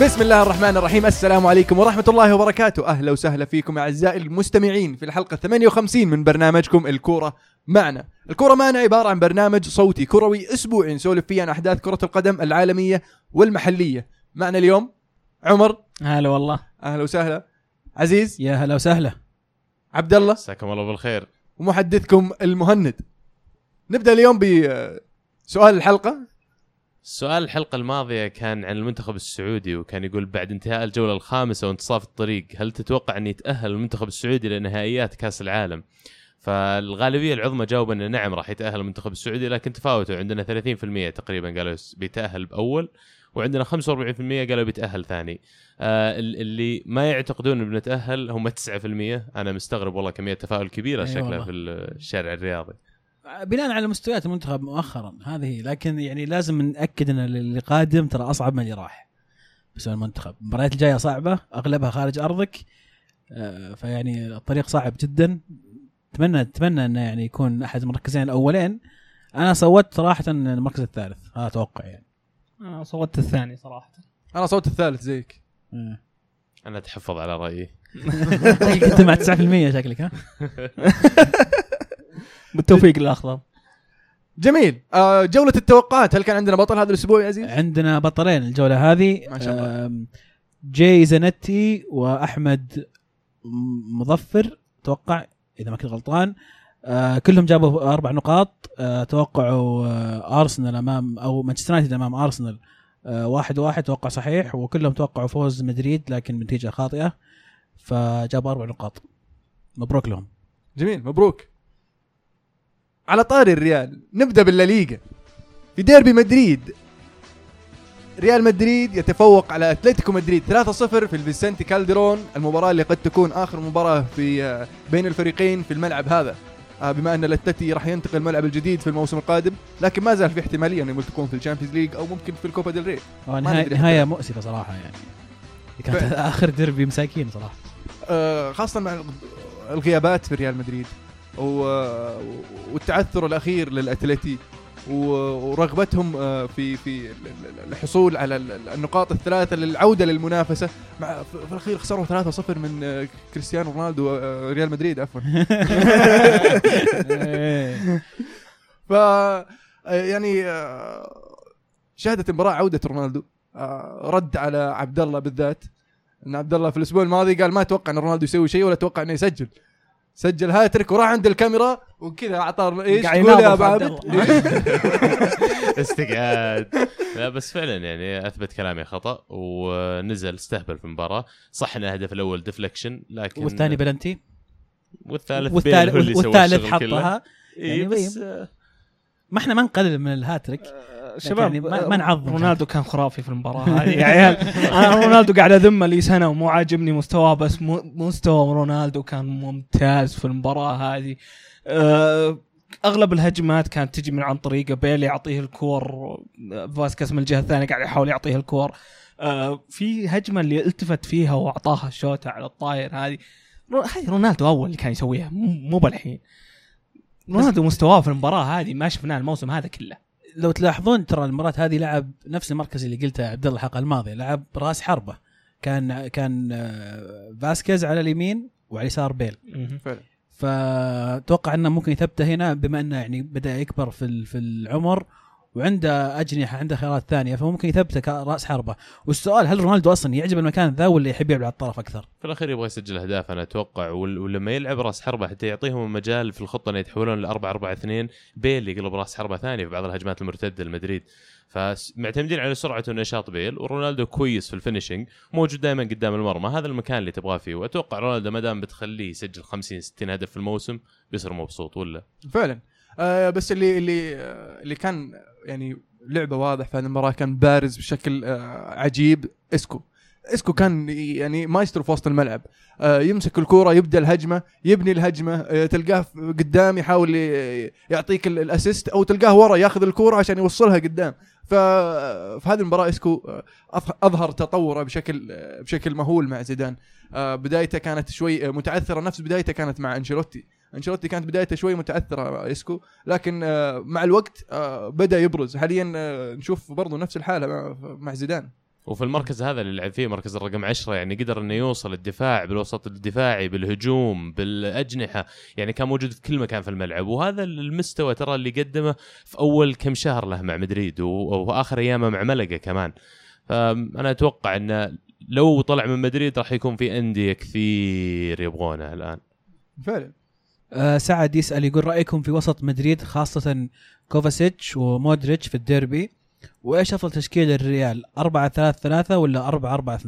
بسم الله الرحمن الرحيم. السلام عليكم ورحمة الله وبركاته. أهلا وسهلا فيكم أعزائي المستمعين في الحلقة 58 من برنامجكم الكورة معنا. الكورة معنا عبارة عن برنامج صوتي كروي أسبوعي نسولف فيه عن أحداث كرة القدم العالمية والمحلية. معنا اليوم عمر. هلا والله. أهلا وسهلا. عزيز. يا هلا وسهلا. عبد الله. مساكم الله بالخير. ومحدثكم المهند. نبدأ اليوم بسؤال الحلقة. سؤال الحلقة الماضية كان عن المنتخب السعودي، وكان يقول بعد انتهاء الجولة الخامسة وانتصاف الطريق هل تتوقع أن يتأهل المنتخب السعودي لنهائيات كأس العالم؟ فالغالبية العظمى جاوب أن نعم راح يتأهل المنتخب السعودي، لكن تفاوتوا. عندنا 30% تقريبا قالوا بيتأهل بأول، وعندنا 45% قالوا بيتأهل ثاني. اللي ما يعتقدون انه بنتأهل هم 9%. أنا مستغرب والله، كمية تفاؤل كبيرة شكلها في الشارع الرياضي بناء على مستويات المنتخب مؤخرا هذه، لكن يعني لازم نأكد ان اللي قادم ترى أصعب من اللي راح. بس المنتخب المباريات الجاية صعبة، أغلبها خارج أرضك، فيعني الطريق صعب جدا. أتمنى أنه يعني يكون أحد المركزين الأولين. أنا صوت صراحة المركز الثالث، هذا أتوقع يعني. أنا صوت الثاني صراحة. أنا صوت الثالث زيك. أنا أتحفظ على رأيي. كنت مع 9% شكلك ها. بالتوفيق الأخضر. جميل. جولة التوقعات، هل كان عندنا بطل هذا الأسبوع يا عزيز؟ عندنا بطلين الجولة هذه ما شاء الله. جاي زنتي وأحمد مظفر توقع إذا ما كنت غلطان. كلهم جابوا 4 نقاط. توقعوا أرسنال أمام أو مانشستر يونايتد أمام أرسنال 1-1 توقع صحيح، وكلهم توقعوا فوز مدريد لكن بنتيجة خاطئة، فجابوا 4 نقاط. مبروك لهم. جميل، مبروك. على طاري الريال، نبدأ بالليغا. في ديربي مدريد، ريال مدريد يتفوق على أتلتيكو مدريد 3-0 في الفيسنتي كالديرون، المباراة اللي قد تكون آخر مباراة في بين الفريقين في الملعب هذا، بما أن الأتلتي راح ينتقل الملعب الجديد في الموسم القادم، لكن ما زال في احتمالية أنه تكون في الشامبيونز ليج أو ممكن في الكوبا ديل ري. نهاية مؤسفة صراحة يعني، كانت آخر ديربي مساكين صراحة، خاصة مع الغيابات في ريال مدريد والتعثر الأخير للأتلتي ورغبتهم في الحصول على النقاط الثلاثة للعودة للمنافسة. في الأخير خسروا 3-0 من كريستيانو رونالدو ريال مدريد عفوا. ف يعني شهدت المباراة عودة رونالدو، رد على عبد الله بالذات، ان عبد الله في الاسبوع الماضي قال ما اتوقع ان رونالدو يسوي شيء ولا اتوقع انه سجل هاتريك وراح عند الكاميرا وكذا اعطاه ايش تقول يا ابو عبد. استقعاد. لا بس فعلا يعني اثبت كلامي خطا، ونزل استهبل في المباراه. صح ان الهدف الاول ديفليكشن، لكن والثاني بلنتي، والثالث حطها يعني. بس ما احنا ما نقلل من الهاتريك شباب، يعني ما نعظم. رونالدو كان خرافي في المباراة هذه يا عيال. أنا رونالدو قاعد أذمه لي سنة ومو عاجبني مستواه، بس مستوى رونالدو كان ممتاز في المباراة هذه. أغلب الهجمات كانت تجي من عن طريقه، بيلي يعطيه الكور، فاسكس من الجهة الثانية قاعد يحاول يعطيه الكور. في هجمة اللي التفت فيها وأعطاها الشوطة على الطاير، هذه رونالدو أول اللي كان يسويها، مو بالحين. رونالدو مستواه في المباراة هذه ما شفناه الموسم هذا كله. لو تلاحظون ترى المرات هذه لعب نفس المركز اللي قلته عبد الله الحلقة الماضية، لعب راس حربة. كان فاسكيز على اليمين وعلى اليسار بيل. فتوقع انه ممكن يثبته هنا، بما انه يعني بدأ يكبر في العمر وعنده أجنحة، عنده خيارات ثانية، فممكن يثبته كرأس حربة. والسؤال هل رونالدو أصلا يعجب المكان ذا ولا يحب يلعب على الطرف أكثر؟ في الأخير يبغى يسجل أهداف أنا أتوقع، ولما يلعب رأس حربة حتى يعطيهم مجال في الخطة أن يتحولون ل4-4-2. بيل يقلب رأس حربة ثاني في بعض الهجمات المرتدة لمدريد، فمعتمدين على سرعة ونشاط بيل. ورونالدو كويس في الفينيشنج، موجود دائما قدام المرمى، هذا المكان اللي تبغاه فيه. وأتوقع رونالدو ما دام بتخليه يسجل 50-60 هدف في الموسم بيصير مبسوط. ولا فعلا بس اللي كان يعني لعبة واضح في هذه المباراة، كان بارز بشكل عجيب. اسكو كان يعني مايسترو في وسط الملعب، يمسك الكرة، يبدأ الهجمة، يبني الهجمة، تلقاه قدام يحاول يعطيك الاسيست، او تلقاه ورا ياخذ الكرة عشان يوصلها قدام. ففي هذه المباراة اسكو اظهر تطوره بشكل مهول مع زيدان. بدايته كانت شوي متعثرة، نفس بدايته كانت مع أنشيلوتي كانت بدايته شوي متعثرة اسكو، لكن مع الوقت بدأ يبرز. حاليا نشوف برضو نفس الحالة مع زيدان. وفي المركز هذا اللي لعب فيه مركز الرقم 10 يعني قدر انه يوصل الدفاع بالوسط الدفاعي بالهجوم بالاجنحه، يعني كان موجود في كل مكان في الملعب. وهذا المستوى ترى اللي قدمه في اول كم شهر له مع مدريد واخر ايامه مع ملقا كمان. فانا اتوقع انه لو طلع من مدريد راح يكون في انديه كثير يبغونه الان فعلا. سعد يسأل يقول رأيكم في وسط مدريد خاصة كوفاسيتش ومودريتش في الديربي، وإيش أفضل تشكيل الريال 4-3-3 ولا 4-4-2؟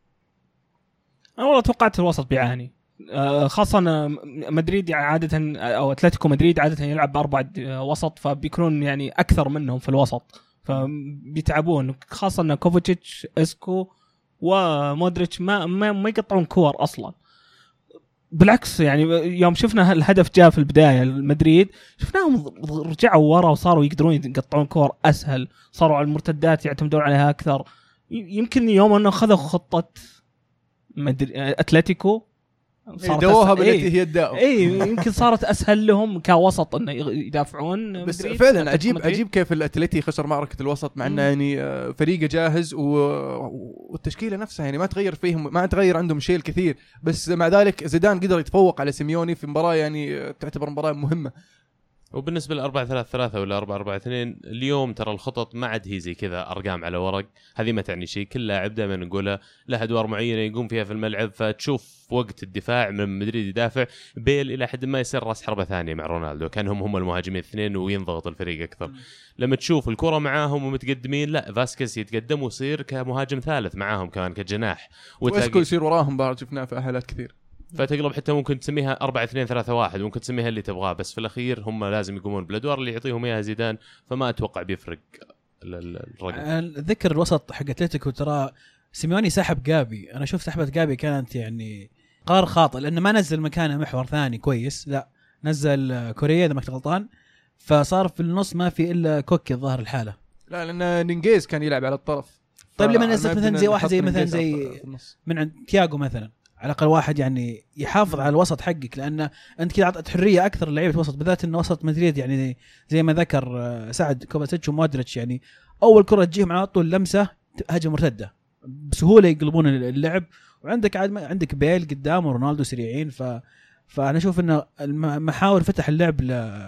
أنا والله توقعت الوسط بيعاني، خاصة مدريد يعني عادة أو أتلتيكو مدريد عادة يلعب بأربعة وسط، فبيكونون يعني أكثر منهم في الوسط فبيتعبون، خاصة أن كوفاسيتش إسكو ومودريتش ما يقطعون كور أصلاً. بالعكس يعني يوم شفنا الهدف جاء في البداية المدريد شفناهم رجعوا ورا وصاروا يقدرون يقطعون كور أسهل، صاروا على المرتدات يعتمدون عليها أكثر. يمكن يوم أنه خذوا خطة أتلتيكو دووها بالتي هي الداء. يمكن صارت أسهل لهم كوسط أنه يدافعون. بس فعلا عجيب كيف الأتلتي خسر معركة الوسط مع أنه يعني فريقه جاهز والتشكيلة نفسها يعني ما تغير فيهم، ما تغير عندهم شيء كثير، بس مع ذلك زيدان قدر يتفوق على سيميوني في مباراة يعني تعتبر مباراة مهمة. وبالنسبة ل4-3-3 ولا 4-4-2 اليوم ترى الخطط ما عاد هي زي كذا أرقام على ورق، هذه ما تعني شيء. كل لاعب دائما نقولها له أدوار معينة يقوم فيها في الملعب، فتشوف وقت الدفاع من مدريد يدافع بيل إلى حد ما يصير رأس حربة ثانية مع رونالدو، كانهم هم المهاجمين الاثنين وينضغط الفريق أكثر. لما تشوف الكرة معاهم ومتقدمين لا فاسكيز يتقدم ويصير كمهاجم ثالث معاهم كمان كجناح، واسكو يصير وراهم بعد شفناه في أهلات كثير. فتقلب حتى ممكن تسميها 4-2-3-1 ممكن تسميها اللي تبغاه، بس في الأخير هم لازم يقومون بالأدوار اللي يعطيهم إياها زيدان، فما أتوقع بيفرق الرقم. ذكر الوسط حق أتلتيكو ترى سيميوني سحب جابي، أنا شفت سحبة جابي كانت يعني قرار خاطئ لأنه ما نزل مكانه محور ثاني كويس، لا نزل كوريا إذا ما كنت غلطان، فصار في النص ما في إلا كوكي الظاهر الحالة. لا لأن نينجيز كان يلعب على الطرف. طيب لما نزلت مثلا زي واحد زي مثلا زي من عند تياغو مثلا، على الأقل واحد يعني يحافظ على الوسط حقك، لأن أنت كده عطت حرية أكثر للعيبة الوسط، بالذات إن وسط مدريد يعني زي ما ذكر سعد كوفاسيتش ومودريتش يعني أول كرة تجيهم على طول لمسة هجمة مرتدة بسهولة يقلبون اللعب، وعندك عندك بيل قدام ورونالدو سريعين، فأنا أشوف إن المحاور فتح اللعب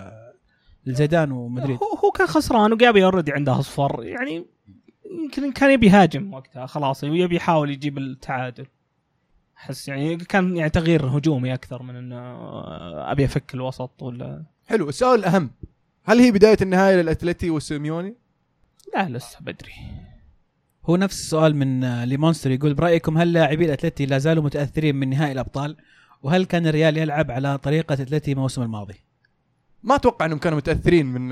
لزيدان ومدريد. هو كان خسران وجابي أوريدي عنده أصفر، يعني يمكن كان يبي يهاجم وقتها خلاص، يبي يحاول يجيب التعادل. حس يعني كان يعني تغيير هجومي أكثر من إنه أبي أفك الوسط ولا. حلو. السؤال الأهم، هل هي بداية النهاية للأتلتي والسيميوني؟ لا لسه بدري. هو نفس السؤال من ليمونستر يقول برأيكم هل لاعبي الأتلتي لا زالوا متأثرين من نهائي الأبطال، وهل كان الريال يلعب على طريقة أتلتي الموسم الماضي؟ ما أتوقع أنهم كانوا متأثرين من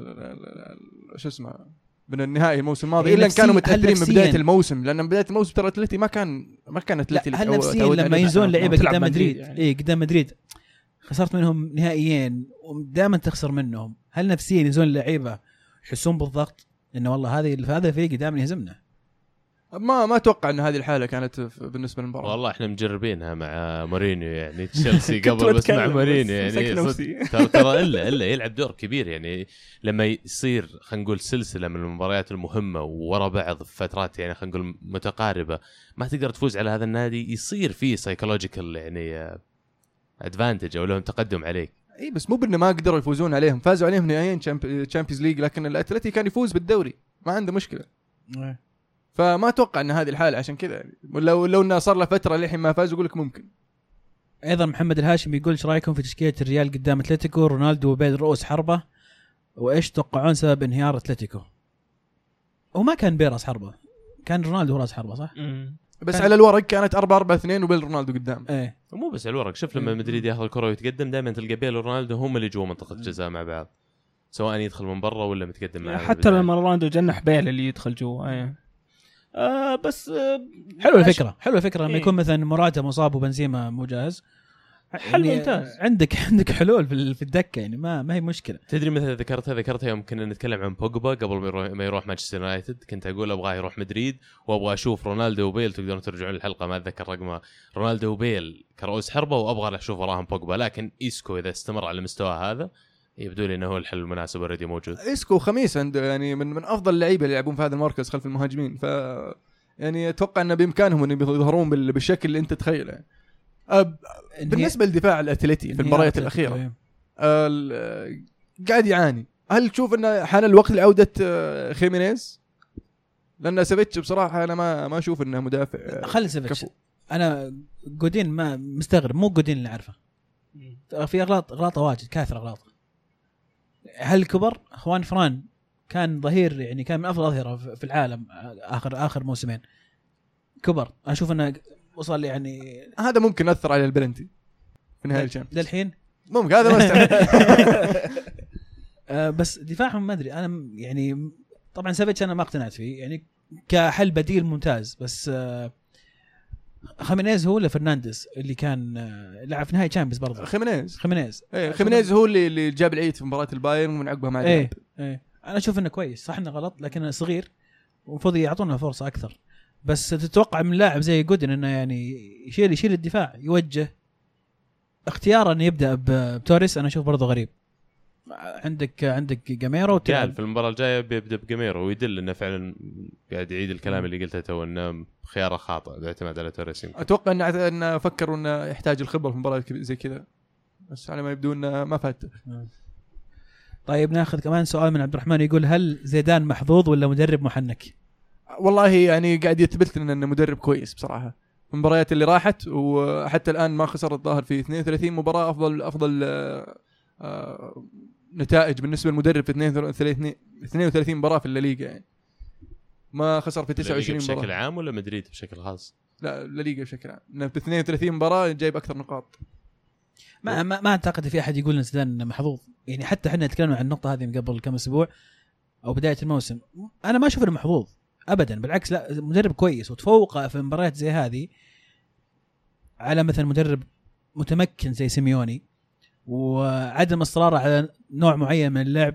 شو اسمه من النهائي الموسم الماضي، إلا كانوا متأثرين من بداية الموسم، لأن بداية الموسم ترى أتلتي ما كان أتلتي. هل نفسيا لما ينزلون لعيبة قدام مدريد يعني. قدام مدريد خسرت منهم نهائيين ودائما تخسر منهم، هل نفسيا ينزلون اللعيبة يحسون بالضغط إنه والله هذا الفريق دائما يهزمنا؟ ما اتوقع ان هذه الحاله كانت بالنسبه للمباراه. والله احنا مجربينها مع مورينيو يعني تشيلسي قبل بس مع مورينيو يعني ترى الا يلعب دور كبير، يعني لما يصير خلينا نقول سلسله من المباريات المهمه ورا بعض في فترات يعني خلينا نقول متقاربه ما تقدر تفوز على هذا النادي، يصير فيه سايكولوجيكال يعني ادفانتج او لهم تقدم عليك. اي بس مو بانه ما قدروا يفوزون عليهم، فازوا عليهم نهائيين تشامبيونز ليج، لكن الاتلتي كان يفوز بالدوري ما عنده مشكله. فما اتوقع ان هذه الحاله عشان كذا يعني. لو انه صار له فتره لحين ما فاز يقول لك ممكن. ايضا محمد الهاشمي يقول ايش رايكم في تشكيله الريال قدام اتلتيكو رونالدو وبيل رؤوس حربه، وايش تتوقعون سبب انهيار اتلتيكو؟ وما كان بيل راس حربه، كان رونالدو راس حربه صح؟ بس على الورق كانت 4-4-2 وبيل رونالدو قدام. ايه مو بس على الورق، شوف لما مدريد ياخذ الكره ويتقدم دائما تلقى بيل ورونالدو هم اللي جوا منطقه الجزاء مع بعض، سواء يدخل من برا ولا متقدم معاه. حتى لما رونالدو جنح بيل اللي يدخل جوا. ايه بس حلو الفكره لما يكون مثلا مراتا مصاب وبنزيما مو جاهز، حل يعني ممتاز. عندك حلول في الدكه يعني ما هي مشكله. تدري مثلا ذكرتها يوم كنا نتكلم عن بوجبا قبل ما يروح مانشستر يونايتد، كنت اقول ابغاه يروح مدريد وابغى اشوف رونالدو وبيل، تقدرون ترجعون الحلقه ما اتذكر رقمها، رونالدو وبيل كرؤوس حربه وابغى اشوف وراهم بوجبا، لكن ايسكو اذا استمر على المستوى هذا يبدو لي انه هو الحل المناسب اوريدي موجود. ايسكو خميس عنده يعني من افضل اللعيبه اللي يلعبون في هذا المركز خلف المهاجمين، ف يعني اتوقع ان بامكانهم ان يظهرون بالشكل اللي انت تتخيله يعني. بالنسبه للدفاع الاتلتي في المباريات الاخيره قاعد يعاني. هل تشوف انه حان الوقت لعوده خيمينيز؟ لان سافيتش بصراحه انا ما اشوف انه مدافع. خلي سافيتش. انا جودين ما مستغرب، مو جودين اللي عارفه في اغلاط واجد، كاثر اغلاط. هل كبر؟ خوان فران كان ظهير يعني كان من افضل اظهره في العالم اخر موسمين. كبر اشوف انه وصل يعني هذا ممكن اثر على البلنتي في نهايه الشامبيونز للحين ممكن هذا ما بس دفاعهم ما ادري انا يعني طبعا سافيتش انا ما اقتنعت فيه يعني كحل بديل ممتاز، بس خيمينيز هو ولا فرنانديز اللي كان لعب في نهائي تشامبيونز برضه؟ خيمينيز هو اللي جاب العيد في مباراه البايرن ومن عقبها ما لعب. انا اشوف انه كويس، صح انه غلط لكنه صغير ومفروض يعطونا فرصه اكثر. بس تتوقع من لاعب زي جودن انه يعني يشيل الدفاع يوجه. اختياره انه يبدا بتوريس انا اشوف برضه غريب. عندك جاميرو في المباراه الجايه بيبدا بجاميرو ويدل انه فعلا قاعد يعيد الكلام اللي قلته تو انه خيار خاطئ باعتماد على توريس. اتوقع ان فكروا انه يحتاج الخبره في مباراه زي كذا، بس على ما يبدو انه ما فاته. طيب ناخذ كمان سؤال من عبد الرحمن يقول هل زيدان محظوظ ولا مدرب محنك؟ والله يعني قاعد يثبت لنا انه مدرب كويس بصراحه. المباريات اللي راحت وحتى الان ما خسر الظاهر في 32 مباراه، افضل نتائج بالنسبه للمدرب في 32 مباراه في الليغا يعني. ما خسر في 29 مباراه بشكل عام ولا مدريد بشكل خاص؟ لا الليغا بشكل عام في 32 مباراه جايب اكثر نقاط. ما اعتقد في احد يقول ان زيدان محظوظ يعني. حتى احنا تكلمنا عن النقطه هذه من قبل كم اسبوع او بدايه الموسم، انا ما اشوف انه محظوظ ابدا، بالعكس لا مدرب كويس وتفوق في مباريات زي هذه على مثلا مدرب متمكن زي سيميوني وعدم اصراره على نوع معين من اللعب.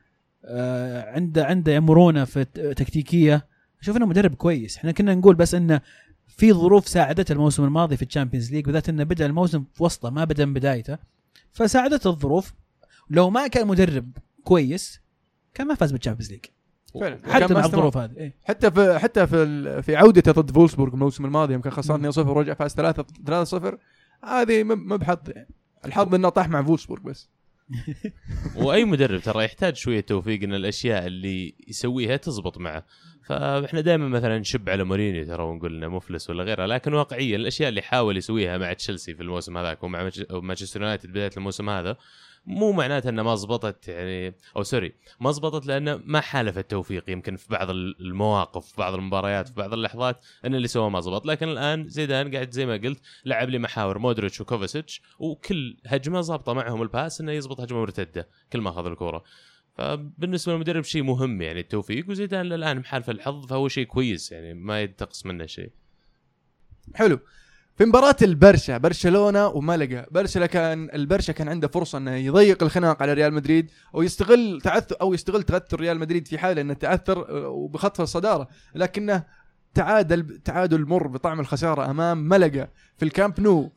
عنده مرونه في تكتيكيه. اشوف انه مدرب كويس. احنا كنا نقول بس انه في ظروف ساعدته الموسم الماضي في الشامبيونز ليج، وذات انه بدا الموسم في وسطه ما بدا من بدايته، فساعدته الظروف. لو ما كان مدرب كويس كان ما فاز بالشامبيونز ليج حتى مع الظروف هذه. حتى في عودته ضد فولسبورغ الموسم الماضي يمكن خسرنا 2-0 ورجع فاز 3-0. هذه ما بحظ يعني. الحظ انه طاح مع فولسبورغ بس. واي مدرب ترى يحتاج شويه توفيق ان الاشياء اللي يسويها تزبط معه. فاحنا دائما مثلا نشب على مورينيو ترى ونقول انه مفلس ولا غيره، لكن واقعيا الاشياء اللي حاول يسويها مع تشيلسي في الموسم هذاك ومع مانشستر يونايتد بدايه الموسم هذا مو معناته انه ما زبطت يعني، او سوري ما زبطت لانه ما حالف التوفيق. يمكن في بعض المواقف في بعض المباريات في بعض اللحظات ان اللي سواه ما زبط، لكن الان زيدان قاعد زي ما قلت لعب لي محاور مودريتش وكوفاسيتش وكل هجمه ضابطه معهم الباس انه يزبط هجمه مرتده كل ما اخذ الكره. فبالنسبه للمدرب شيء مهم يعني التوفيق، وزيدان الان محالف الحظ فهو شيء كويس يعني ما ينتقص منه شيء. حلو. في مباراة برشلونة ومالاغا، البرشا كان عنده فرصة انه يضيق الخناق على ريال مدريد او يستغل تغثر ريال مدريد في حالة انه تعثر وبخطف الصدارة، لكنه تعادل مر بطعم الخسارة امام مالاغا في الكامب نو.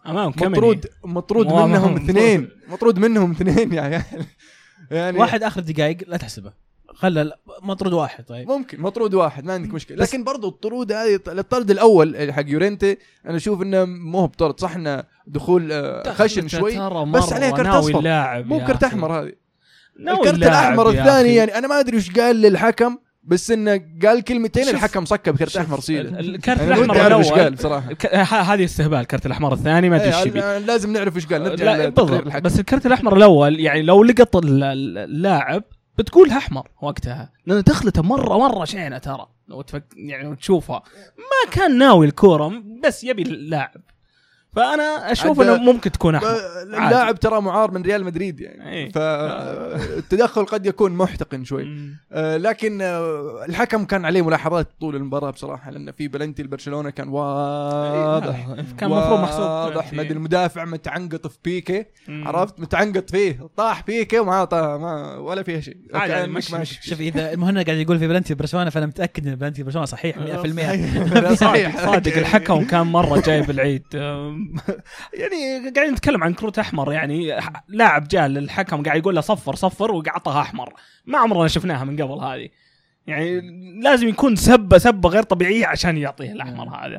مطرود منهم اثنين يعني واحد اخر دقائق لا تحسبه، خلى مطرود واحد. طيب ممكن مطرود واحد ما عندك مشكله، لكن برضو الطرود هذه الطرد الاول حق يورينتي انا اشوف انه مو بطرد صح، انه دخول خشن شوي بس عليه كرت اصفر مو كرت احمر. هذه الكرت الاحمر الثاني يعني انا ما ادري وش قال للحكم، بس انه قال كلمتين الحكم صكب كرت احمر صيله. الكرت الاحمر الاول قال بصراحه هذه استهبال. الكرت الاحمر الثاني ما ادري ايش لازم نعرف وش قال. نرجع بالضبط. بس الكرت الاحمر الاول يعني لو لقط اللاعب بتقولها احمر وقتها، لأنه دخلته مرة شينة ترى لو يعني تشوفها ما كان ناوي الكورة بس يبي اللاعب. فأنا أشوف أنه ممكن تكون أحمر. اللاعب ترى معار من ريال مدريد يعني فالتدخل قد يكون محتقن شوي. لكن الحكم كان عليه ملاحظات طول المباراة بصراحة، لأن في بلنتي البرشلونة كان واضح كان مفروض محسوب. أحمد المدافع متعنقط في بيكي، عرفت متعنقط فيه طاح بيكي وما ولا فيها شيء. شوف إذا المهند قاعد يقول في بلنتي برشلونة فأنا متأكد إن بلنتي برشلونة صحيح 100%. صادق الحكم كان مرة جايب العيد. يعني قاعدين نتكلم عن كروت احمر، يعني لاعب جاء للحكم قاعد يقول له صفر وقعطها احمر، ما عمرنا شفناها من قبل هذه. يعني لازم يكون سبه غير طبيعيه عشان يعطيه الاحمر هذا.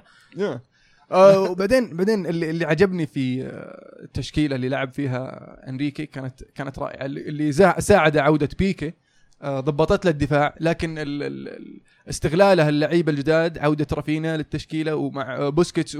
وبعدين اللي عجبني في التشكيله اللي لعب فيها انريكي كانت رائعه. اللي ساعد عوده بيكي، ضبطت له الدفاع، لكن استغلاله اللعيبه الجداد، عوده رافينا للتشكيله ومع بوسكيتس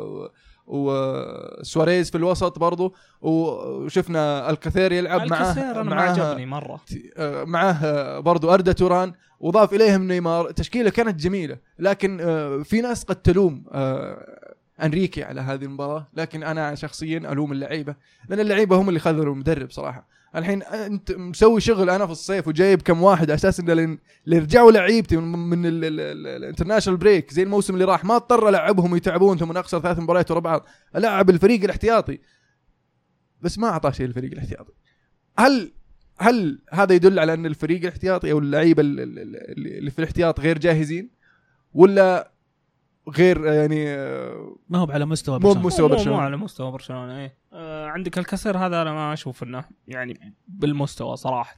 وسواريز في الوسط برضو، وشفنا الكثير يلعب معاه. انا ما عجبني مره معاه برضو أردا توران، وضاف إليهم نيمار. تشكيلة كانت جميلة، لكن في ناس قد تلوم أنريكي على هذه المباراة، لكن أنا شخصيا ألوم اللعيبة، لأن اللعيبة هم اللي خذلوا المدرب صراحة. الحين أنت مسوي شغل أنا في الصيف وجايب كم واحد أساسا اللي يرجعوا لعيبتي من الانترناشنال بريك زي الموسم اللي راح، ما اضطر ألعبهم يتعبون ثم نخسر 3 مباريات ورا بعض. ألعب الفريق الاحتياطي بس ما أعطاه شيء الفريق الاحتياطي. هل هذا يدل على أن الفريق الاحتياطي أو اللعيبة اللي في الاحتياط غير جاهزين، ولا غير يعني ما هو على مستوى برشلونة؟ مو على مستوى برشلونة. إيه عندك الكسر هذا أنا ما أشوف إنه يعني بالمستوى صراحة.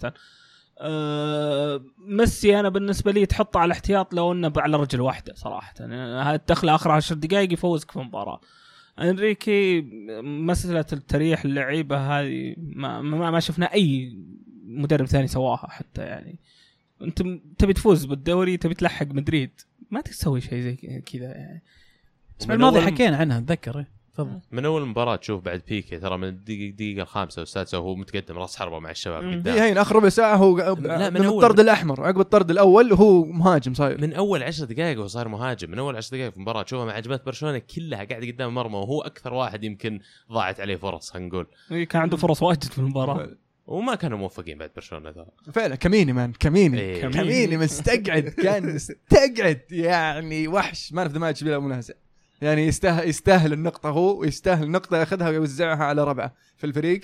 ميسي أنا بالنسبة لي تحطه على الاحتياط لو إنه على رجل واحدة صراحة. هذا الدخل آخر 10 دقائق يفوزك في مباراة. انريكي مسألة التريح اللعيبة هذه ما شفنا أي مدرب ثاني سواها حتى. يعني أنت تبي تفوز بالدوري، تبي تلحق مدريد، ما تسوي شيء زي كذا يعني. اسمع الماضي حكينا عنها أتذكر. تفضل. من أول مباراة تشوف بعد بيكي ترى من الدقيقة 5 و6 وهو متقدم راس حربة مع الشباب قدام. هي آخر ربع ساعة هو من الطرد الأحمر، عقب الطرد الأول وهو مهاجم صاير. من أول 10 دقائق هو صار مهاجم. من أول 10 دقائق في المباراة تشوفها مع هجمات برشلونة كلها قاعد قدام مرمى، وهو أكثر واحد يمكن ضاعت عليه فرص. هنقول كان عنده فرص واجد في المباراة وما كانوا موفقين بعد برشلونة ذا. فعلا كميني مستقعد كان مستقعد يعني وحش، ما نفذ ماتش بلا منازع. يعني يستاهل النقطة، هو ويستاهل النقطة ياخذها ويوزعها على ربعه في الفريق.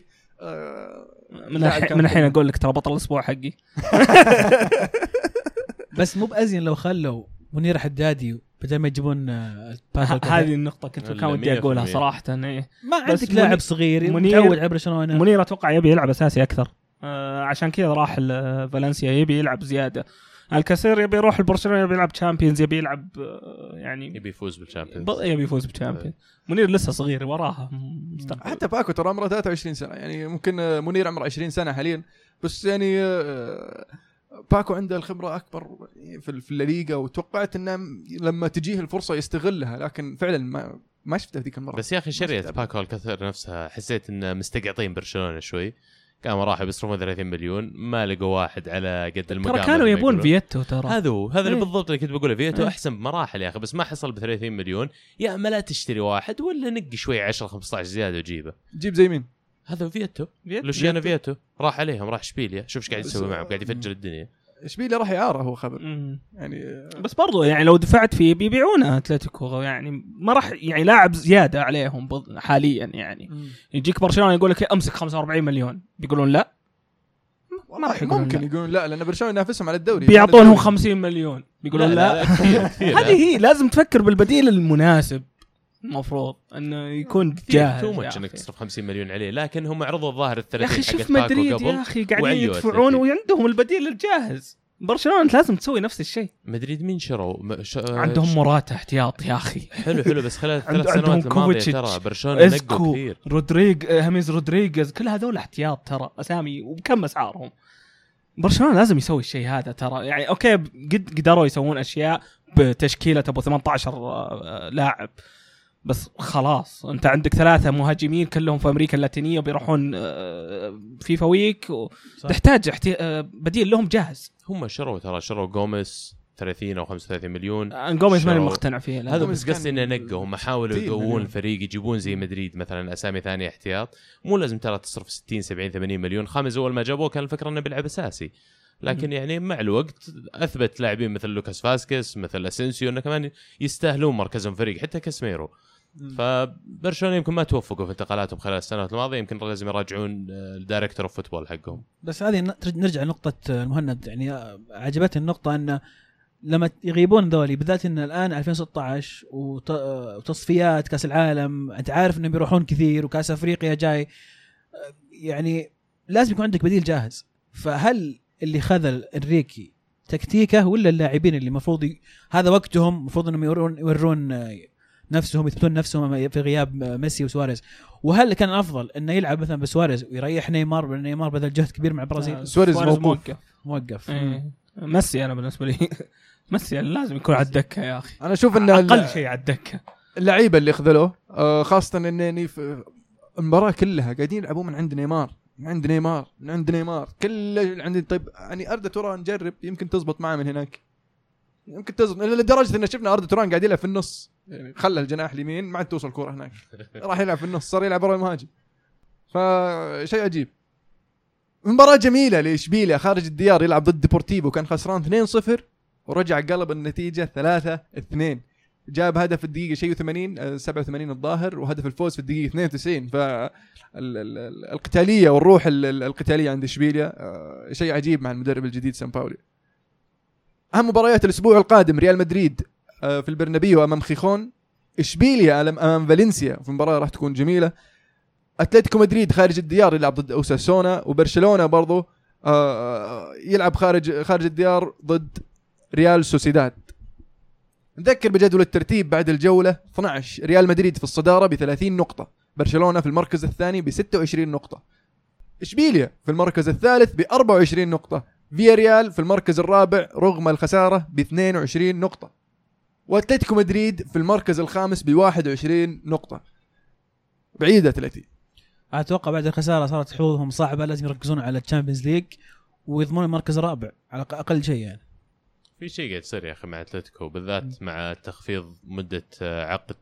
من الحين أقول لك ترى بطل الأسبوع حقي. بس مو بأزين لو خلوا منير حدادي بدل ما يجيبون هذه النقطة كان ودي أقولها صراحة. ما عندك لاعب صغير متعود على برشلونة. منير أتوقع يبي يلعب أساسي أكثر، عشان كذا راح فالنسيا يبي يلعب زيادة. الكثير يبي يروح البرشلونة، يبي يلعب تشامبيونز، يبي يلعب يعني يبي يفوز بالتشامبيونز، يبي يفوز بالتشامبيونز. منير لسه صغير وراها مستقبل. حتى باكو ترى عمره 23 سنة، يعني ممكن منير عمره 20 سنة حاليا، بس يعني باكو عنده الخبرة أكبر في الليغا، وتوقعت إنه لما تجيه الفرصة يستغلها، لكن فعلا ما شفته ذيك المرة. بس يا أخي شريت باكو الكثير نفسها حسيت إنه مستقعطين برشلونة شوي. كانوا راحوا بيصرفون 30 مليون ما لقوا واحد على قد المقام. ترى كانوا يبون فيتو، ترى هذا اللي بالضبط اللي كنت بقوله. فيتو أحسن بمراحل يا أخي، بس ما حصل ب 30 مليون. يا أما لا تشتري واحد ولا نقي شوي 10-15 زيادة وجيبه. جيب زي مين؟ هذا فيتو لوشيانو فيتو راح عليهم، راح اشبيليا، شوف ايش قاعد يسوي معهم، قاعد يفجر الدنيا. اشبيليا راح يعاره هو خبر يعني. بس برضو يعني لو دفعت فيه بيبيعونه اتلتيكو، يعني ما راح يعني لاعب زياده عليهم حاليا. يعني يجيك برشلونه يقول لك امسك 45 مليون، بيقولون لا، ما راح ممكن يقولون لا، لان برشلونه ينافسهم على الدوري. بيعطونهم 50 مليون بيقولون لا. كثير. هذه هي لازم تفكر بالبديل المناسب. المفروض انه يكون جاهز. تو ماتش انك تصرف 50 مليون عليه، لكن هم عرضوا الظاهر ال 30 يا اخي شوف مدريد يا اخي قاعدين يدفعون وعندهم البديل الجاهز. برشلونه لازم تسوي نفس الشيء. مدريد مين شروا؟ عندهم موراتا احتياط يا اخي. حلو بس خلال 3 سنوات الماضيه ترى برشلونه نقوا كثير. هاميز رودريغيز كل هذول احتياط ترى، اسامي وبكم اسعارهم. برشلونه لازم يسوي الشيء هذا ترى. يعني اوكي قدروا يسوون اشياء بتشكيله ابو 18 لاعب، بس خلاص انت عندك 3 مهاجمين كلهم في امريكا اللاتينيه وبيروحون فيفا ويك، تحتاج بديل لهم جاهز. هم شروا غوميس 30 أو 35 مليون. غوميس ماني مقتنع فيه هذا، بس قصدي انه نقوا. هم حاولوا يقوون الفريق، يجيبون زي مدريد مثلا اسامي ثانيه احتياط. مو لازم ترى تصرف 60 70 80 مليون. خامس اول ما جابوه كان الفكره انه بيلعب اساسي، لكن يعني مع الوقت اثبت لاعبين مثل لوكاس فاسكيز مثل اسينسيو انه كمان يستاهلون مركزهم فريق، حتى كاسميرو. فبرشلونه يمكن ما توفقوا في انتقالاتهم خلال السنوات الماضيه، يمكن لازم يراجعون الدايركتور اوف فوتبول حقهم. بس هذه نرجع لنقطه المهند. يعني عجبتني النقطه ان لما يغيبون ذولي بالذات ان الان 2016 وتصفيات كاس العالم، انت عارف انهم بيروحون كثير وكاس افريقيا جاي، يعني لازم يكون عندك بديل جاهز. فهل اللي خذل انريكي تكتيكه ولا اللاعبين اللي المفروض هذا وقتهم المفروض انهم يورون نفسهم يثبتون نفسهم في غياب ميسي وسواريز؟ وهل كان الافضل انه يلعب مثلا بسواريز ويريح نيمار لان نيمار بذل جهد كبير مع البرازيل؟ سواريز موقف. ميسي انا بالنسبه لي ميسي لازم يكون على الدكه يا اخي. انا اشوف ان اقل شيء على الدكه اللعيبه اللي خذلوه خاصه انني في المباراه كلها قاعدين يلعبون من عند نيمار كل عندي. طيب يعني أردا توران نجرب يمكن تزبط معه من هناك، يمكن تزبط لدرجه ان شفنا أردا توران قاعد يلعب في النص، يعني خلى الجناح اليمين ما عاد توصل كرة هناك راح يلعب في النص، صار يلعب برا المهاجم. فشيء عجيب. مباراة جميلة لإشبيليا خارج الديار يلعب ضد ديبورتيفو، كان خسران 2-0 ورجع قلب النتيجة 3-2. جاب هدف في الدقيقة 87 الظاهر، وهدف الفوز في الدقيقة 92. فالقتالية والروح القتالية عند إشبيليا شيء عجيب مع المدرب الجديد سامباولي. أهم مباريات الأسبوع القادم ريال مدريد في البرنابيو أمام خيخون، إشبيليا أمام فالنسيا في مباراة راح تكون جميلة. أتلتيكو مدريد خارج الديار يلعب ضد أوساسونا، وبرشلونة برضو يلعب خارج الديار ضد ريال سوسيداد. نذكر بجدول الترتيب بعد الجولة 12. ريال مدريد في الصدارة ب30 نقطة، برشلونة في المركز الثاني ب26 نقطة، إشبيليا في المركز الثالث ب24 نقطة، فياريال في المركز الرابع رغم الخسارة ب22 نقطة، وأتلتيكو مدريد في المركز الخامس ب21 نقطة. بعيدة 30. أتوقع بعد الخسارة صارت حظوظهم صعبة، لازم يركزون على الشامبيونز ليج ويضمنون المركز الرابع على أقل شيء. يعني في شيء قاعد يصير يا أخي مع أتلتيكو بالذات مع تخفيض مدة عقد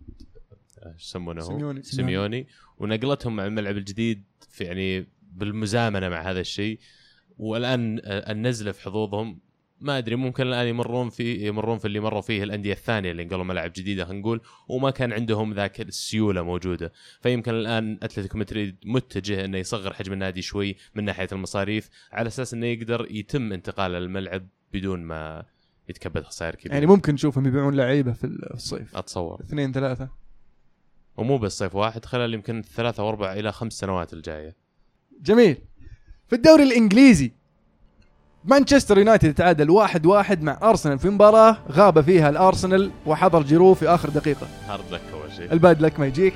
يسمونه سيميوني ونقلتهم مع الملعب الجديد في يعني بالمزامنة مع هذا الشيء، والآن النزلة في حظوظهم ما أدري ممكن الآن يمرون في اللي مروا فيه الأندية الثانية اللي انقلوا ملاعب جديدة خلينا نقول، وما كان عندهم ذاك السيولة موجودة. فيمكن الآن أتلتيكو مدريد متجه إنه يصغر حجم النادي شوي من ناحية المصاريف على أساس إنه يقدر يتم انتقال الملعب بدون ما يتكبد خسائر كبيرة. يعني ممكن نشوفهم يبيعون لعيبة في الصيف، أتصور 2-3 ومو بالصيف واحد، خلال يمكن 3 و4 إلى 5 سنوات الجاية. جميل. في الدوري الإنجليزي مانشستر يونايتد تعادل 1-1 مع أرسنال في مباراة غاب فيها الأرسنال وحضر جيرو في آخر دقيقة. هارد لك أول شيء، الباد لك ما يجيك.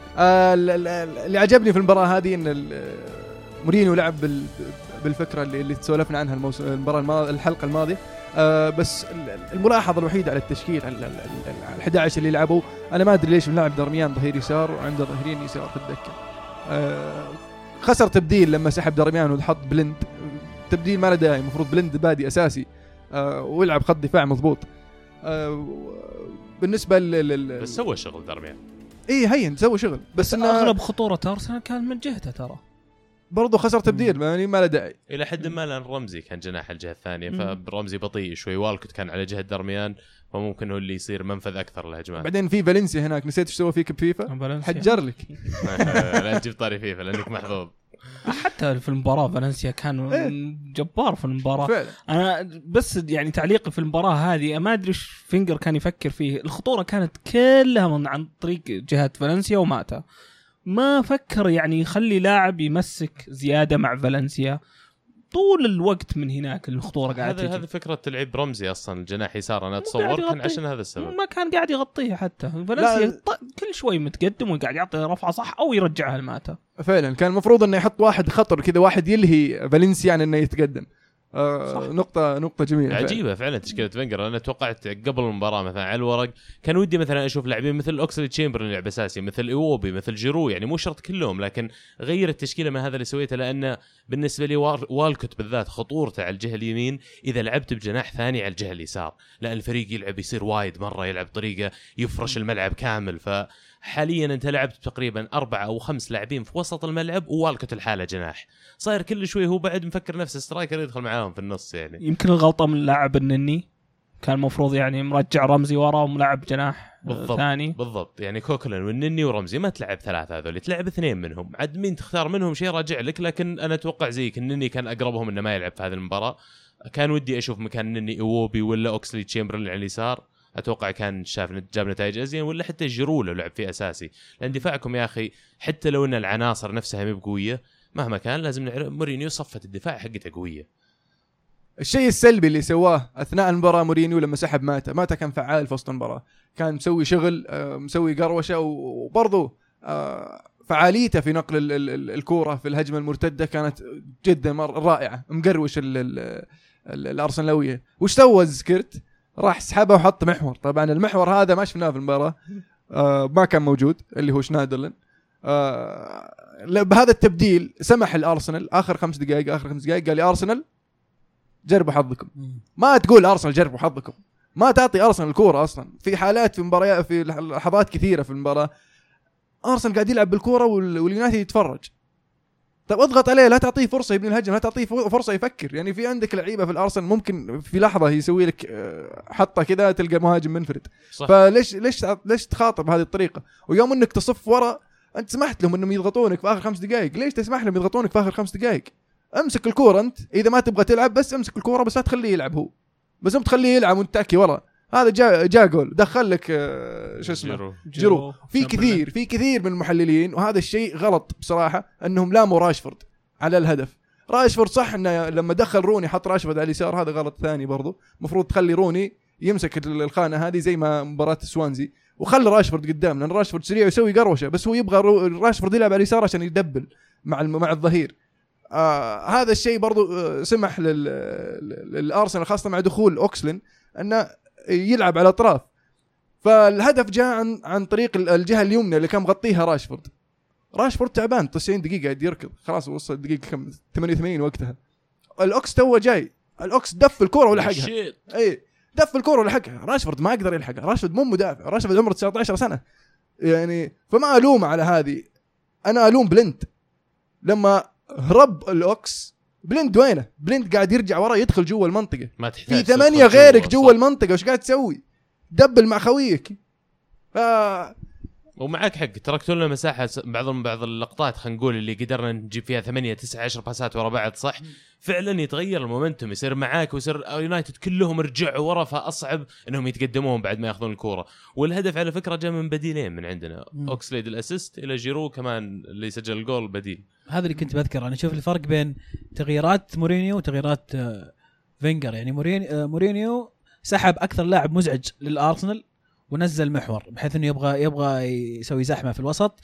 اللي عجبني في المباراة هذه إن مورينيو لعب بالفكرة اللي تسولفنا عنها المباراة الحلقة الماضية. بس الملاحظة الوحيدة على التشكيل ال11 اللي لعبوا، أنا ما أدري ليش ملاعب درميان ظهير يسار وعنده ظهيرين يسار في الدكة. خسر تبديل لما سحب درميان وحط بلند، تبديل ما له داعي، المفروض بلند بادي أساسي ويلعب خط دفاع مضبوط. بالنسبة بس سوى شغل درميان، إيه هين سوى شغل، بس أغلب خطورة أرسنال كان من جهته ترى. برضو خسر تبديل يعني ما له داعي الى حد ما، لان رمزي كان جناح الجهه الثانيه، فرمزي بطيء شوي، والكوت كان على جهه درميان، فممكن هو اللي يصير منفذ اكثر للهجمات. بعدين في فالنسيا هناك، نسيت ايش سوى فيك بفيفا، حجر لك لا تجيب طاري فيفا لانك محظوظ. حتى في المباراه فالنسيا كان جبار في المباراه فعلا. انا بس يعني تعليقي في المباراه هذه ما ادري ايش فينجر كان يفكر فيه. الخطوره كانت كلها من عن طريق جهه فالنسيا وماتا، ما فكر يعني يخلي لاعب يمسك زيادة مع فالنسيا طول الوقت من هناك. الخطورة قاعدة تجي. هذا فكرة تلعب رمزي أصلا الجناح يسار، أنا أتصور كان عشان هذا السبب ما كان قاعد يغطيه. حتى فالنسيا كل شوي متقدم وقاعد يعطي رفعة صح أو يرجعها الماتا. فعلا كان المفروض أنه يحط واحد خطر كذا، واحد يلهي فالنسيا يعني أنه يتقدم. نقطة جميلة عجيبة فعلا تشكيلة فينجر. أنا توقعت قبل المباراة مثلا على الورق كان ودي مثلا أشوف لاعبين مثل أوكسلي تشامبرلين يلعب أساسي، مثل إيوبي، مثل جيرو، يعني مو شرط كلهم، لكن غير التشكيلة من هذا اللي سويته، لأن بالنسبة لي والكوت بالذات خطورته على الجهة اليمين إذا لعبت بجناح ثاني على الجهة اليسار، لأن الفريق يلعب يصير وايد مرة، يلعب طريقة يفرش الملعب كامل. حاليا انت لعبت تقريبا 4 أو 5 لاعبين في وسط الملعب ووالكوت الحالة جناح، صاير كل شوي هو بعد مفكر نفسه سترايكر يدخل معاهم في النص. يعني يمكن الغلطة من لاعب النني، كان مفروض يعني مرجع رمزي ورا وملعب جناح ثاني. بالضبط، يعني كوكلن والنني ورمزي ما تلعب 3 هذول، تلعب 2 منهم، عاد مين تختار منهم شيء راجع لك. لكن انا اتوقع زيك النني كان اقربهم انه ما يلعب في هذه المباراة. كان ودي اشوف مكان النني ايوبي ولا اوكسلي تشامبرلين على اليسار، اتوقع كان جاب نتائج ازين، ولا حتى جيرو لعب فيه اساسي، لان دفاعكم يا اخي حتى لو ان العناصر نفسها مو قويه مهما كان لازم نعرف مورينيو صفه الدفاع حقته قويه. الشيء السلبي اللي سواه اثناء المباراه مورينيو لما سحب ماتا كان فعال في وسط المباراه، كان مسوي شغل، مسوي قروشه، وبرضه فعاليته في نقل الكوره في الهجمه المرتده كانت جدا رائعه، مقروش الارسنالويه. وش سوى سكرت؟ راح سحبه وحط محور. طبعا المحور هذا ما شفناه في المباراه، ما كان موجود، اللي هو شنايدرلين. بهذا التبديل سمح الارسنال اخر 5 دقائق قال لي ارسنال جربوا حظكم. ما تقول ارسنال جربوا حظكم، ما تعطي ارسنال الكوره اصلا. في حالات في مباريات، في لحظات كثيره في المباراه ارسنال قاعد يلعب بالكوره واليونايتد يتفرج. طب اضغط عليه، لا تعطيه فرصه يبني الهجمه، لا تعطيه فرصه يفكر. يعني في عندك لعيبه في الارسنال ممكن في لحظه يسوي لك حطه كذا تلقى مهاجم منفرد. فليش تخاطب بهذه الطريقه؟ ويوم انك تصف ورا انت سمحت لهم انهم يضغطونك في اخر 5 دقائق، ليش تسمح لهم يضغطونك في اخر 5 دقائق؟ امسك الكوره انت، اذا ما تبغى تلعب بس امسك الكوره، بس لا تخليه يلعب هو، بس تخليه يلعب وانت تاكي ورا. هذا جاء جول دخل لك شو اسمه جيرو. في كثير من المحللين، وهذا الشيء غلط بصراحه، انهم لاموا راشفورد على الهدف. راشفورد صح انه لما دخل روني حط راشفورد على اليسار، هذا غلط ثاني برضو. مفروض تخلي روني يمسك الخانه هذه زي ما مباراه سوانزي، وخلي راشفورد قدام، لان راشفورد سريع ويسوي قروشه، بس هو يبغى راشفورد يلعب على اليسار عشان يدبل مع الظهير. هذا الشيء برضو سمح للارسنال خاصه مع دخول اوكسلين انه يلعب على الاطراف. فالهدف جاء عن طريق الجهه اليمنى اللي كان مغطيها راشفورد تعبان 90 دقيقه قاعد يركض، خلاص وصل دقيقه كم 88 وقتها. الاوكس تو جاي، الاوكس دف الكره ولحقها، اي دف الكره ولحقها. راشفورد ما يقدر يلحقها، راشفورد مو مدافع، راشفورد عمره 19 سنه يعني. فما الومه على هذه، انا الوم بلنت لما هرب الاوكس. بلند وينه؟ بلند قاعد يرجع ورا يدخل جوا المنطقه، ما تحتاج في 8 غيرك جوا المنطقه، وش قاعد تسوي؟ دبل مع خويك. ومعك حق، تركتوا لنا مساحه بعض اللقطات خلينا نقول اللي قدرنا نجيب فيها 8 9 10 باسات ورا بعض، صح فعلا يتغير المومنتوم، يصير معاك ويصير يونايتد كلهم رجعوا ورا، فاصعب انهم يتقدمون بعد ما ياخذون الكوره. والهدف على فكره جاء من بديلين من عندنا، اوكسليد الاسيست الى جيرو كمان اللي سجل الجول بديل. هذا اللي كنت بذكر انا. شوف الفرق بين تغييرات مورينيو وتغييرات فينجر. يعني مورينيو سحب اكثر لاعب مزعج للارسنال ونزل محور، بحيث انه يبغى يسوي زحمه في الوسط.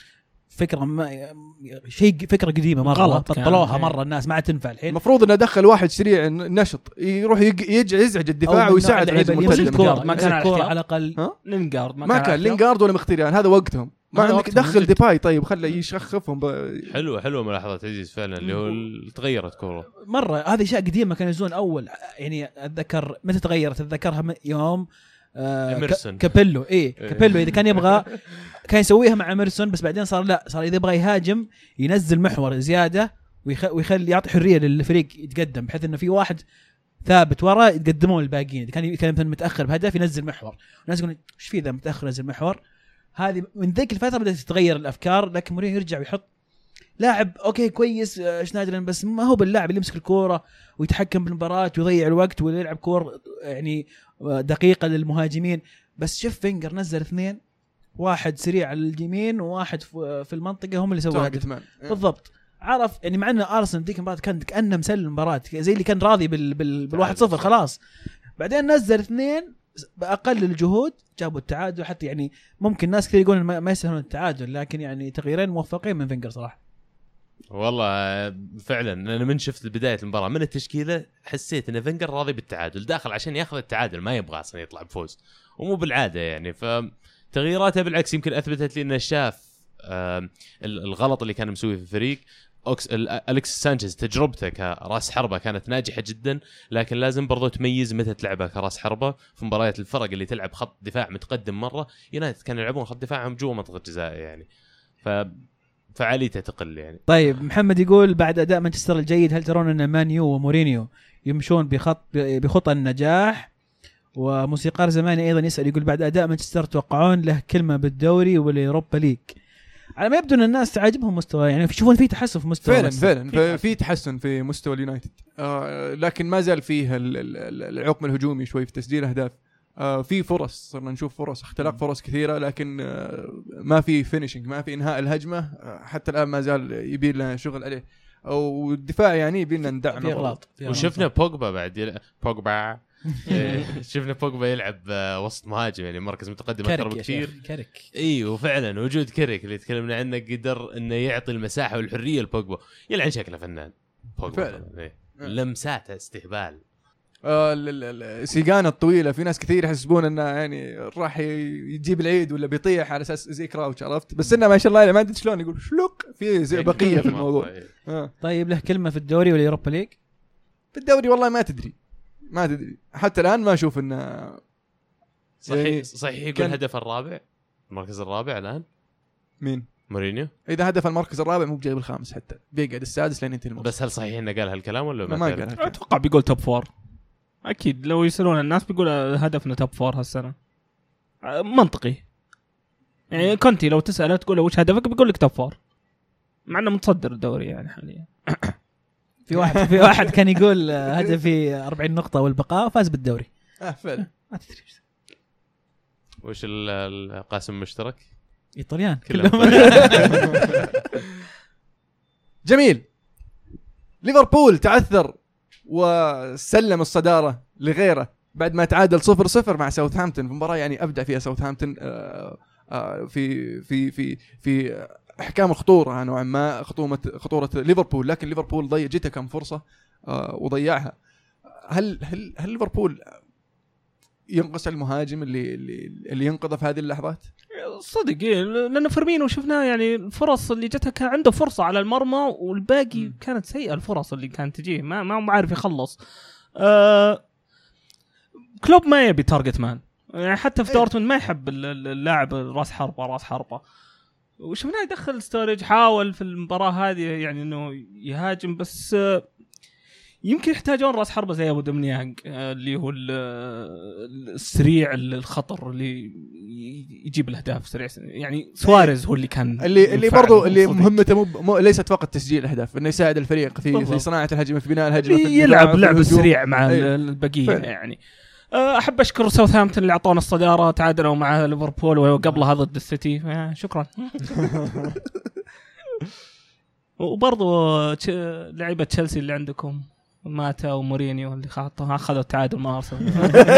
فكره قديمه مره، بطلوها مره الناس ما تنفع الحين. المفروض انه دخل واحد سريع نشط يروح يزعج الدفاع ويساعد المرتده. ما كان على الاقل لينغارد، ما كان لينغارد ولا مختريان، هذا وقتهم. ما عندك دخل ديباي، طيب خليه يشخفهم حلوه ملاحظه عزيز فعلا، اللي هو تغيرت كوره مره. هذه اشياء قديمه كانوا يزون اول. يعني اتذكر متى تغيرت، اتذكرها يوم كابيلو. كابيلو اذا كان يبغى كان يسويها مع إميرسون، بس بعدين صار اذا يبغى يهاجم ينزل محور زياده ويخلي يعطي حريه للفريق يتقدم، بحيث انه في واحد ثابت ورا يتقدمون الباقيين. كان مثلا متاخر بهدف ينزل محور، الناس يقولون ايش في ذا متاخر نزل محور. هذه من ذيك الفتره بدات تتغير الافكار. لكن مورينيو يرجع ويحط لاعب اوكي كويس شنايدرلين، بس ما هو باللاعب اللي يمسك الكوره ويتحكم بالمباراه ويضيع الوقت ويلعب كور يعني دقيقه للمهاجمين. بس شوف فينجر نزل 2، واحد سريع على اليمين وواحد في المنطقه، هم اللي سووا بالضبط. عرف يعني مع ان ارسنال ذيك المباراه كان كانه مسلم المباراه، زي اللي كان راضي بال1-0 خلاص. بعدين نزل 2 باقل الجهود جابوا التعادل. حتى يعني ممكن ناس كثير يقولون ما يستاهلون التعادل، لكن يعني تغييرين موفقين من فينجر صراحه. والله فعلا انا من شفت بدايه المباراه من التشكيله حسيت ان فينجر راضي بالتعادل، داخل عشان ياخذ التعادل، ما يبغى اصلا يطلع بفوز، ومو بالعاده يعني. فتغييراته بالعكس يمكن اثبتت لي انه شاف الغلط اللي كان مسويه في الفريق. أليكس سانشيز تجربته كراس حربة كانت ناجحة جدا، لكن لازم برضو تميز متى تلعبها كراس حربة. في مباريات الفرق اللي تلعب خط دفاع متقدم مرة، يونايتد كانوا يلعبون خط دفاعهم جوا منطقة الجزاء يعني، فعاليته تقل يعني. طيب محمد يقول بعد أداء مانشستر الجيد هل ترون أن مانيو ومورينيو يمشون بخطى النجاح؟ وموسيقار زماني أيضا يسأل يقول بعد أداء مانشستر توقعون له كلمة بالدوري واليوروبا ليج؟ على ما يبدو ان الناس تعجبهم مستوى، يعني يشوفون في تحسن في مستوى فعلا في تحسن في مستوى اليونايتد، لكن ما زال فيه العقم الهجومي شوي في تسجيل اهداف. في فرص، صرنا نشوف فرص، اختلاق فرص كثيره، لكن ما في فينيشنج، ما في انهاء الهجمه. حتى الان ما زال يبي لنا شغل عليه. والدفاع يعني بينا ندعم في اغلاط. وشفنا بوجبا بعد بوجبا شفنا بوجبا يلعب وسط مهاجم يعني مركز متقدم اكثر بكثير. كارك ايوه فعلا وجود كريك اللي تكلمنا عنه قدر انه يعطي المساحه والحريه لبوجبا. يلعن شكله فنان بوجبا فعلا. لمساته استهبال. السيقانة الطويلة في ناس كثير يحسبون انه يعني راح يجيب العيد ولا بيطيح على اساس زي كراوتش عرفت، بس انه ما شاء الله ما ادري شلون يقول شلوك في زي بقية في الموضوع. طيب له كلمة في الدوري ولا يوروبا ليج؟ في الدوري والله ما تدري حتى الان ما اشوف انه صحيح يقول هدف الرابع المركز الرابع الان مين مورينيو. اذا هدف المركز الرابع مو جايب الخامس حتى بيقعد السادس لين ينتهي الموسم. بس هل صحيح انه قال هالكلام ولا ما قال؟ اتوقع بيقول توب 4 اكيد. لو يسالون الناس بيقول هدفنا توب 4 هالسنه منطقي يعني. كنتي لو تساله تقول له وش هدفك بيقول لك توب 4 مع انه متصدر الدوري يعني حاليا. في واحد كان يقول هدفي 40 نقطة والبقاء فاز بالدوري. فعلا ما تدري وش القاسم المشترك؟ إيطاليان كلهم. جميل. ليفربول تعثر وسلم الصدارة لغيره بعد ما تعادل 0-0 مع ساوثهامبتون في مباراة يعني أبدع فيها ساوثهامبتون في في في في احكام الخطوره نوعا ما خطوره ليفربول، لكن ليفربول جته كم فرصه وضيعها. هل ليفربول ينقص المهاجم اللي ينقذه في هذه اللحظات؟ صدق لأن فيرمينو شفناه يعني الفرص اللي جتها كان عنده فرصة على المرمى والباقي كانت سيئة. الفرص اللي كانت تجيه ما عارف يخلص. كلوب ما يبي تارجت مان يعني، حتى في دورتموند ما يحب اللاعب راس حربة وشفناه يدخل ستوريج، حاول في المباراة هذه يعني انه يهاجم، بس يمكن يحتاجون راس حربة زي ابو دمنيانج اللي هو السريع الخطر اللي يجيب الاهداف سريع يعني. سواريز هو اللي كان اللي برضو اللي مهمته ليست فقط تسجيل الاهداف، انه يساعد الفريق في صناعة الهجمة، في بناء الهجمة، في يلعب لعب سريع مع البقية يعني. احب اشكر ساوثهامبتون اللي اعطونا الصداره، تعادلوا مع ليفربول وقبلها ضد السيتي، شكرا. وبرضو لعيبه تشيلسي اللي عندكم ماتا ومورينيو اللي اخذوا التعادل مع ارسنال.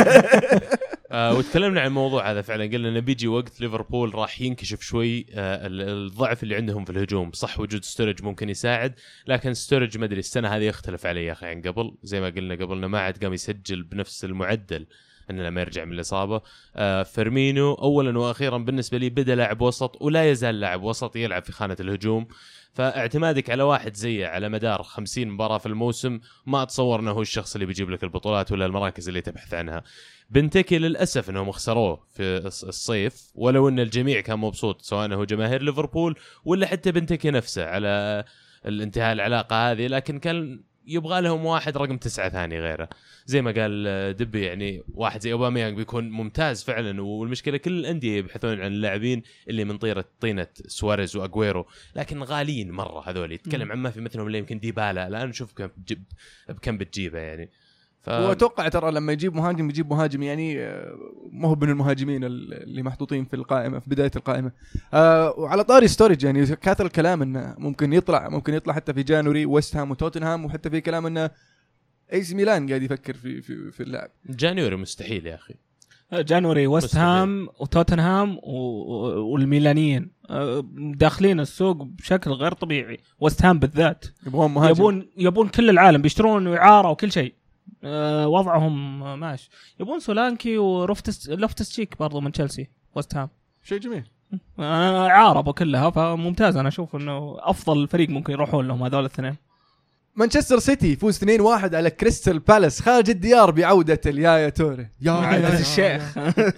وتكلمنا عن الموضوع هذا فعلا، قلنا انه بيجي وقت ليفربول راح ينكشف شوي الضعف اللي عندهم في الهجوم. صح وجود ستورج ممكن يساعد، لكن ستورج ما ادري السنه هذه يختلف عليه يا اخي عن قبل. زي ما قلنا قبلنا ما عاد قام يسجل بنفس المعدل انه لما يرجع من الاصابه. فيرمينو اولا واخيرا بالنسبه لي بدا لاعب وسط ولا يزال لاعب وسط يلعب في خانه الهجوم، فاعتمادك على واحد زيه على مدار 50 مباراة في الموسم ما أتصور أنه هو الشخص اللي بيجيب لك البطولات ولا المراكز اللي تبحث عنها. بنتكي للأسف أنهم خسروه في الصيف، ولو أن الجميع كان مبسوط سواء أنه جماهير ليفربول ولا حتى بنتكي نفسه على الانتهاء العلاقة هذه، لكن كان يبغى لهم واحد رقم 9 ثاني غيره. زي ما قال دبي يعني واحد زي أوباميانغ بيكون ممتاز فعلا، والمشكلة كل الأندية يبحثون عن اللاعبين اللي من طينة سواريز وأغويرو، لكن غاليين مرة هذول. يتكلم عن ما في مثلهم اللي يمكن ديبالا الآن نشوف بكم بتجيبه يعني. وأتوقع ترى لما يجيب مهاجم يعني ما هو من المهاجمين اللي محطوطين في القائمة في بداية القائمة. وعلى طاري ستوريج يعني كثر الكلام إنه ممكن يطلع حتى في جانوري ويست هام وتوتنهام، وحتى في كلام إنه ايس ميلان قاعد يفكر في اللاعب. جانوري مستحيل يا اخي. جانوري ويست هام وتوتنهام والميلانيين داخلين السوق بشكل غير طبيعي. ويست هام بالذات يبون كل العالم، بيشترون وإعارة وكل شيء. وضعهم ماشي. يبون سولانكي ولوفتس تشيك برضو من تشيلسي. ويست هام شيء جميل، إعارة بكلها، فممتاز. أنا أشوف إنه أفضل فريق ممكن يروحون لهم هذول الاثنين. مانشستر سيتي يفوز 2-1 على كريستال بالاس، خارج الديار بعودة اليايا توري. يا الشيخ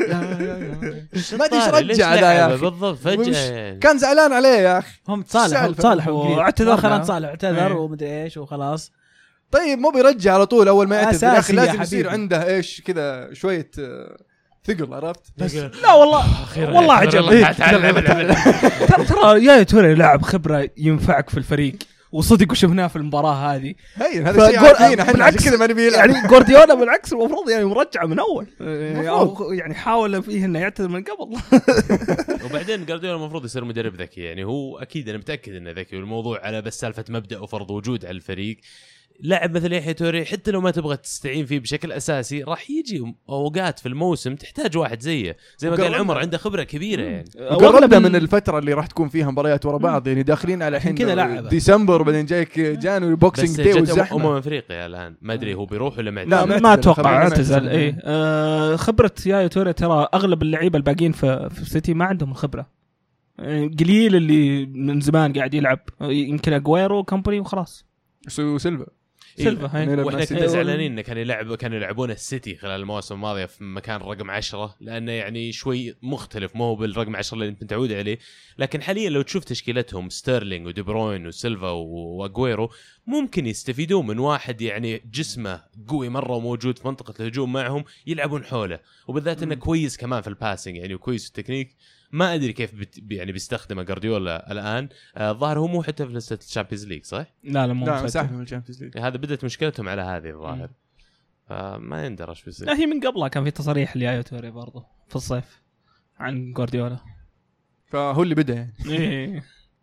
ما ادري ايش رجع هذا يا اخي بالضبط فجأة كان زعلان عليه يا اخي. هم تصالحوا اعتذر ومدري ايش وخلاص. طيب مو بيرجع على طول اول ما يعتذر يا اخي، لازم يصير عنده ايش كذا شوية ثقل، عرفت؟ لا والله عجب. ترى يا توري لاعب خبرة ينفعك في الفريق، وصدق وشفناه في المباراه هذه. هذا شيء عارفين احنا عشان كذا ما نبي يلعب. يعني جوارديولا بالعكس المفروض يعني مرجع من اول، أو يعني حاول فيه انه يعتذر من قبل. وبعدين جوارديولا المفروض يصير مدرب ذكي، يعني هو اكيد انا متاكد انه ذكي، والموضوع على بس سالفه مبدا وفرض وجود على الفريق. لاعب مثل يحيى توري حتى لو ما تبغى تستعين فيه بشكل اساسي راح يجي اوقات في الموسم تحتاج واحد زي ما قال عمر عنده خبره كبيره يعني. وقربنا من الفتره اللي راح تكون فيها مباريات ورا بعض، يعني داخلين على الحين ديسمبر وبعدين جايك جانوري بوكسينج داي وزحمه. افريقيا الان ما ادري هو بيروح ولا ما اتوقع اعتزل. ايه خبره يايا توري ترى اغلب اللعيبه الباقيين في السيتي ما عندهم الخبره، قليل اللي من زمان قاعد يلعب، يمكن اغويرو كومباني وخلاص وسيلفا. واحنا كنا زعلانين انه كانوا يلعبون السيتي خلال المواسم الماضيه في مكان رقم 10 لانه يعني شوي مختلف، مو بالرقم 10 اللي انت متعود عليه. لكن حاليا لو تشوف تشكيلتهم ستيرلينج ودي بروين وسيلفا واغويرو ممكن يستفيدوا من واحد يعني جسمه قوي مره وموجود في منطقه الهجوم معهم يلعبون حوله، وبالذات انه كويس كمان في الباسنج يعني وكويس في التكنيك. ما ادري كيف يعني بيستخدمه جوارديولا الان. الظاهر هو مو حتى في لسته الشامبيونز ليج صح؟ لا مو مساحه من الشامبيونز ليج. هذا بدت مشكلتهم على هذه الظاهر. ما يندرى ايش بيصير. لا هي من قبلها كان في تصريح ليايا توري برضه في الصيف عن جوارديولا، فهو اللي بدا يعني.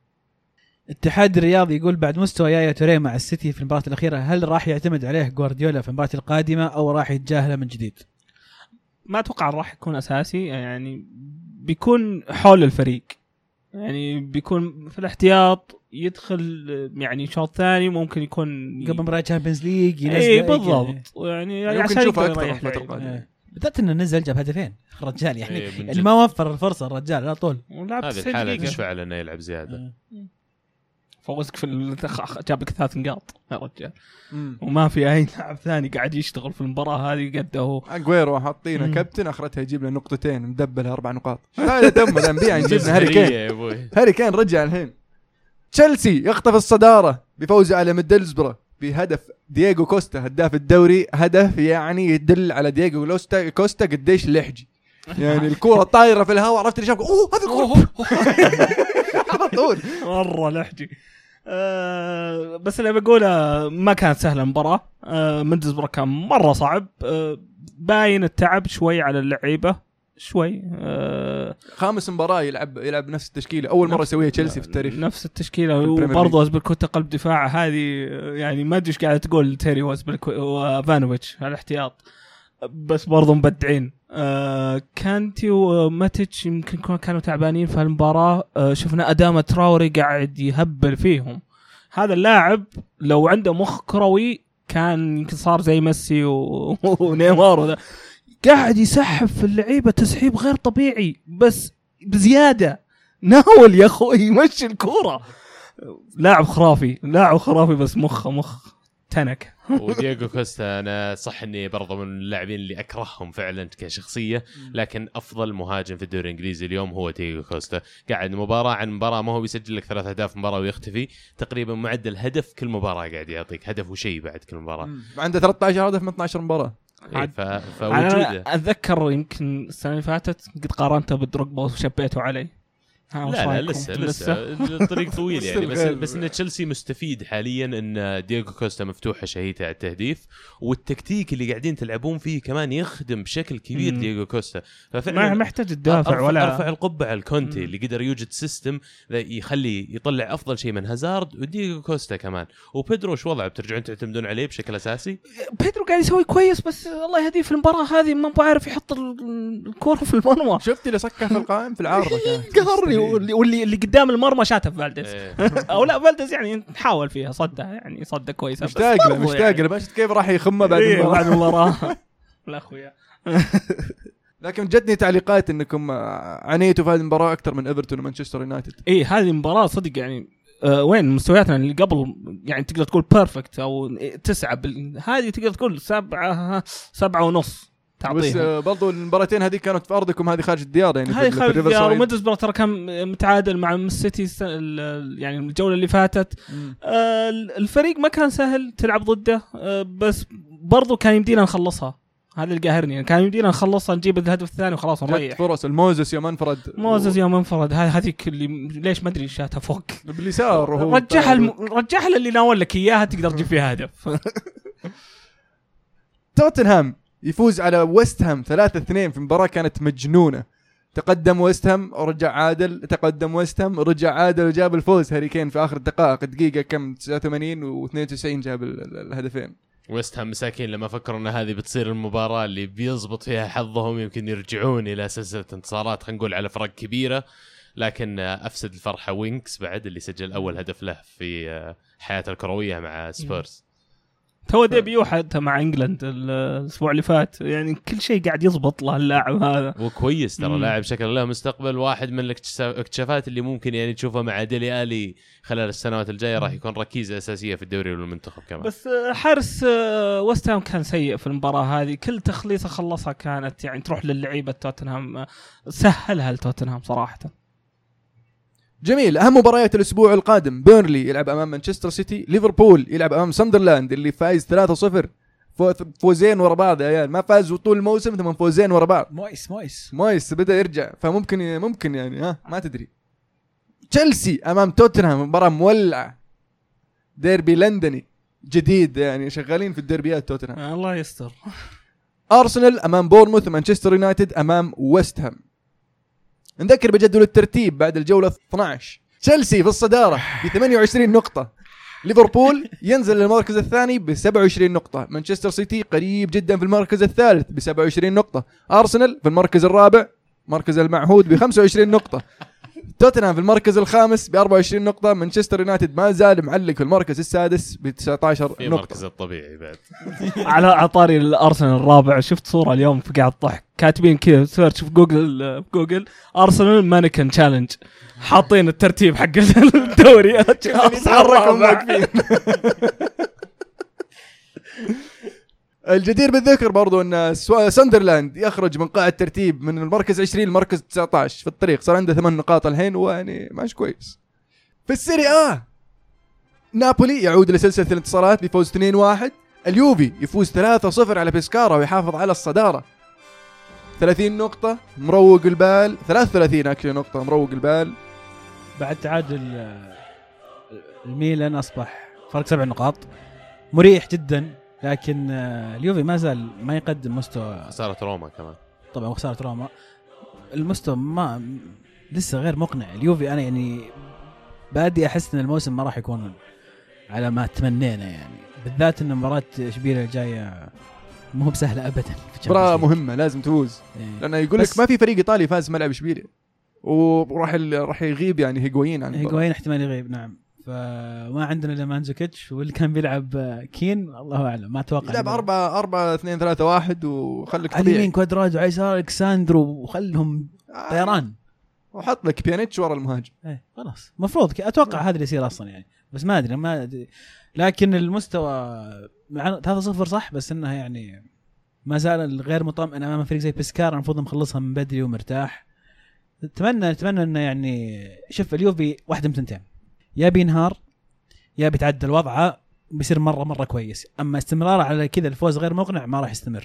اتحاد الرياضي يقول بعد مستوى يايا توري مع السيتي في المباراة الأخيرة هل راح يعتمد عليه جوارديولا في المباراة القادمة أو راح يتجاهله من جديد؟ ما أتوقع راح يكون أساسي، يعني بيكون حول الفريق، يعني بيكون في الاحتياط يدخل يعني شوط ثاني ممكن يكون قبل مباراة تشامبيونز ليج ينزل. اي بالضبط يعني عشان نشوفه اكثر الفتره القادمه. بدأت انه نزل جاب هدفين الرجال يعني اللي ما وفر الفرصه الرجال لا طول. هذه الحاله تشفع لنا يلعب زياده. فوزك في جاب لك 3 نقاط يا رجال، وما في اي لاعب ثاني قاعد يشتغل في المباراه هذه قد هو. اغويرو حاطينه كابتن اخرتها يجيب له نقطتين مدبلها 4 نقاط. هذا تم الانبياء نجيبنا هاري كين رجع الحين. تشيلسي يخطف الصداره بفوزه على ميدلزبرا بهدف دييغو كوستا هداف الدوري، هدف يعني يدل على دييغو كوستا قديش لحجي، يعني الكرة طايرة في الهواء، عرفت اللي شافك هذا الكرة على طول مرة لحجي. بس اللي بقوله ما كانت سهلة المباراة. ميدلزبرا كان مرة صعب، باين التعب شوي على اللعيبة شوي. خامس مباراة يلعب نفس التشكيلة، أول مرة يسويها تشيلسي في التاريخ نفس التشكيلة، وبرضه أزبيلكوتا قلب دفاع هذه يعني ما أدري إيش قاعد تقول تيري وفانوفيتش على الاحتياط، بس برضه مبدعين. كانتي وماتيتش يمكن كانوا تعبانين في المباراة. شفنا أدامة تراوري قاعد يهبل فيهم. هذا اللاعب لو عنده مخ كروي كان يمكن صار زي ميسي ونيمار وذا، قاعد يسحب في اللعيبة تسحيب غير طبيعي بس بزيادة. ناول يا أخوي يمشي الكورة. لاعب خرافي بس مخ تنك. ودييغو كوستا انا صح اني برضه من اللاعبين اللي اكرههم فعلا كشخصيه، لكن افضل مهاجم في الدوري الانجليزي اليوم هو دييغو كوستا. قاعد مباراه عن مباراه ما هو بيسجل لك 3 أهداف مباراه ويختفي، تقريبا معدل هدف كل مباراه قاعد يعطيك هدف وشيء بعد كل مباراه. عنده 13 هدف من 12 مباراه. فوجوده اتذكر يمكن السنه اللي فاتت قد قارنته بدروجبا وشبيته عليه. لا لسه الطريق طويل يعني. بس ان تشيلسي مستفيد حاليا ان دييغو كوستا مفتوحه شهيته على التهديف، والتكتيك اللي قاعدين تلعبون فيه كمان يخدم بشكل كبير دييغو كوستا. ما محتاج الدافع ولا ارفع القبعه على الكونتي اللي قدر يوجد سيستم يخلي يطلع افضل شيء من هازارد ودييغو كوستا كمان. وبيدرو شو وضعه؟ بترجعون تعتمدون عليه بشكل اساسي؟ بيدرو قاعد يسوي كويس بس الله يهديه في المباراه هذه ما بعرف يحط الكوره في المرمى. شفتي اللي سكه في القائم في العارضه قهرني. واللي قدام المرمى شاته في فالديز او لا فالديز يعني نحاول فيها صدها يعني صدة كويسه مشتاق له باش كيف راح يخمه بعد المباراه لا اخويا. لكن جتني تعليقات انكم عانيتوا في هذه المباراه اكثر من ايفرتون ومانشستر يونايتد. هذه المباراه صدق يعني وين مستوياتنا اللي قبل يعني تقدر تقول بيرفكت او 9 هذه تقدر تقول 7.5 بس برضو المباراتين هذه كانت في ارضكم، هذه خارج الديار يعني. هذه خارج الديار، وميدلزبرا ترى كان متعادل مع السيتي يعني الجوله اللي فاتت. الفريق ما كان سهل تلعب ضده، بس برضو كان يمدينا نخلصها هذا اللي قاهرني. كان يمدينا نخلصها نجيب الهدف الثاني وخلاص نريح. فرص الموزس يوم انفرد، يوم انفرد هذيك اللي ليش ما ادري شاتها فوق باليسار وهو رجعها اللي ناول لك اياها تقدر تجيب فيها هدف. توتنهام يفوز على ويست هام 3-2 في مباراة كانت مجنونة. تقدم ويست هام ورجع عادل، تقدم ويست هام ورجع عادل وجاب الفوز هاري كين في آخر الدقائق، دقيقة كم 89 و92 جاب الهدفين. ويست هام مساكين لما فكروا ان هذه بتصير المباراة اللي بيزبط فيها حظهم يمكن يرجعون الى سلسلة انتصارات خلينا نقول على فرق كبيرة، لكن افسد الفرحة وينكس بعد اللي سجل اول هدف له في حياته الكروية مع سبيرز. تو ديبيو حتى مع انجلند الاسبوع اللي فات، يعني كل شيء قاعد يزبط له اللاعب هذا وكويس ترى لاعب شكل له مستقبل. واحد من الاكتشافات اللي ممكن يعني تشوفها مع ديلي آلي خلال السنوات الجاية راح يكون ركيزة أساسية في الدوري والمنتخب كمان. بس حارس ويست هام كان سيء في المباراة هذه، كل تخليصة خلصها كانت يعني تروح للعيبة توتنهام، سهلها لتوتنهام صراحة. جميل. أهم مباريات الأسبوع القادم: بيرنلي يلعب أمام مانشستر سيتي، ليفربول يلعب أمام ساندرلاند اللي فايز 3-0، فوزين ورا بعض يا عيال، ما فازوا طول الموسم ثم فوزين ورا بعض. مويس بدأ يرجع، فممكن يعني ما تدري. تشيلسي أمام توتنهام مباراة مولعة، ديربي لندني جديد، يعني شغالين في الديربيات توتنهام. الله يستر. أرسنال أمام بورنموث، مانشستر يونايتد أمام ويست هام. نذكر بجدول الترتيب بعد الجولة 12: تشيلسي في الصدارة ب 28 نقطة، ليفربول ينزل للمركز الثاني ب 27 نقطة، مانشستر سيتي قريب جدا في المركز الثالث ب 27 نقطة، أرسنال في المركز الرابع مركز المعهود ب 25 نقطة، توتنهام في المركز الخامس ب 24 نقطة، مانشستر يونايتد ما زال معلق في المركز السادس ب 19 نقطة، في المركز الطبيعي بعد. على عطاري الأرسنال الرابع، شفت صورة اليوم في قاعد الضحك، كاتبين كذا سيرش في جوجل أرسنال مانيكن تشالنج، حاطين الترتيب حق الدوري. الجدير بالذكر برضو أن ساندرلاند يخرج من قاع الترتيب من المركز 20 للمركز 19 في الطريق، صار عنده 8 نقاط الحين، ويعني ماشي كويس. في السيري نابولي يعود لسلسلة الانتصارات بفوز 2-1، اليوفي يفوز 3-0 على بيسكارا ويحافظ على الصدارة 30 نقطة، مروق البال 33 نقطة، مروق البال. بعد تعادل الميلان أصبح فرق 7 نقاط، مريح جدا، لكن اليوفي ما زال ما يقدم مستوى. خسارة روما كمان طبعا، خسارة روما، المستوى ما لسه غير مقنع. اليوفي أنا يعني بادي أحس إن الموسم ما راح يكون على ما تمنينا، يعني بالذات إن مباراة إشبيلية الجاية مو بسهلة أبدا. مباراة مهمة لازم تفوز، لأنه يقول لك ما في فريق إيطالي فاز ملعب إشبيلية، وراح يغيب يعني هيغوين احتمال يغيب. نعم، فما عندنا الا مانزوكيتش، واللي كان بيلعب كين الله اعلم، ما اتوقع يلعب 4-2-3-1 وخليك طبيعي. اليمين كوادرادو، على يسار الكساندرو، وخلهم طيران، وحط لك بيانيتش ورا المهاجم. خلاص مفروض اتوقع هذا اللي يصير اصلا يعني، بس ما ادري لكن المستوى 3-0 صح، بس انها يعني ما زال غير مطمئن امام فريق زي بيسكار، المفروض مخلصها من بدري ومرتاح. اتمنى انه يعني شوف اليوفي واحده من ثنتين، يا بينهار يا بيتعدل وضعه بيصير مره كويس، اما استمراره على كذا الفوز غير مقنع ما راح يستمر.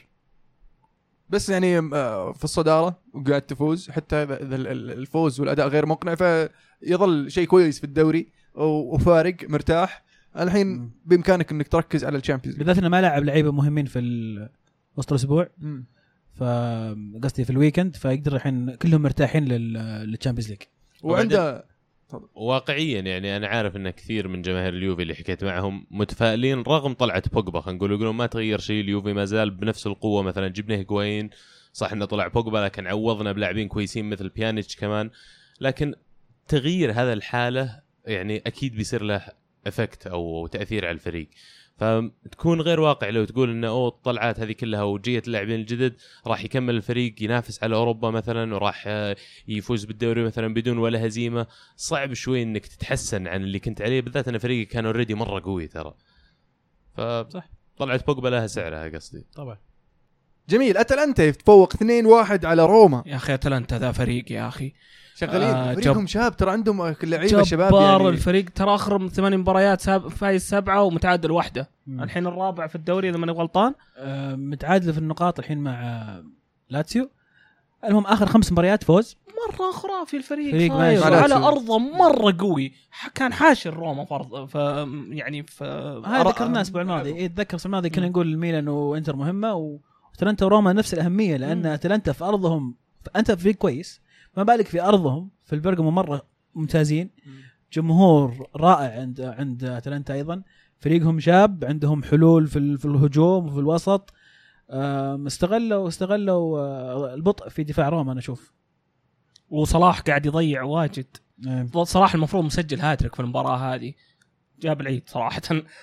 بس يعني في الصداره وقاعد تفوز، حتى الفوز والاداء غير مقنع، فيظل شيء كويس في الدوري وفارق مرتاح. الحين بامكانك انك تركز على الشامبيونز، بالذات انه ما لاعب لعيبه مهمين في وسط الاسبوع، فقصدي في الويكند، فيقدر الحين كلهم مرتاحين للتشامبيونز ليج. وعنده واقعيا يعني انا عارف ان كثير من جماهير اليوفي اللي حكيت معهم متفائلين رغم طلعه بوجبا، خلينا نقول يقولون ما تغير شيء، اليوفي ما زال بنفس القوه، مثلا جبنا هيغوين صح انه طلع بوجبا لكن عوضنا بلاعبين كويسين مثل بيانيتش كمان، لكن تغيير هذا الحاله يعني اكيد بيصير له افكت او تاثير على الفريق، فتكون غير واقع لو تقول انه الطلعات هذه كلها وجيت اللاعبين الجدد راح يكمل الفريق ينافس على اوروبا مثلا وراح يفوز بالدوري مثلا بدون ولا هزيمه. صعب شوي انك تتحسن عن اللي كنت عليه، بالذات ان فريقي كان اوريدي مره قوي ترى. صح طلعت بوجبا لها سعرها قصدي. طبعا جميل. اتلانتا يتفوق 2-1 على روما. يا اخي اتلانتا ذا فريق يا اخي شغالين فريقهم شباب ترى، عندهم لعيبه شباب يعني. الفريق ترى اخر 8 مباريات فايز 7 ومتعادل 1. الحين الرابع في الدوري اذا ماني غلطان. متعادل في النقاط الحين مع لاتسيو. المهم اخر 5 مباريات فوز. مره خرافي الفريق على ارضه مره قوي. كان حاشر روما فرض يعني هاي ذكرنا الاسبوع الماضي. اتذكر الاسبوع الماضي كنا نقول الميلان وانتر مهمه، واتلانتا وروما نفس الاهميه، لان اتلانتا في ارضهم انت فريق كويس، ما بالك في ارضهم في البرغامو مره ممتازين. جمهور رائع عند اتلانتا ايضا. فريقهم شاب، عندهم حلول في الهجوم وفي الوسط. استغلوا البطء في دفاع روما. انا اشوف وصلاح قاعد يضيع واجد. صلاح المفروض مسجل هاتريك في المباراه هذه، جاب العيد صراحه.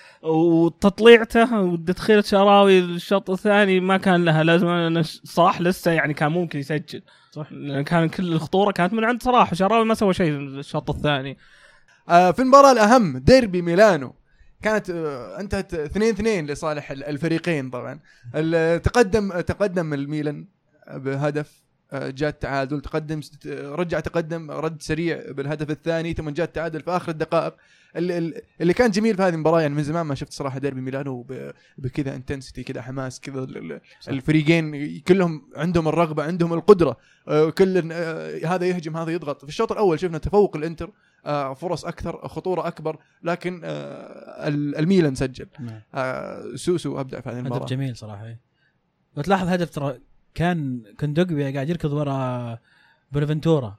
وتطليعته وتدخيل شراوي الشوط الثاني ما كان لها لازم. صلاح لسه يعني كان ممكن يسجل صح، كان كل الخطوره كانت من عند صلاح. شراوي ما سوى شيء الشوط الثاني. في المباراه الاهم ديربي ميلانو كانت انتهت 2-2 لصالح الفريقين. طبعا تقدم الميلان بهدف، جاء التعادل، رجع تقدم رد سريع بالهدف الثاني، ثم جاء التعادل في آخر الدقائق. اللي كان جميل في هذه المباراة يعني من زمان ما شفت صراحة ديربي ميلانو بكذا انتنسيتي كذا حماس كذا. الفريقين كلهم عندهم الرغبة، عندهم القدرة، كل هذا يهجم هذا يضغط. في الشوط الأول شفنا تفوق الانتر، فرص أكثر، خطورة أكبر، لكن الميلان سجل. سوسو أبدع في هذه المباراة. هدف جميل صراحة. وتلاحظ هدف ترى كان كوندوغبي قاعد يركض ورا بونافنتورا،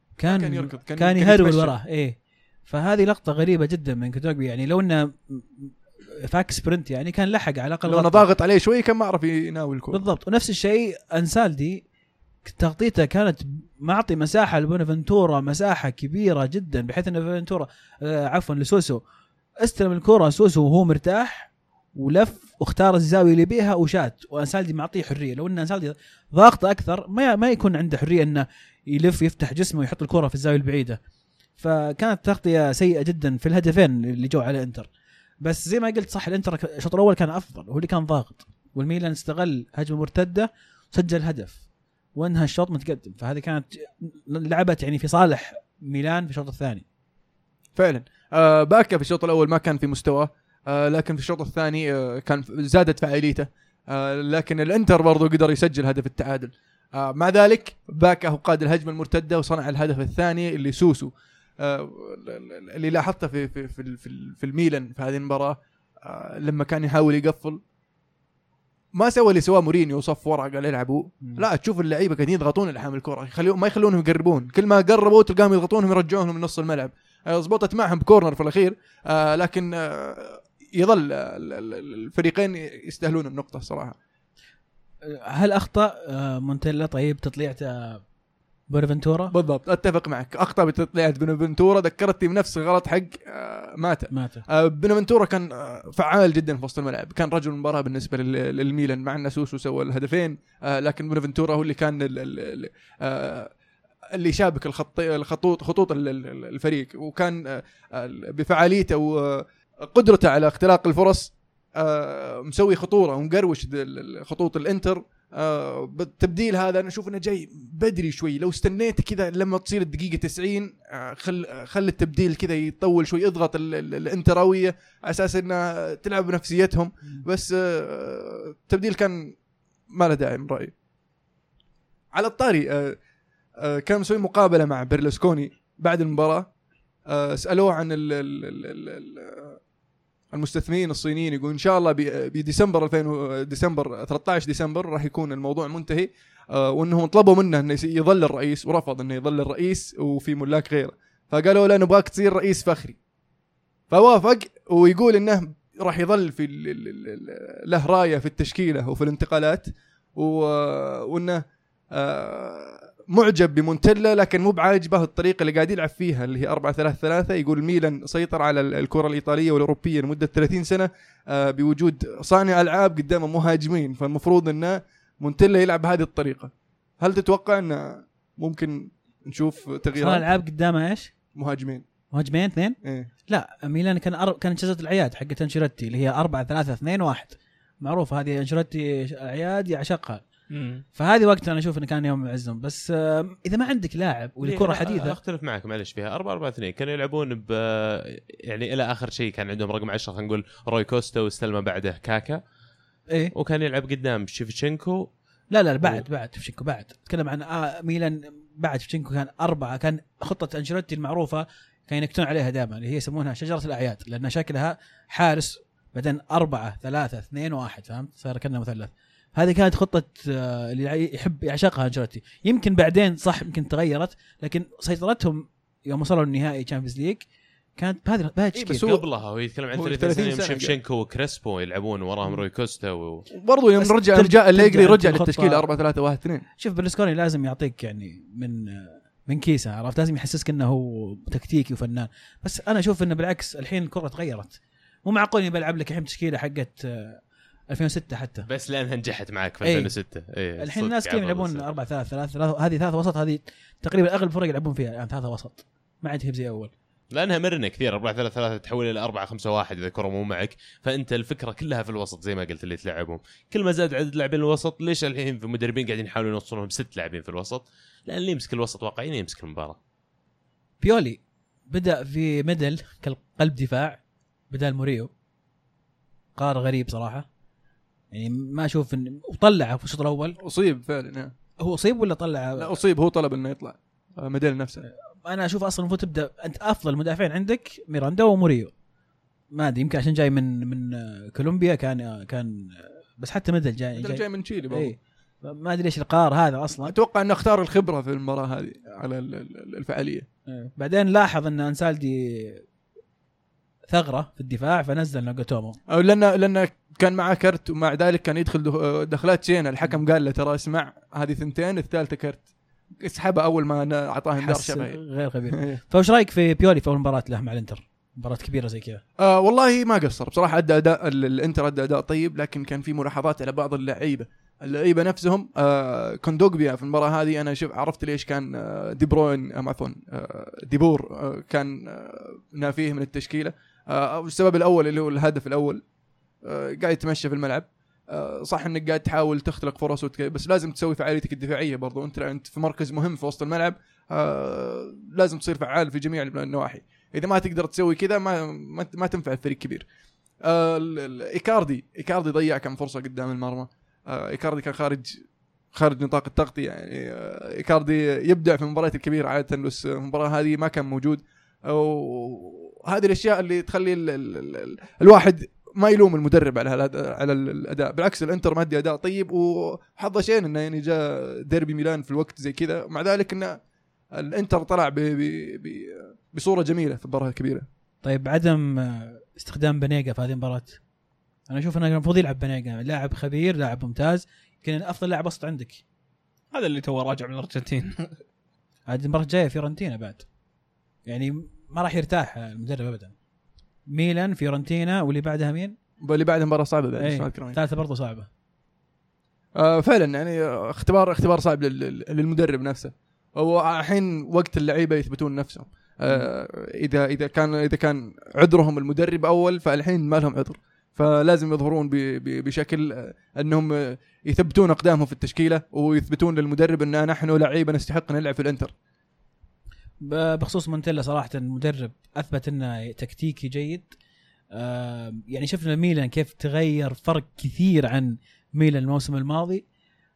كان يهرول وراه. ايه فهذه لقطه غريبه جدا من كوندوغبي. يعني لو انه فاك سبرنت يعني كان لحق على الاقل، لو انا ضاغط عليه شوي كان ما عرف يناول الكره بالضبط. ونفس الشيء انسالدي تغطيته كانت معطي مساحه لبونافنتورا، مساحه كبيره جدا، بحيث ان بونافنتورا لسوسو استلم الكره سوسو وهو مرتاح ولف واختار الزاويه اللي بيها وشات، وانسالدي معطيه حريه. لو ان انسالدي ضاغط اكثر ما يكون عنده حريه انه يلف يفتح جسمه ويحط الكره في الزاويه البعيده. فكانت تغطيه سيئه جدا في الهدفين اللي جو على انتر. بس زي ما قلت صح، الانتر الشوط الاول كان افضل، هو اللي كان ضاغط، والميلان استغل هجمه مرتده وسجل هدف وانهى الشوط متقدم. فهذه كانت لعبت يعني في صالح ميلان في الشوط الثاني فعلا. باكا في الشوط الاول ما كان في مستواه، لكن في الشوط الثاني كان زادت فاعليته، لكن الانتر برضو قدر يسجل هدف التعادل. مع ذلك باكا هو قاد الهجمة المرتدة وصنع الهدف الثاني اللي سوسو. اللي لاحظته في الميلان في هذه المباراة، لما كان يحاول يقفل ما سوى اللي سواه مورينيو وصف ورقة قال يلعبوا. لا، تشوف اللعيبة كانوا يضغطون الحامل الكرة، ما يخلونهم يقربون، كل ما قربوا تلقاهم يضغطونهم يرجعونهم من نص الملعب. ضبطت معهم بكورنر في الأخير، لكن يظل الفريقين يستاهلون النقطة صراحة. هل أخطأ مونتيلا طيب تطليعته بونافنتورا؟ بالضبط، أتفق معك، أخطأ بتطليعة بونافنتورا، ذكرتني بنفس الغلط حق ماتا. بونافنتورا كان فعال جدا في وسط الملعب، كان رجل المباراة بالنسبة للميلان، مع أن سوسو سوى الهدفين، لكن بونافنتورا هو اللي كان اللي شابك خطوط الفريق، وكان بفعاليته وقدرته على اختلاق الفرص مسوي خطورة ومقروش خطوط الانتر. بالتبديل هذا أنا أشوف أنه جاي بدري شوي، لو استنيت كذا لما تصير الدقيقة 90 خل التبديل كذا يطول شوي، اضغط الانتراوية على أساس أنه تلعب بنفسيتهم، بس التبديل كان ما له داعي من رأيي. على الطاري كان مسوي مقابلة مع بيرلسكوني بعد المباراة، سألوه عن المستثمرين الصينيين، يقول إن شاء الله بديسمبر 13 ديسمبر راح يكون الموضوع منتهي، وأنهم طلبوا منه أنه يظل الرئيس، ورفض أنه يظل الرئيس وفي ملاك غيره، فقالوا له نبغاك تصير رئيس فخري، فوافق، ويقول أنه راح يظل في له راية في التشكيلة وفي الانتقالات، وأنه معجب بمونتيلا، لكن مو بعاجبه الطريقة اللي قاعد يلعب فيها اللي هي 4-3-3. يقول ميلان سيطر على الكرة الإيطالية والأوروبية لمدة 30 سنة بوجود صانع ألعاب قدام مهاجمين، فالمفروض أن مونتيلا يلعب بهذه الطريقة. هل تتوقع أن ممكن نشوف تغييرات؟ صانع ألعاب قدامه إيش؟ مهاجمين اثنين؟ إيه؟ لا، ميلان كان جزء العياد حقت أنشيلوتي اللي هي 4-3-2-1 معروف، هذه أنشيلوتي عياد يعشقها. فهذه وقت انا اشوف انه كان يوم معزهم. بس اذا ما عندك لاعب والكره حديثه اختلف معك معلش فيها 4-4-2 كانوا يلعبون يعني الى اخر شيء كان عندهم رقم 10 خلينا نقول روي كوستا واستلم بعده كاكا ايه وكان يلعب قدام شيفتشينكو. لا بعد شيفتشينكو بعد تكلم عن ميلان بعد شيفتشينكو كان 4 كان خطه انشيلوتي المعروفه كان يكتون عليها دائما اللي هي يسمونها شجره الاعياد لان شكلها حارس بعدين 4-3-2-1 فهمت صار كأنه مثلث. هذه كانت خطة اللي يحب يعشقها أنشيلوتي. يمكن بعدين صح يمكن تغيرت لكن سيطرتهم يوم وصلوا النهائي تشامبيونز ليج كانت بهذا الشكل. قبلها هو يتكلم عن 30 سنة شيفتشينكو وكريسبو يلعبون وراهم روي كوستا برضو يوم رجع الليجري رجع للتشكيل 4-3-1-2. شوف برلسكوني لازم يعطيك يعني من كيسه عرفت لازم يحسسك انه هو تكتيكي وفنان. بس انا اشوف انه بالعكس الحين الكره تغيرت مو معقول اني بلعب لك الحين تشكيله حقت 2006 حتى بس لانها نجحت معك في 2006 الحين الناس كلهم يلعبون 4-3-3 هذه 3 وسط هذه تقريبا اغلب الفرق يلعبون فيها يعني 3 وسط ما عاد زي اول لانها مرنه كثير 4-3-3 تحول الى 4-5-1 اذا الكره مو معك فانت الفكره كلها في الوسط زي ما قلت اللي تلعبهم. كل ما زاد عدد لاعبين الوسط ليش الحين في مدربين قاعدين يحاولون يوصلونهم 6 لاعبين في الوسط لان اللي يمسك الوسط واقعيا يمسك المباراه. بيولي بدا في ميدل كقلب دفاع بدال موريو قرار غريب صراحه يعني ما اشوف وطلع في الشوط الاول اصيب فعلا. هو اصيب ولا طلع؟ لا اصيب هو طلب انه يطلع ميدل نفسه. انا اشوف اصلا المفروض تبدا انت افضل مدافعين عندك ميراندا وموريو ما ادري يمكن عشان جاي من كولومبيا كان بس حتى ميدل جاي من تشيلي برضه ما ادري ليش القرار هذا اصلا. اتوقع انه اختار الخبره في المباراه هذه على الفعاليه. بعدين لاحظ ان انسالدي ثغره في الدفاع فنزل ناغاتومو او لان كان معه كرت ومع ذلك كان يدخل دخلات شينه الحكم قال له ترى اسمع هذه 2 الثالثه كرت اسحبها اول ما اعطاه انذار شبهي غير خبير. فايش رايك في بيولي في اول مباراه له مع الانتر مباراه كبيره زي كذا؟ والله ما قصر بصراحه ادى اداء الانتر ادى اداء طيب لكن كان في ملاحظات على بعض اللعيبه نفسهم. كوندوغبيا في المباراه هذه انا عرفت ليش كان دي بروين عفوا ديبور كان نافيه من التشكيله. السبب الاول اللي هو الهدف الاول قاعد يتمشى في الملعب. صح انك قاعد تحاول تختلق فرص بس لازم تسوي فعاليتك الدفاعيه برضو. انت في مركز مهم في وسط الملعب لازم تصير فعال في جميع النواحي. اذا ما تقدر تسوي كذا ما تنفع الفريق كبير. إيكاردي ضيع كم فرصه قدام المرمى. إيكاردي كان خارج نطاق التغطيه يعني. إيكاردي يبدع في المباريات الكبيره عاده بس المباراه هذه ما كان موجود. وهذه الاشياء اللي تخلي الواحد ما يلوم المدرب على الاداء. بالعكس الانتر مادي اداء طيب وحظ شين انه يعني جاء ديربي ميلان في الوقت زي كذا مع ذلك ان الانتر طلع بصوره جميله في المباراه الكبيره. طيب عدم استخدام بنيجا في هذه المباراه انا اشوف انه المفروض يلعب بنيجا لاعب خبير لاعب ممتاز يمكن افضل لاعب وسط عندك. هذا اللي تو راجع من الارجنتين. هذه المباراه الجايه فيورنتينا بعد يعني ما راح يرتاح المدرب ابدا. ميلان فيورنتينا واللي بعدها مين اللي بعدها مباراه صعبه بعد ثالثه برضو صعبه. فعلا يعني اختبار صعب للمدرب نفسه. هو الحين وقت اللعيبه يثبتون نفسهم. اذا كان عذرهم المدرب اول فالحين ما لهم عذر فلازم يظهرون بشكل انهم يثبتون اقدامهم في التشكيله ويثبتون للمدرب ان نحن لعيبه نستحق نلعب في الانتر. بخصوص مونتيلا صراحه المدرب اثبت انه تكتيكي جيد. يعني شفنا ميلان كيف تغير فرق كثير عن ميلان الموسم الماضي.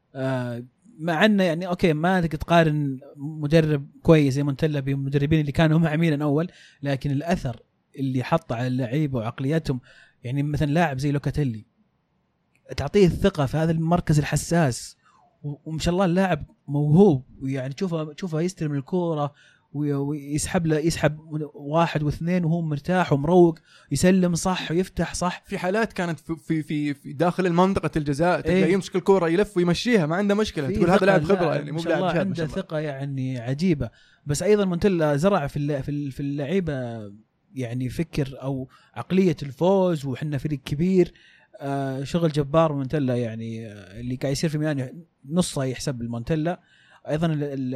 مع انه يعني اوكي ما تقدر تقارن مدرب كويس زي مونتيلا بالمدربين اللي كانوا مع ميلان اول لكن الاثر اللي حط على اللعيبه وعقلياتهم يعني مثلا لاعب زي لوكاتيلي تعطيه الثقه في هذا المركز الحساس وما شاء الله اللاعب موهوب يعني تشوفه يستلم الكوره يسحب 1 و2 وهو مرتاح ومروق يسلم صح ويفتح صح. في حالات كانت في داخل المنطقة الجزاء تلقى يمسك الكرة يلف ويمشيها ما عنده مشكلة تقول هذا لاعب خبرة يعني مو لاعب شاب عنده ثقة يعني عجيبة. بس أيضا مونتيلا زرع في اللعيبة يعني فكر أو عقلية الفوز وحنا فريق كبير. شغل جبار مونتيلا يعني اللي قاعد يصير في ميلان نصه يحسب المونتيلا. أيضا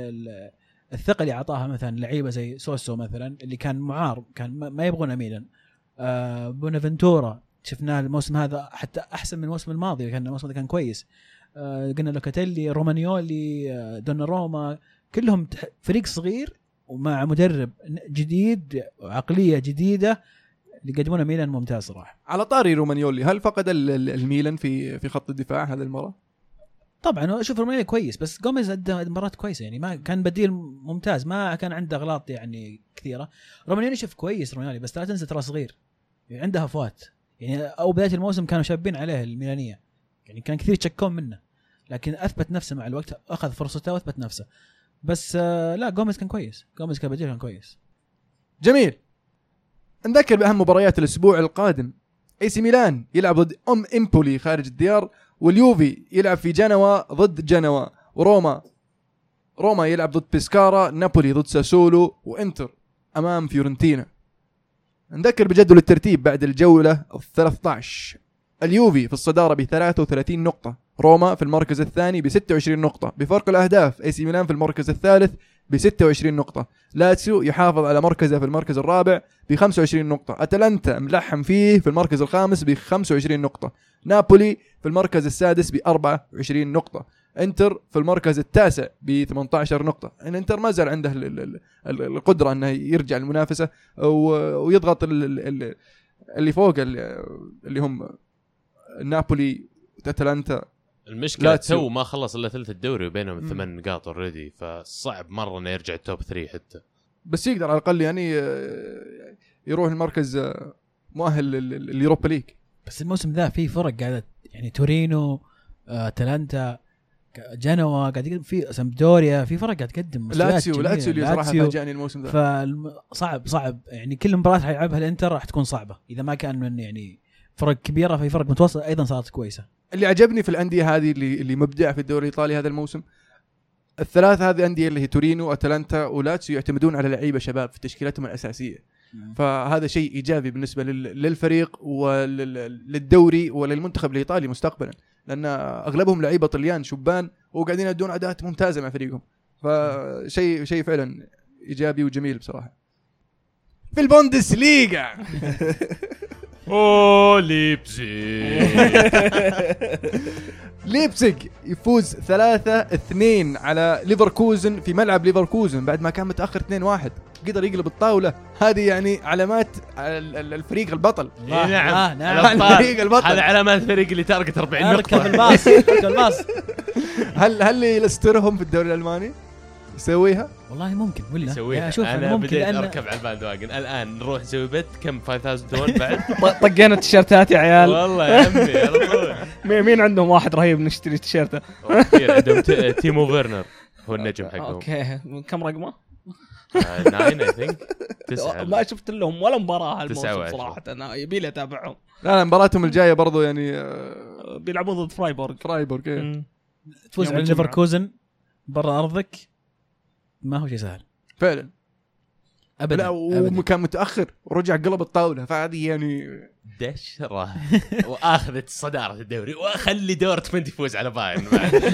الثقة اللي عطاها مثلا لعيبة زي سوسو مثلا اللي كان معار كان ما يبغون ميلان. بونافنتورا شفناه الموسم هذا حتى أحسن من الموسم الماضي كان الموسم هذا كان كويس. قلنا لوكاتيلي، رومانيولي، دوناروما، كلهم فريق صغير ومع مدرب جديد وعقليه جديده اللي قدمونا ميلان ممتاز صراحه. على طاري رومانيولي، هل فقد الميلان في خط الدفاع هذه المره؟ طبعا اشوف رومانيولي كويس، بس جوميز ادى مباراه كويسه يعني، ما كان بديل ممتاز، ما كان عنده اغلاط يعني كثيره. رومانيولي شوف كويس رومانيولي، بس لا تنسى ترى صغير يعني، عنده هفوات يعني، او بدايه الموسم كانوا شابين عليه الميلانيه يعني، كان كثير يتشكون منه، لكن اثبت نفسه مع الوقت، اخذ فرصته واثبت نفسه. بس لا جوميز كان كويس، جوميز كبديل كان كويس. جميل. نذكر بأهم مباريات الأسبوع القادم. اي سي ميلان يلعب ضد إمبولي خارج الديار، واليوفي يلعب في جنوة ضد جنوة، روما يلعب ضد بيسكارا، نابولي ضد ساسولو، وإنتر أمام فيورنتينا. نذكر بجدول الترتيب بعد الجولة 13. اليوفي في الصدارة ب33 نقطة، روما في المركز الثاني ب26 نقطة، بفرق الأهداف اي سي ميلان في المركز الثالث ب26 نقطة، لاتسيو يحافظ على مركزه في المركز الرابع ب25 نقطة، أتلانتا ملحم فيه في المركز الخامس ب25 نقطة، نابولي في المركز السادس ب24 نقطة، انتر في المركز التاسع ب18 نقطة. الانتر ما زال عنده القدرة أنه يرجع المنافسة ويضغط اللي فوق اللي هم نابولي أتلانتا. المشكلة تو ما خلص إلا ثلث الدوري وبينهم 8 نقاط اوريدي، فصعب مرة إنه يرجع التوب 3 حتى، بس يقدر على الأقل يعني يروح المركز مؤهل لليوروبا ليج. بس الموسم ذا في فرق قاعدة يعني، تورينو، أتلانتا، جنوا قاعد في سامدوريا، في فرق قاعد تقدم لاتسيو اللي صراحة فاجأني الموسم ذا. فصعب يعني، كل مباراة حيلعبها الانتر راح تكون صعبة، إذا ما كان من يعني فرق كبيرة، في فرق متوسطة أيضا صارت كويسة. اللي عجبني في الأندية هذه اللي مبدع في الدوري الإيطالي هذا الموسم، الثلاث هذه أندية اللي هي تورينو، أتلانتا، ولاتسيو، يعتمدون على لعيبة شباب في تشكيلتهم الأساسية. فهذا شيء إيجابي بالنسبة للفريق وللدوري وللمنتخب الإيطالي مستقبلا، لأن أغلبهم لعيبة طليان شبان وقاعدين يدون أداءات ممتازة مع فريقهم، فشيء فعلا إيجابي وجميل بصراحة. في البوندسليغا ليبزيغ يفوز 3-2 على ليفركوزن في ملعب ليفركوزن بعد ما كان متأخر 2-1، قدر يقلب الطاولة. هذه يعني علامات الفريق البطل. نعم الفريق البطل، هذا علامات الفريق اللي تارجت 40 نقطة. الباص هل يلسترهم في الدوري الألماني يسويها؟ والله ممكن، ولا يسويها. أشوف أنا ممكن بديت أركب على الباند واجن الآن. نروح نسوي بيت كم 5000 دول بعد. طقينا التيشيرتات يا عيال والله يا عمي على طول. مين عندهم واحد رهيب نشتري تيشيرته؟ كثير عندهم. تيمو فيرنر هو النجم حقهم. اوكي كم رقمه؟ 9 I think 9. ما شفت لهم ولا مباراة هالموسم 9 صراحة، أنا يبيلي أتابعهم. لا مباراتهم الجاية برضو يعني بيلعبون ضد فرايبورغ. تفوز على ليفركوزن برا أرضك ما هو شيء سهل فعلا أبدا. وكان متأخر ورجع قلب الطاولة، فهذه يعني دشرة وأخذت صدارة الدوري، وأخلي دورتموند يفوز على بايرن.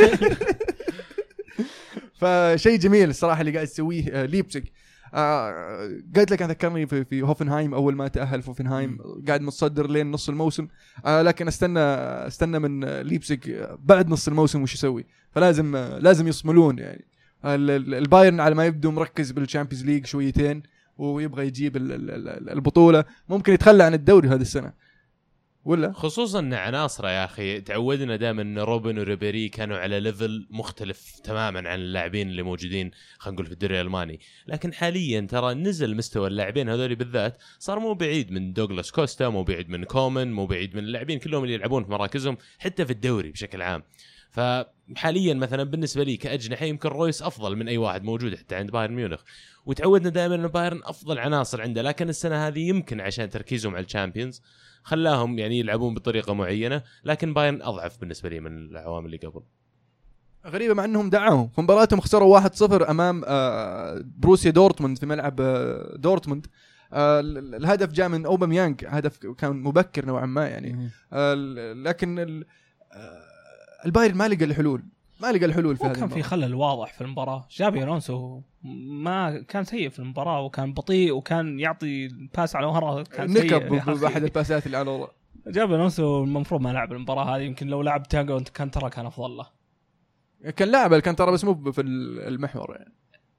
فشيء جميل الصراحة اللي قاعد يسويه ليبزيغ. قلت لك أنا ذكرني في هوفنهايم أول ما تأهل في هوفنهايم، قاعد متصدر لين نص الموسم، لكن استنى من ليبزيغ بعد نص الموسم وش يسوي. فلازم يصملون يعني. البايرن على ما يبدو مركز بالشامبيونز ليج شويتين ويبغى يجيب البطولة، ممكن يتخلى عن الدوري هذه السنة، ولا خصوصا ان عناصره يا اخي تعودنا دائما ان روبن وريبيري كانوا على ليفل مختلف تماما عن اللاعبين اللي موجودين خلينا نقول في الدوري الالماني، لكن حاليا ترى نزل مستوى اللاعبين هذول بالذات، صار مو بعيد من دوغلاس كوستا، مو بعيد من كومن، مو بعيد من اللاعبين كلهم اللي يلعبون في مراكزهم حتى في الدوري بشكل عام. فحاليا مثلا بالنسبه لي كاجنحه يمكن رويس افضل من اي واحد موجود حتى عند بايرن ميونخ، وتعودنا دائما ان بايرن افضل عناصر عنده، لكن السنه هذه يمكن عشان تركيزهم على الشامبيونز خلاهم يعني يلعبون بطريقه معينه، لكن بايرن اضعف بالنسبه لي من العوامل اللي قبل. غريبه مع انهم دعموا في مباراتهم، خسروا 1-0 امام بروسيا دورتموند في ملعب دورتموند. الهدف جاء من أوباميانغ، هدف كان مبكر نوعا ما يعني، لكن البايرن ما لقى الحلول في هذا. كان في خلل واضح في المباراة. جابي ألونسو ما كان سيء في المباراة، وكان بطيء، وكان يعطي باس على ورا كان نكب بأحد الباسات اللي على ورا. جاب الونسو المفروض ما لعب المباراه هذه. يمكن لو لعب تياغو كانتارا كان افضل له. كان لاعب الكانتارا بس مو في المحور يعني.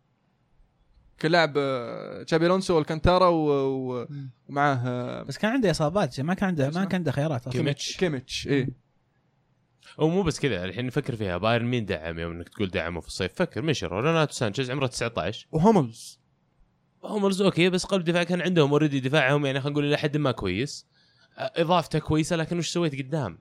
كان لاعب تشابي الونسو والكانتارا ومعاه بس كان عنده اصابات، ما كان عنده خيارات اصلا. كيميتش ايه. او مو بس كذا الحين نفكر فيها، بايرن مين دعم يوم انك تقول دعمه في الصيف؟ فكر ميشر، روناتو سانشيز عمره 19 وهوملز اوكي، بس قلب دفاع كان عندهم اوريدي، دفاعهم يعني خلينا نقول الى حد ما كويس، اضافته كويسه، لكن وش سويت قدام؟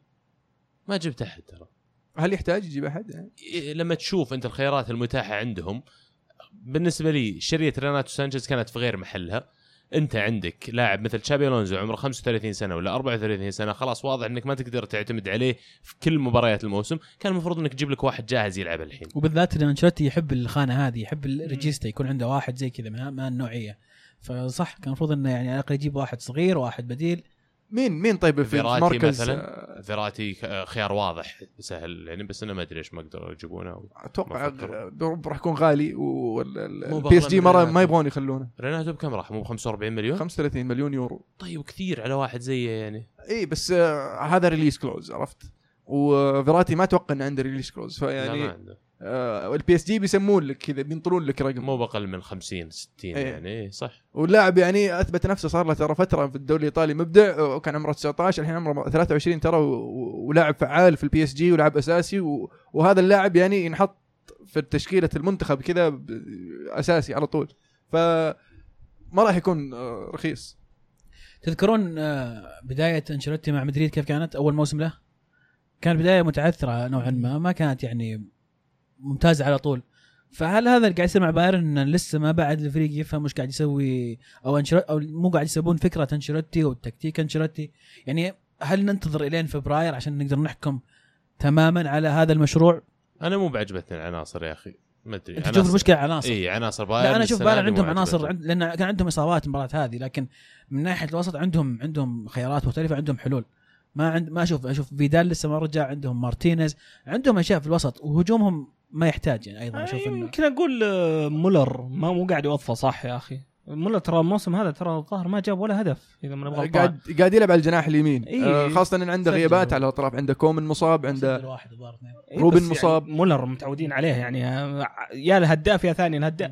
ما جبت احد. ترى هل يحتاج يجيب احد يعني؟ لما تشوف انت الخيارات المتاحه عندهم، بالنسبه لي شريه روناتو سانشيز كانت في غير محلها. انت عندك لاعب مثل تشابي الونزو عمره 35 سنه ولا 34 سنه، خلاص واضح انك ما تقدر تعتمد عليه في كل مباريات الموسم. كان المفروض انك تجيب لك واحد جاهز يلعب الحين، وبالذات ان انشيلوتي يحب الخانه هذه، يحب الريجيستا، يكون عنده واحد زي كذا ما النوعيه. فصح كان المفروض انه يعني على الاقل يجيب واحد صغير واحد بديل. مين طيب في مركز مثلا فيراتي خيار واضح سهل يعني، بس انا ما ادري ايش ما اقدر يجيبونه. اتوقع راح يكون غالي، والبي اس جي مره ما يبغون يخلونه. ريناتو بكم راح؟ مو ب 45 مليون؟ 35 مليون يورو. طيب كثير على واحد زيه يعني. اي بس هذا ريليس كلوز، عرفت؟ وفيراتي ما اتوقع انه عنده ريليس كلوز، فيعني البي اس جي بيسمون لك كذا، بينطرون لك رقم مو بقل من 50 60 يعني. صح. واللاعب يعني اثبت نفسه، صار له ترى فتره في الدوري الايطالي مبدع، وكان عمره 19 الحين عمره 23 ترى، ولاعب فعال في البي اس جي ولاعب اساسي، وهذا اللاعب يعني ينحط في تشكيله المنتخب كذا اساسي على طول، فما راح يكون رخيص. تذكرون بدايه انشيلوتي مع مدريد كيف كانت اول موسم له؟ كان بدايه متعثره نوعا ما كانت يعني ممتازه على طول. فهل هذا اللي قاعد يصير مع بايرن ان لسه ما بعد الفريق يفهم مش قاعد يسوي، او مو قاعد يسوون فكره انشيلوتي والتكتيك انشيلوتي؟ يعني هل ننتظر الين فبراير عشان نقدر نحكم تماما على هذا المشروع؟ انا مو بعجبتني العناصر يا اخي، ما ادري. انت تشوف المشكله عناصر؟ اي عناصر بايرن. لا انا اشوف بايرن عندهم عناصر لان كان عندهم اصابات المباراه هذه، لكن من ناحيه الوسط عندهم خيارات مختلفه، عندهم حلول. ما اشوف فيدال لسه ما رجع، عندهم مارتينيز، عندهم اشياء في الوسط، وهجومهم ما يحتاج يعني. ايضا اشوف يمكن اقول مولر مو قاعد يوظفه صح يا اخي. مولر ترى الموسم هذا ترى الظاهر ما جاب ولا هدف اذا ما نبغى. قاعد يلعب على الجناح اليمين. خاصه ان عنده غيابات على الاطراف، عنده كومن مصاب، عنده روبن مصاب. يعني مولر متعودين عليه يعني، يا الهداف يا ثاني الهداف.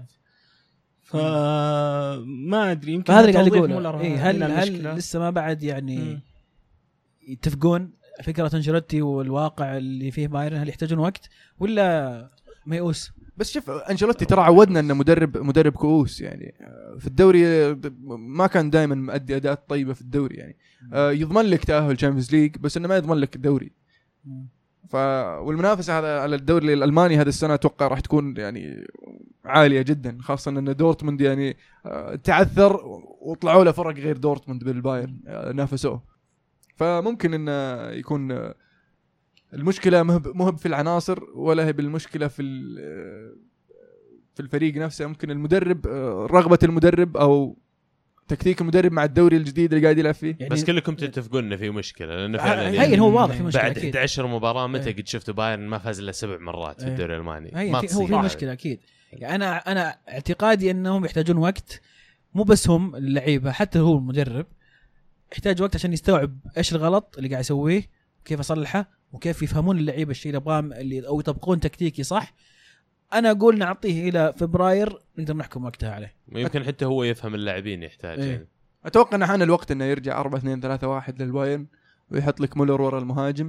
فما ادري يمكن هذا اللي قاعد يقول. هل لسه ما بعد يعني يتفقون فكرة انشيلوتي والواقع اللي فيه بايرن؟ هل يحتاجون وقت ولا ميؤوس؟ بس شوف انشيلوتي ترى عودنا انه مدرب كؤوس يعني. في الدوري ما كان دائما مؤدي اداءات طيبه في الدوري يعني. يضمن لك تاهل تشامبيونز ليج بس انه ما يضمن لك الدوري. والمنافسه هذا على الدوري الالماني هذا السنه اتوقع راح تكون يعني عاليه جدا، خاصه ان دورتموند يعني تعثر وطلعوا له فرق غير دورتموند بالبايرن نافسوه. فممكن ان يكون المشكله مو في العناصر ولا هي بالمشكله في الفريق نفسه. ممكن المدرب، رغبه المدرب او تكتيك المدرب مع الدوري الجديد اللي قاعد يلعب فيه يعني. بس كلكم تتفقون انه في مشكله، لانه فعلا يعني هو واضح في مشكله بعد 11 مباراه. متى قد شفتوا بايرن ما فاز الا 7 مرات في الدوري الالماني؟ ما هو في مشكله اكيد يعني. انا اعتقادي انهم يحتاجون وقت، مو بس هم اللعيبه، حتى هو المدرب يحتاج وقت عشان يستوعب ايش الغلط اللي قاعد يسويه وكيف اصلحه وكيف يفهمون اللعيبه الشيء اللي يبغاه او يطبقون تكتيكي صح. انا اقول نعطيه الى فبراير نقدر نحكم وقتها عليه. يمكن حتى هو يفهم اللاعبين يحتاج يعني. اتوقع ان حان الوقت انه يرجع 4-2-3-1 للبايرن ويحط لك مولر ورا المهاجم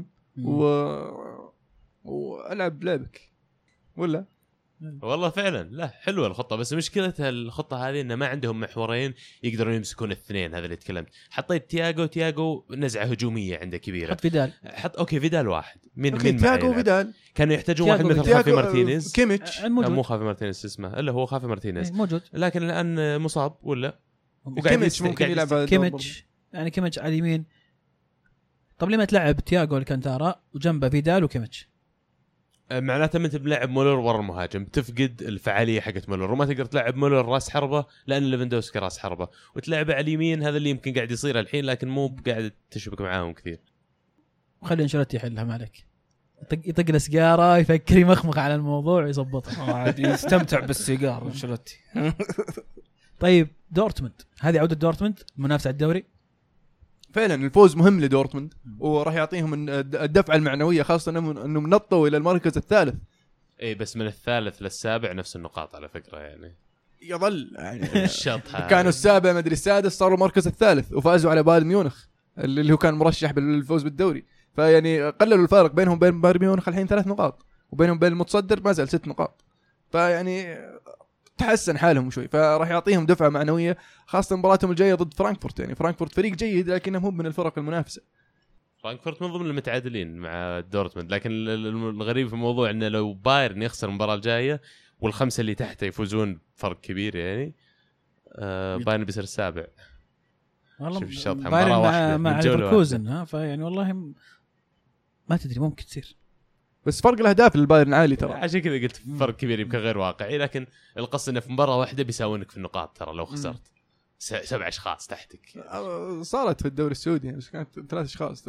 والعب لعبك ولا. والله فعلا لا حلوه الخطه، بس مشكله الخطه هذه انه ما عندهم محورين يقدرون يمسكون الاثنين. هذا اللي تكلمت. حطيت تياغو نزعه هجوميه عنده كبيره. حط فيدال. اوكي فيدال واحد. من تياغو فيدال كانوا يحتاجون واحد مثل خافي مارتينيز. كيميتش مو خافي مارتينيز اسمه الا هو خافي مارتينيز موجود، لكن الان مصاب ولا. كيميتش ممكن يلعب كيميتش يعني كيميتش على اليمين. طب ليه ما تلعب تياغو الكانتارا وجنبه فيدال وكيميتش؟ معناته انت بلعب مولر ورا المهاجم تفقد الفعاليه حقت مولر، وما تقدر تلعب مولر راس حربه لان ليفاندوفسكي راس حربه، وتلعب على اليمين. هذا اللي يمكن قاعد يصير الحين، لكن مو قاعد تشبك معاهم كثير. خلي انشيلوتي يحلها مالك، يطق له سيجاره يفكر يمخمخ على الموضوع ويظبطها عادي يستمتع بالسيجار انشيلوتي. طيب دورتموند، هذه عوده دورتموند منافسه على الدوري. فعلا الفوز مهم لدورتموند وراح يعطيهم الدفعه المعنويه، خاصه انهم نطوا الى المركز الثالث. اي بس من الثالث للسابع نفس النقاط على فكره يعني يظل يعني الشطحه كانوا السابع ما ادري السادس صاروا المركز الثالث وفازوا على بايرن ميونخ اللي هو كان مرشح بالفوز بالدوري. فيعني قللوا الفارق بينهم وبين بايرن ميونخ الحين 3 نقاط، وبينهم وبين المتصدر ما زال 6 نقاط. فيعني تحسن حالهم شوي، فراح يعطيهم دفعه معنويه، خاصه مباراتهم الجايه ضد فرانكفورت. يعني فرانكفورت فريق جيد لكنهم هم من الفرق المنافسه. فرانكفورت من ضمن المتعادلين مع دورتموند، لكن الغريب في الموضوع انه لو بايرن يخسر المباراه الجايه والخمسه اللي تحته يفوزون فرق كبير يعني بايرن بيصير السابع. والله شوف الشوط بايرن مع ليفركوزن ها، فيعني والله ما تدري ممكن تصير، بس فرق الاهداف للبايرن عالي ترى. عشان كذا قلت فرق كبير يمكن غير واقعي، لكن القصه انه في مباراه واحده بيساوونك في النقاط ترى لو خسرت 7 اشخاص تحتك. صارت في الدوري السعودي بس كانت 3 اشخاص.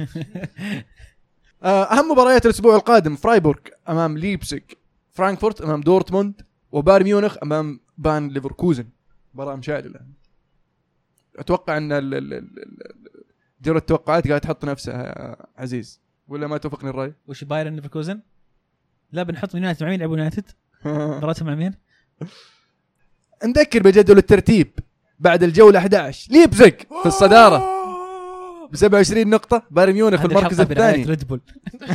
اهم مباريات الاسبوع القادم: فرايبورغ امام ليبزيغ، فرانكفورت امام دورتموند، وبايرن ميونخ امام بان ليفركوزن. مباراه مشعلله. اتوقع ان جوله التوقعات قاعد تحط نفسها عزيز، ولا ما توافقني الراي؟ وش بايرن ليفركوزن؟ لا بنحط يونايتد مع مين؟ يلعبون يونايتد مراتهم مع مين؟ نذكر بجدول الترتيب بعد الجوله 11: ليبزيغ في الصداره ب 27 نقطه، بايرن ميونخ في المركز الثاني ريد بول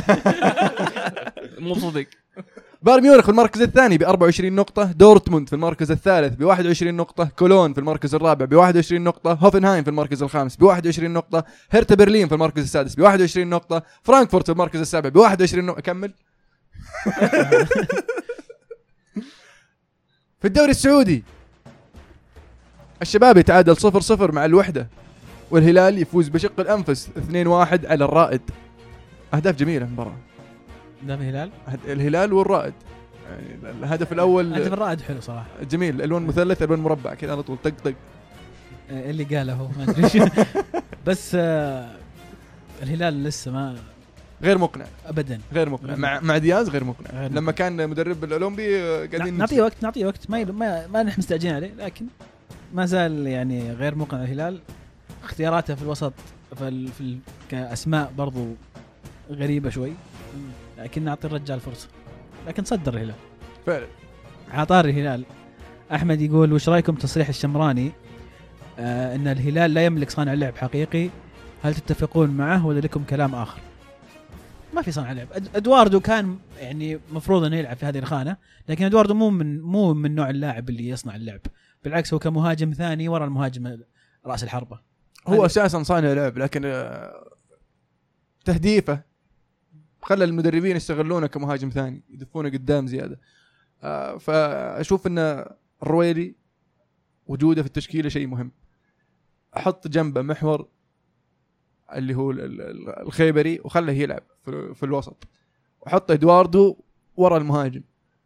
مو صدق. بايرن ميونخ في المركز الثاني ب 24 نقطة، دورتموند في المركز الثالث ب 21 نقطة، كولون في المركز الرابع ب 21 نقطة، هوفنهايم في المركز الخامس ب 21 نقطة، هيرتا برلين في المركز السادس ب 21 نقطة، فرانكفورت في المركز السابع ب 21 نقطة. كمل. في الدوري السعودي الشباب يتعادل 0-0 مع الوحدة، والهلال يفوز بشق الأنفس 2-1 على الرائد. أهداف جميلة المباراة. ده الهلال؟ الهلال والرائد. يعني الهدف الأول هدف الرائد حلو صراحة، جميل، ألوان مثلث ألوان مربع كذا على طول طق طق. اللي قاله هو ما أدري شو. بس الهلال لسه ما غير مقنع أبدا، غير مقنع مع دياز غير مقنع. لما كان مدرب الأولمبي قاعدين نعطيه وقت ما نحن مستعجلين عليه، لكن ما زال يعني غير مقنع. الهلال اختياراته في الوسط في كأسماء برضو غريبة شوي، لكن نعطي الرجال فرصة. لكن صدر الهلال فعلا. عطار الهلال أحمد يقول: وش رأيكم تصريح الشمراني أن الهلال لا يملك صانع لعب حقيقي؟ هل تتفقون معه ولا لكم كلام آخر؟ ما في صانع لعب. ادواردو كان يعني مفروض انه يلعب في هذه الخانه، لكن ادواردو مو من نوع اللاعب اللي يصنع اللعب، بالعكس هو كمهاجم ثاني ورا المهاجم راس الحربه. هو اساسا صانع لعب، لكن تهديفه خلى المدربين يستغلونه كمهاجم ثاني، يدفونه قدام زياده. فاشوف ان الرويلي وجوده في التشكيله شيء مهم. احط جنبه محور اللي هو الخيبري وخله يلعب في الوسط، وحط ادواردو ورا المهاجم.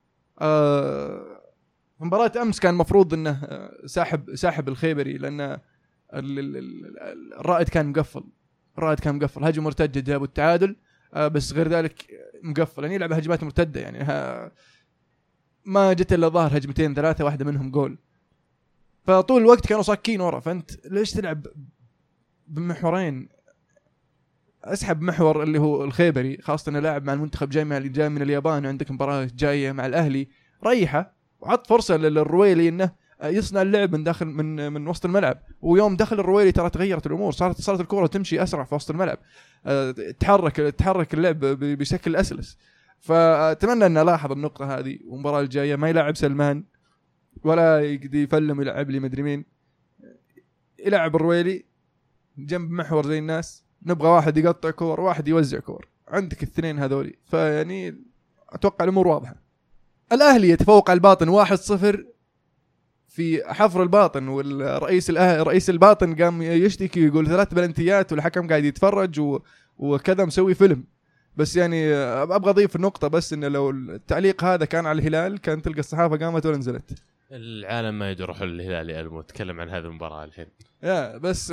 في مباراة امس كان مفروض انه ساحب الخيبري، لان الرائد كان مقفل هجمه مرتده جابوا التعادل، بس غير ذلك مقفل، يعني يلعب هجمات مرتده، يعني ما جت الا ظاهر هجمتين 3 واحده منهم جول. فطول الوقت كانوا صاكين ورا، فانت ليش تلعب بمحورين؟ اسحب محور اللي هو الخيبري، خاصة انه لاعب مع المنتخب جاي من اليابان، وعندك مباراة جاية مع الاهلي، ريحه وعط فرصة للرويلي انه يصنع اللعب من داخل من وسط الملعب. ويوم دخل الرويلي ترى تغيرت الامور، صارت الكرة تمشي اسرع في وسط الملعب، تحرك اللعب بشكل اسلس. فاتمنى ان الاحظ النقطة هذه، والمباراة الجاية ما يلعب سلمان ولا يقدر يفلم يلعب لي مدري مين، يلعب الرويلي جنب محور زي الناس. نبغى واحد يقطع كور، واحد يوزع كور، عندك الاثنين هذولي، فيعني اتوقع الامور واضحه. الاهلي يتفوق على الباطن 1-0 في حفر الباطن، رئيس الباطن قام يشتكي يقول 3 بلنتيات والحكم قاعد يتفرج وكذا مسوي فيلم. بس يعني ابغى اضيف النقطه بس، انه لو التعليق هذا كان على الهلال كان تلقى الصحافه قامت ولا نزلت. العالم ما يروح للهلال يا تكلم عن هذه المباراه الحين. يا بس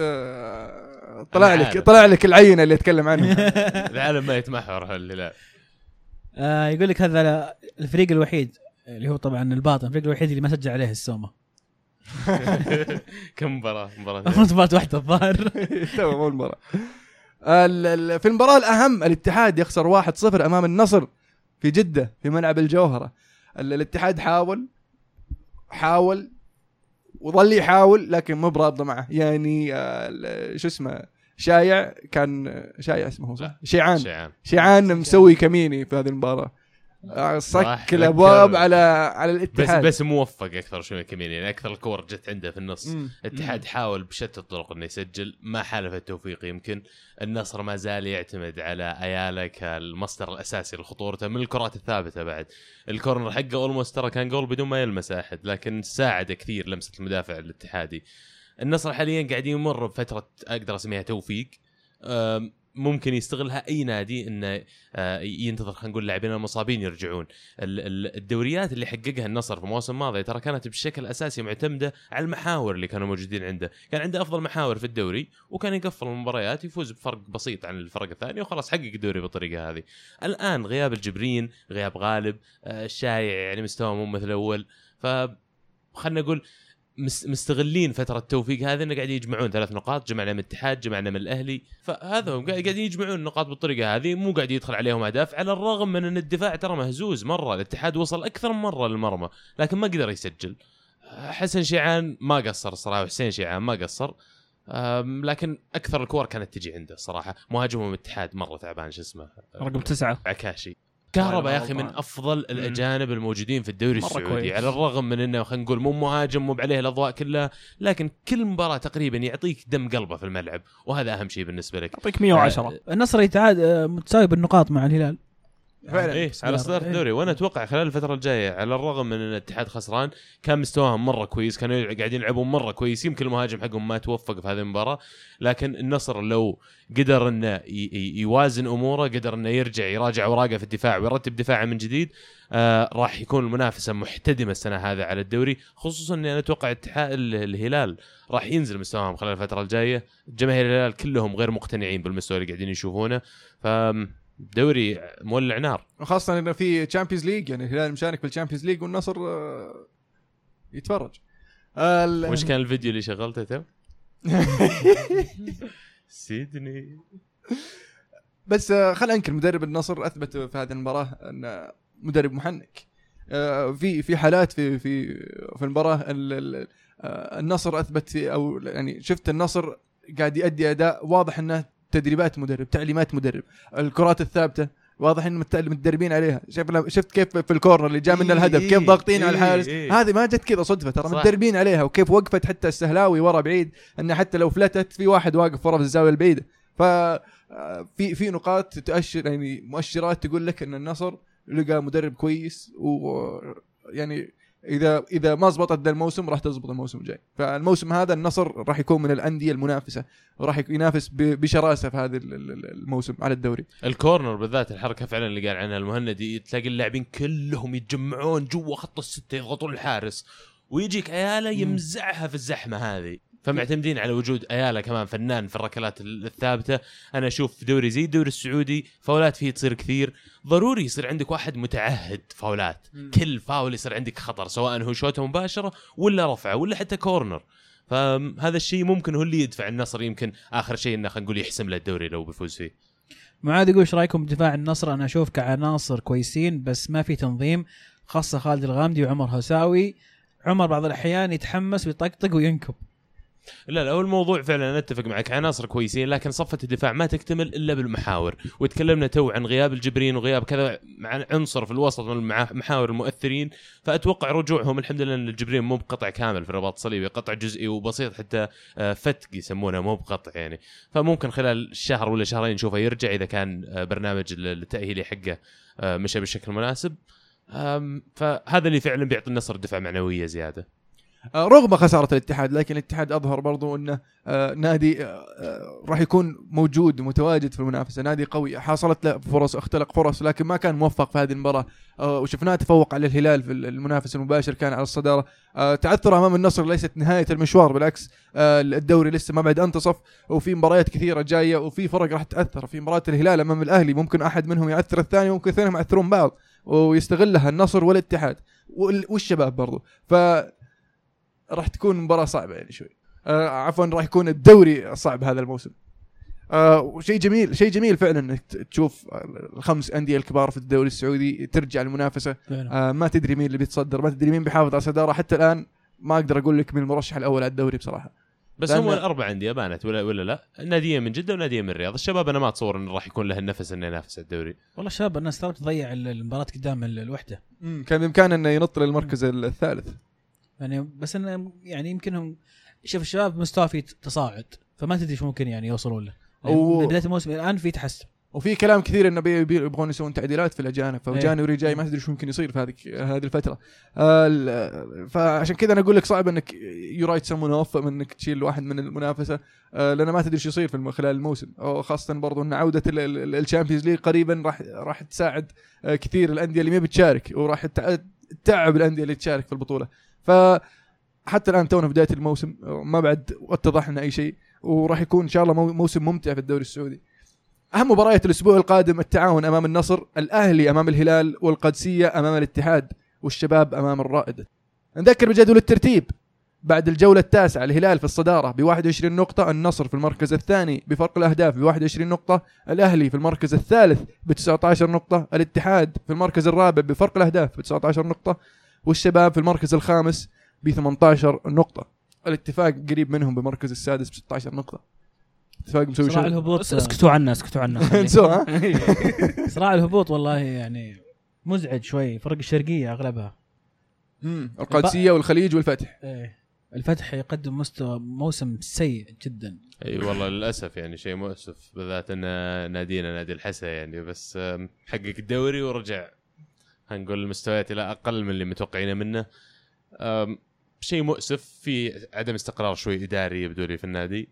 طلع لك العينه اللي اتكلم عنها. العالم ما يتمحور الهلال. يقول لك هذا الفريق الوحيد اللي هو طبعا الباطن، الفريق الوحيد اللي ما سجل عليه السومه. كم مباراه مباراة واحدة الظاهر. تو مو المباراة. في المباراة الأهم الاتحاد يخسر 1-0 أمام النصر في جدة في ملعب الجوهرة. الاتحاد حاول وظل يحاول لكن مو براضي معه يعني. شو اسمه شايع اسمه صح؟ شيعان مسوي كميني في هذه المباراة. صك الابواب على الاتحاد بس موفق اكثر شوي كمان يعني اكثر الكور جت عنده في النص. الاتحاد حاول بشتى الطرق انه يسجل ما حالف التوفيق. يمكن النصر ما زال يعتمد على ايالا كالمصدر الاساسي لخطورته من الكرات الثابته. بعد الكورنر حقه اولموست ترى كان جول بدون ما يلمس احد لكن ساعد كثير لمسه المدافع الاتحادي. النصر حاليا قاعدين يمر بفتره اقدر اسميها توفيق ممكن يستغلها اي نادي انه ينتظر خلينا نقول لاعبين المصابين يرجعون. الدوريات اللي حققها النصر في الموسم الماضي ترى كانت بشكل اساسي معتمده على المحاور اللي كانوا موجودين عنده. كان عنده افضل محاور في الدوري وكان يقفل المباريات يفوز بفرق بسيط عن الفرق الثانيه وخلاص حقق الدوري بالطريقه هذه. الان غياب الجبرين غياب غالب الشايع يعني مستوى مو مثل الاول. فخلنا نقول مستغلين فترة التوفيق هذه انه قاعد يجمعون 3 نقاط. جمعنا من الاتحاد جمعنا من الاهلي فهذا هم قاعدين يجمعون النقاط بالطريقة هذه. مو قاعد يدخل عليهم اهداف على الرغم من ان الدفاع ترى مهزوز مرة. الاتحاد وصل اكثر من مرة للمرمى لكن ما قدر يسجل. حسن شيعان ما قصر الصراحة وحسين شيعان ما قصر لكن اكثر الكور كانت تجي عنده صراحة. مهاجمهم الاتحاد مرة تعبان شو اسمه رقم 9 عكاشي. كهرباء يا اخي من افضل الاجانب الموجودين في الدوري السعودي كويس. على الرغم من انه خلينا نقول مو مهاجم مو عليه الاضواء كلها لكن كل مباراه تقريبا يعطيك دم قلبه في الملعب وهذا اهم شيء بالنسبه لك. يعطيك 110. النصر يتعاد متساوي بالنقاط مع الهلال فعلا إيه على صدارة الدوري. وانا اتوقع خلال الفتره الجايه على الرغم من ان الاتحاد خسران كان مستواهم مره كويس كانوا قاعدين يلعبون مره كويس. يمكن المهاجم حقهم ما توفق في هذه المباراه لكن النصر لو قدر انه يوازن اموره قدر انه يراجع اوراقه في الدفاع ويرتب دفاعه من جديد راح يكون المنافسه محتدمه السنه هذا على الدوري. خصوصا ان انا اتوقع الهلال راح ينزل مستواهم خلال الفتره الجايه. جماهير الهلال كلهم غير مقتنعين بالمستوى اللي قاعدين يشوفونه دوري مولع نار وخاصة انه في تشامبيونز ليج يعني الهلال مشارك في التشامبيونز ليج والنصر يتفرج. وش كان الفيديو اللي شغلته تو؟ سيدني. بس خلينا ننكر مدرب النصر اثبت في هذه المباراة انه مدرب محنك. في حالات في المباراة النصر اثبت في او يعني شفت النصر قاعد يؤدي اداء واضح انه تدريبات مدرب تعليمات مدرب. الكرات الثابته واضح ان متدربين عليها. شفت كيف في الكورنر اللي جاء منه الهدف كيف ضاغطين على الحارس. هذه ما جت كذا صدفه ترى متدربين عليها. وكيف وقفت حتى السهلاوي ورا بعيد انه حتى لو فلتت في واحد واقف ورا في الزاويه البعيده. في نقاط تؤشر يعني مؤشرات تقول لك ان النصر لقى مدرب كويس ويعني اذا ما زبطت ذا الموسم راح تزبط الموسم الجاي. فالموسم هذا النصر راح يكون من الانديه المنافسه وراح ينافس بشراسه في هذا الموسم على الدوري. الكورنر بالذات الحركه فعلا اللي قال عنها المهندي تلاقي اللاعبين كلهم يتجمعون جوا خط الستة يضغطون الحارس ويجيك ايالا يمزعها في الزحمه هذه. فمعتمدين على وجود ايالا كمان فنان في الركلات الثابته. انا اشوف في دوري زي الدوري السعودي فاولات فيه تصير كثير ضروري يصير عندك واحد متعهد فاولات. كل فاول يصير عندك خطر سواء هو شوطه مباشره ولا رفعه ولا حتى كورنر. فهذا الشيء ممكن هو اللي يدفع النصر يمكن اخر شيء انه خلينا نقول يحسم له الدوري لو بيفوز فيه. معاذ يقول ايش رايكم بدفاع النصر؟ انا اشوف كعناصر كويسين بس ما في تنظيم خاصه خالد الغامدي وعمر هساوي. عمر بعض الاحيان يتحمس ويطقطق وينكب. لا هو الموضوع فعلا نتفق معك عناصر كويسين لكن صفة الدفاع ما تكتمل إلا بالمحاور. وتكلمنا تو عن غياب الجبرين وغياب كذا مع عنصر في الوسط من المحاور المؤثرين. فأتوقع رجوعهم الحمد لله أن الجبرين مو بقطع كامل في الرباط الصليبي قطع جزئي وبسيط حتى فتق يسمونه مو بقطع يعني. فممكن خلال الشهر ولا شهرين نشوفه يرجع إذا كان برنامج التأهيلي حقه مشى بالشكل المناسب. فهذا اللي فعلا بيعطي النصر دفع معنوية زيادة رغم خسارة الاتحاد. لكن الاتحاد أظهر برضو أنه نادي راح يكون موجود متواجد في المنافسة. نادي قوي حصلت له فرص اختلق فرص لكن ما كان موفق في هذه المباراة. وشفناه تفوق على الهلال في المنافس المباشر كان على الصدارة. تعثر أمام النصر ليست نهاية المشوار بالعكس. الدوري لسه ما بعد انتصف وفي مباريات كثيرة جاية وفي فرق راح تأثر. في مباراة الهلال أمام الأهلي ممكن أحد منهم يأثر الثاني وممكن اثنينهم يأثرون بعض ويستغلها النصر والاتحاد والشباب برضو. راح تكون مباراة صعبة يعني شوي. عفوا راح يكون الدوري صعب هذا الموسم. وشيء جميل فعلا انك تشوف الخمس أندية الكبار في الدوري السعودي ترجع المنافسة. ما تدري مين اللي بيتصدر، ما تدري مين بيحافظ على صدارة. حتى الآن ما أقدر أقول لك مين المرشح الأول على الدوري بصراحة. بس هم الأربع أندية بانت ولا لا؟ نادية من جدة ونادية من الرياض. الشباب أنا ما أتصور إنه راح يكون له النفس إنه ينافس الدوري. والله الشباب الناس ترى تضيع المباراة قدام الوحدة. كان بإمكانه إنه ينط للمركز الثالث يعني بس إنه يعني يمكنهم شوف الشباب مستوى في تصاعد، فما تدري شو ممكن يعني يوصلون له. من بداية الموسم الآن في تحسن، وفي كلام كثير انه يبغون يسوون تعديلات في الاجانب، فجانوري جاي ما تدري شو ممكن يصير في هذه الفتره. فعشان كذا انا اقول لك صعب انك يرايت سمون اوف من انك تشيل واحد من المنافسه، لان ما تدري شو يصير في خلال الموسم. وخاصه برضو ان عوده الشامبيونز ليج قريبا راح تساعد كثير الانديه اللي ما بتشارك، وراح تتعب الانديه اللي تشارك في البطوله. فحتى الان تونا في بدايه الموسم، ما بعد اتضح لنا اي شيء، وراح يكون ان شاء الله موسم ممتع في الدوري السعودي. أهم مباريات الأسبوع القادم: التعاون أمام النصر، الأهلي أمام الهلال، والقادسية أمام الاتحاد، والشباب أمام الرائد. نذكر بجدول الترتيب: بعد الجولة التاسعة الهلال في الصدارة ب21 نقطة، النصر في المركز الثاني بفرق الأهداف ب21 نقطة، الأهلي في المركز الثالث ب19 نقطة، الاتحاد في المركز الرابع بفرق الأهداف ب19 نقطة، والشباب في المركز الخامس ب18 نقطة. الاتفاق قريب منهم بمركز السادس ب16 نقطة. اتفاق مسوي صراع الهبوط. اسكتوا عنا انسوا صراع الهبوط والله يعني مزعج شوي. فرق الشرقية أغلبها القادسية والخليج والفتح. الفتح يقدم مستوى موسم سيء جدا. اي والله للاسف يعني شيء مؤسف، بالذات ان نادينا نادي الحسا يعني بس حقق الدوري ورجع هنقول المستويات الى اقل من اللي متوقعينه منه. شيء مؤسف، في عدم استقرار شوي اداري يبدو لي في النادي،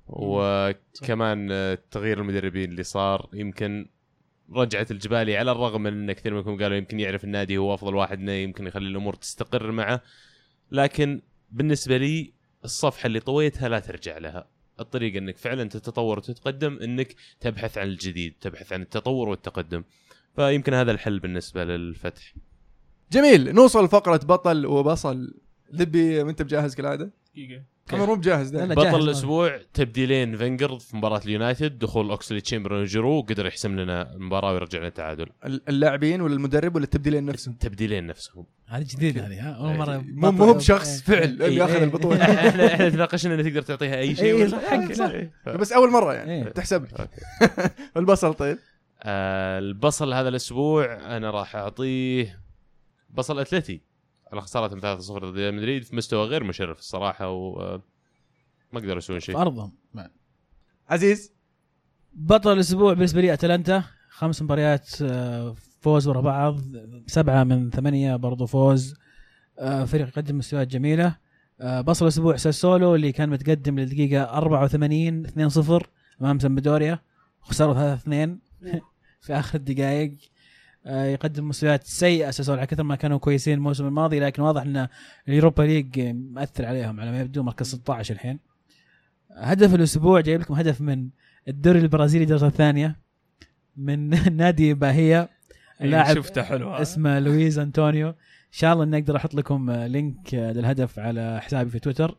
وكمان تغيير المدربين اللي صار يمكن رجعت الجبالي، على الرغم من ان كثير منكم قالوا يمكن يعرف النادي هو افضل واحد انه يمكن يخلي الامور تستقر معه، لكن بالنسبه لي الصفحه اللي طويتها لا ترجع لها. الطريق انك فعلا تتطور وتتقدم، انك تبحث عن الجديد، تبحث عن التطور والتقدم، فيمكن هذا الحل بالنسبه للفتح. جميل، نوصل لفقره بطل وبصل. لبي انت بجاهز كالعاده؟ دقيقه كمان مو بجاهز ده. بطل الاسبوع تبديلين فينجر في مباراه اليونايتد، دخول اوكسلي تشامبرلين وجيرو قدر يحسم لنا المباراه ويرجع لنا التعادل. اللاعبين ولا المدرب ولا التبديلين نفسهم؟ التبديلين نفسهم. هذه جديد هذه اول مره. مو بشخص فعل اللي اخذ البطوله. احنا تناقشنا ان تقدر تعطيها اي شيء بس اول مره يعني تحسب. البصل طيب البصل هذا الاسبوع انا راح اعطيه بصل اتلتي على خسارة 3-0 ضد ريال مدريد في مستوى غير مشرف الصراحة، وما قدروا يسوون شيء. أرضهم عزيز. بطل الأسبوع بالنسبة لي أتلانتا، 5 مباريات فوز ورا بعض، 7 من 8 برضو فوز. فريق يقدم مستويات جميلة. بطل الأسبوع ساسولو اللي كان متقدم للدقيقة 84 2-0 أمام سامبدوريا، خسروا 3-2 في آخر الدقائق. يقدم مستويات سيئة ساسولو على كثر ما كانوا كويسين الموسم الماضي، لكن واضح ان اليوروبا ليج مؤثر عليهم على ما يبدو، مركز 16 الحين. هدف الاسبوع جايب لكم هدف من الدوري البرازيلي الدرجة الثانية من نادي باهية، لاعب شفته حلو اسمه لويز أنطونيو. ان شاء الله اني اقدر احط لكم لينك للهدف على حسابي في تويتر،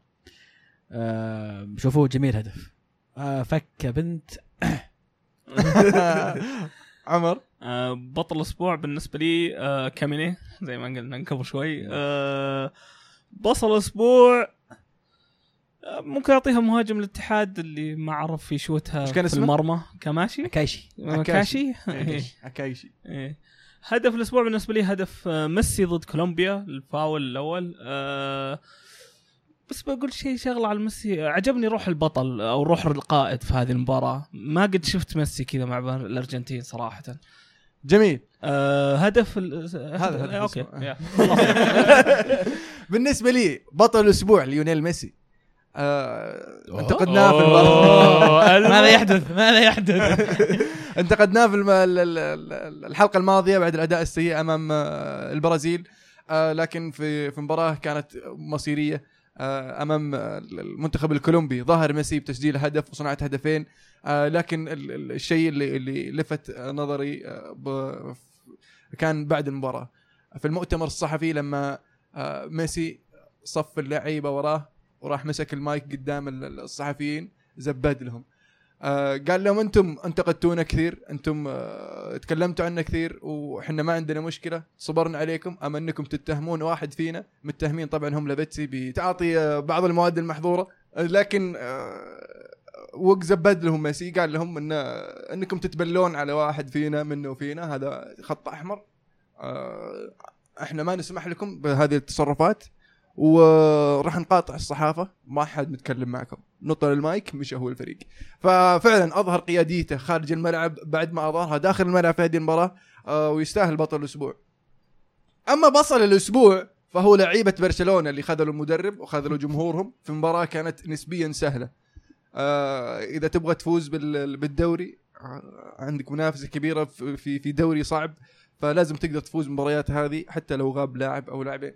شوفوه جميل هدف. فك بنت. عمر. بطل الاسبوع بالنسبه لي كاميني زي ما قلنا قبل شوي. بطل الاسبوع ممكن اعطيها مهاجم الاتحاد اللي ما عرف في شوتها في المرمى، كاماشي أكايشي. هدف الاسبوع بالنسبه لي هدف ميسي ضد كولومبيا، الفاول الاول. بس بقول شغله على ميسي، عجبني روح البطل او روح القائد في هذه المباراه، ما قد شفت ميسي كذا مع الارجنتين صراحه. جميل. هدف هذا اوكي. بالنسبه لي بطل الاسبوع ليونيل ميسي. انتقدناه في المباراة. ماذا يحدث انتقدناه في الحلقه الماضيه بعد الاداء السيء امام البرازيل، لكن في مباراه كانت مصيريه امام المنتخب الكولومبي ظهر ميسي بتسجيل هدف وصناعه هدفين. لكن الشيء اللي لفت نظري كان بعد المباراه في المؤتمر الصحفي، لما ميسي صف اللعيبه وراه وراح مسك المايك قدام الصحفيين زبد لهم. قال لهم انتم انتقدتونا كثير، انتم تكلمتوا عنا كثير وحنا ما عندنا مشكله، صبرنا عليكم، اما انكم تتهمون واحد فينا، متهمين طبعا هم لبتسي بتعاطي بعض المواد المحظوره، لكن وق زبد لهم ميسي قال لهم انكم تتبلون على واحد فينا منه وفينا، هذا خط احمر، احنا ما نسمح لكم بهذه التصرفات وراح نقاطع الصحافه، ما حد متكلم معكم، نطل المايك مش هو الفريق. ففعلا اظهر قياديته خارج الملعب بعد ما اظهرها داخل الملعب في هذه المباراه، ويستاهل بطل الاسبوع. اما بطل الاسبوع فهو لعيبه برشلونه اللي خذلوا المدرب وخذلوا جمهورهم في مباراه كانت نسبيا سهله. اذا تبغى تفوز بالدوري، عندك منافسه كبيره في دوري صعب، فلازم تقدر تفوز بالمباريات هذه حتى لو غاب لاعب او لاعبين.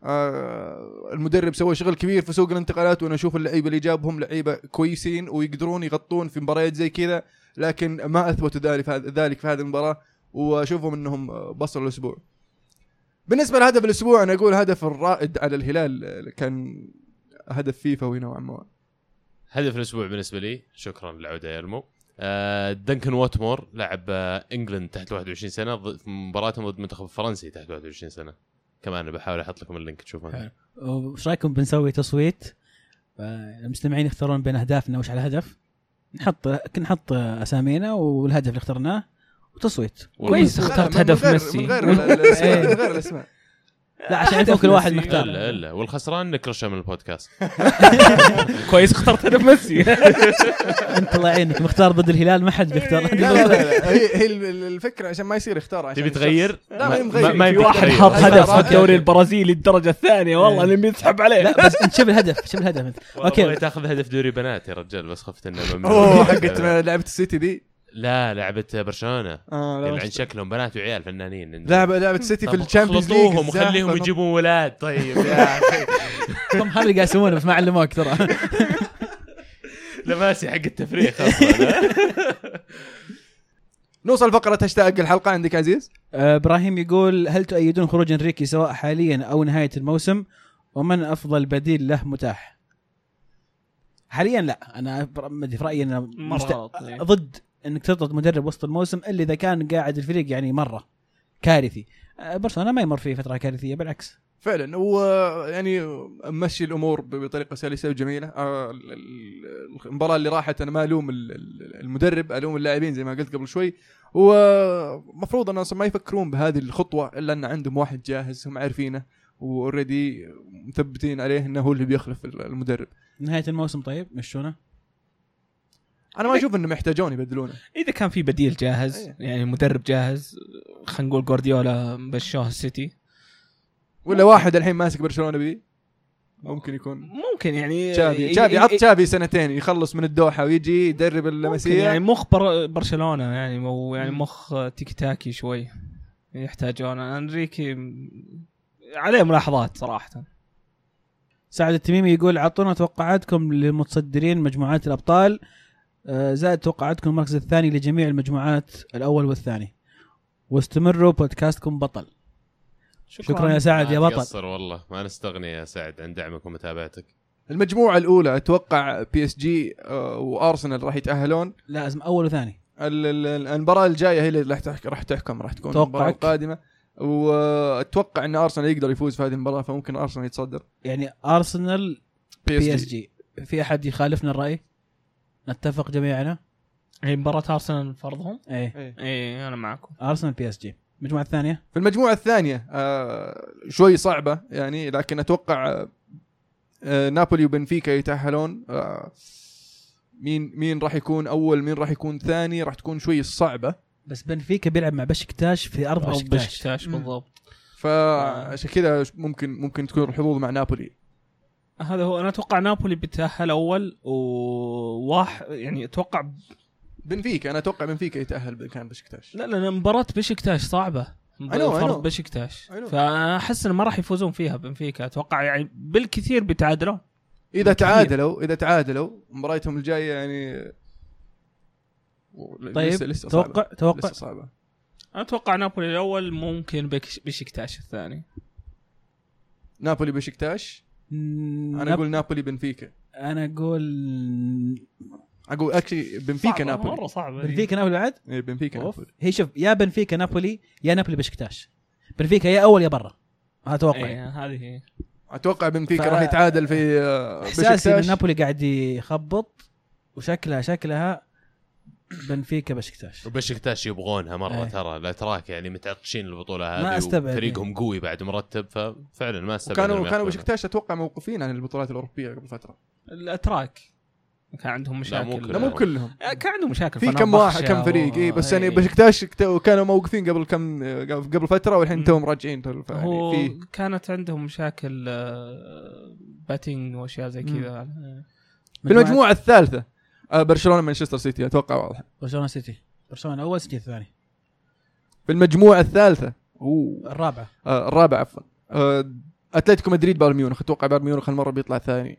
المدرب سوى شغل كبير في سوق الانتقالات، وانا اشوف اللعيبه اللي جابهم لعيبه كويسين ويقدرون يغطون في مباريات زي كذا، لكن ما اثبتوا ذلك في هذه المباراه، واشوفهم انهم بصلوا الاسبوع. بالنسبه لهدف الاسبوع انا اقول هدف الرائد على الهلال كان هدف فيفا نوعا ما. هدف الاسبوع بالنسبه لي، شكرا للعوده يا المو، دنكن واتمور لاعب انجلند تحت 21 سنه في مباراتهم ضد المنتخب الفرنسي تحت 21 سنه. كمان بحاول احط لكم اللينك تشوفونه. وش رايكم بنسوي تصويت المستمعين يختارون بين اهدافنا وش على هدف، نحط اسامينا والهدف اللي اخترناه وتصويت. كويس اخترت هدف ميسي من غير الاسماء. لا عشان يعرفون كل واحد مختار. لا والخسران نكرشه من البودكاست. كويس اخترت هدف ميسي. انت الله يعينك مختار ضد الهلال، ما حد بيختار. لا هي الفكره عشان ما يصير اختار عشان تبي تغير. ما في واحد حاط هدف في الدوري البرازيلي الدرجه الثانيه والله اللي بيسحب عليه. لا بس انت شوف الهدف اوكي تاخذ هدف دوري بنات يا رجال، بس خفت انه حقت لعبه السيتي دي. لا لعبة برشلونة يعني عن شكلهم بنات وعيال فنانين. لعبة السيتي في الشامبيونز ليج وخليهم يجيبون ولاد. طيب يا أخي هم هذا اللي قاسمونه بس ما علموك ترى. لماسي حق التفريخ أصلا. نوصل فقرة هاشتاج الحلقة. عندك عزيز إبراهيم يقول هل تؤيدون خروج إنريكي سواء حاليا أو نهاية الموسم، ومن أفضل بديل له متاح؟ حاليا لا، أنا في رأيي أنا ضد انك تطرد مدرب وسط الموسم الا اذا كان قاعد الفريق يعني مره كارثي. برشلونه ما يمر فيه فتره كارثيه، بالعكس فعلا هو يعني مشي الامور بطريقه سلسه وجميله. المباراه اللي راحت انا ما الوم المدرب، الوم اللاعبين زي ما قلت قبل شوي. ومفروض ان ما يفكرون بهذه الخطوه الا ان عندهم واحد جاهز هم عارفينه واوريدي مثبتين عليه انه هو اللي بيخلف المدرب نهايه الموسم. طيب مشونه، انا ما اشوف انهم يحتاجون يبدلونه. اذا كان في بديل جاهز يعني مدرب جاهز، خلينا نقول جوارديولا مشاه السيتي، ولا واحد الحين ماسك برشلونه بي ممكن يكون، ممكن يعني تشافي عط تشافي سنتين يخلص من الدوحه ويجي يدرب اللمسيه، يعني مخ برشلونه يعني او يعني مخ تيك تاكي شوي يحتاجون. انريكي عليه ملاحظات صراحه. سعد التميمي يقول عطونا توقعاتكم لمتصدرين مجموعات الابطال، زائد توقعاتكم المركز الثاني لجميع المجموعات الأول والثاني، واستمروا بودكاستكم بطل. شكرا يا سعد يا بطل. قصر والله ما نستغني يا سعد عن دعمك ومتابعتك. المجموعة الأولى أتوقع بي اس جي وأرسنال راح يتأهلون، لازم أول وثاني. المباراة الجاية هي اللي راح تحكم، راح تكون المباراة القادمة، وأتوقع أن أرسنال يقدر يفوز في هذه المباراة، فممكن أرسنال يتصدر. يعني أرسنال بي اس جي. في أحد يخالفنا الرأي؟ نتفق جميعنا. هي مباراة أرسنال فرضهم. إيه أنا معكم. أرسنال بي اس جي. المجموعة الثانية. في المجموعة الثانية شوي صعبة يعني، لكن أتوقع نابولي وبنفيكا يتأهلون. مين راح يكون أول مين راح يكون ثاني راح تكون شوي صعبة. بس بنفيكا بيلعب مع بشكتاش في أرض بشكتاش بالضبط. فعشان كذا ممكن تكون الحظوظ مع نابولي. هذا هو. أنا أتوقع نابولي بيتأهل أول يعني أتوقع بنفيكا. أنا أتوقع بنفيكا يتأهل كان بشكتاش. لا مباراة بشكتاش صعبة. فرض بشكتاش، فأحس إن ما راح يفوزون فيها بنفيكا. أتوقع يعني بالكثير بيتعادلون. إذا تعادلوا مباراتهم الجاية يعني. طيب لسه توقع صعبة. أنا أتوقع نابولي الأول، ممكن بشكتاش الثاني. نابولي بشكتاش انا اقول نابولي بنفيكا. انا اقول اكشلي بنفيكا نابولي. مره صعبه بنفيكا نابولي بعد. ايه بنفيكا نابولي. هي شوف يا بنفيكا نابولي يا نابولي بشكتاش. بنفيكا يا اول يا برا اتوقع. هذه هي. اتوقع بنفيكا راح يتعادل في احساسي ان نابولي قاعد يخبط وشكلها بنفيكا بشكتاش. وبشكتاش يبغونها مره ترى لا تراك يعني متعطشين البطوله هذه فريقهم قوي بعد مرتب ففعلا ما استبعد. كانوا بشكتاش اتوقع موقوفين عن البطولات الاوروبيه قبل فتره. الاتراك كان عندهم مشاكل. لا مو كلهم كان عندهم مشاكل في كم فريق اي بس يعني بشكتاش كانوا موقوفين قبل فتره والحين توهم راجعين. في كانت عندهم مشاكل باتينج واشياء زي كذا. في المجموعه الثالثه برشلونه مانشستر سيتي اتوقع واضح. برشلونه اول سيتي الثاني. في المجموعه الثالثه الرابعه عفوا اتلتيكو مدريد بايرن ميونخ. اتوقع بايرن ميونخ هالمره بيطلع ثاني.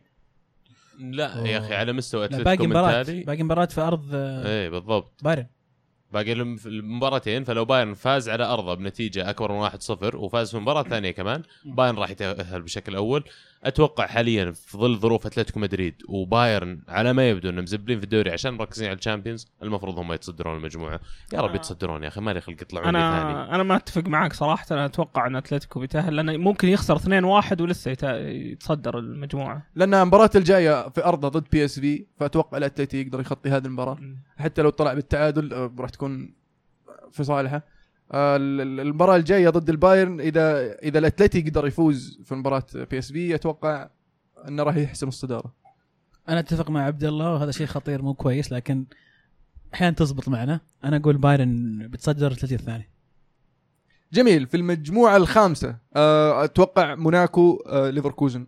لا يا اخي على مستوى اتلتيكو باقي مباراه في ارض ايه بالضبط بايرن باقي المباراتين. فلو بايرن فاز على ارضه بنتيجه اكبر من 1-0 وفاز في المباراه الثانيه كمان بايرن راح يتاهل بشكل اول. اتوقع حاليا في ظل ظروف اتلتيكو مدريد وبايرن على ما يبدو انهم مزبلين في الدوري عشان مركزين على الشامبيونز المفروض هم يتصدرون المجموعه. يا رب يتصدرون يا اخي مالي خلق يطلعون ثاني. انا ما اتفق معك صراحه. انا اتوقع ان اتلتيكو بيتاهل لانه ممكن يخسر 2-1 ولسه يتصدر المجموعه لان المباراه الجايه في ارضه ضد بي اس في. فاتوقع الاتلتيكو يقدر يخطي هذه المباراه حتى لو طلع بالتعادل راح تكون في صالحه. المباراه الجايه ضد البايرن اذا الاتلتيكو يقدر يفوز في مباراه بي اس في اتوقع انه راح يحسم الصداره. انا اتفق مع عبد الله وهذا شيء خطير مو كويس لكن احيانا تزبط معنا. انا اقول بايرن بتصدر الثلاثي الثاني. جميل. في المجموعه الخامسه اتوقع موناكو ليفركوزن.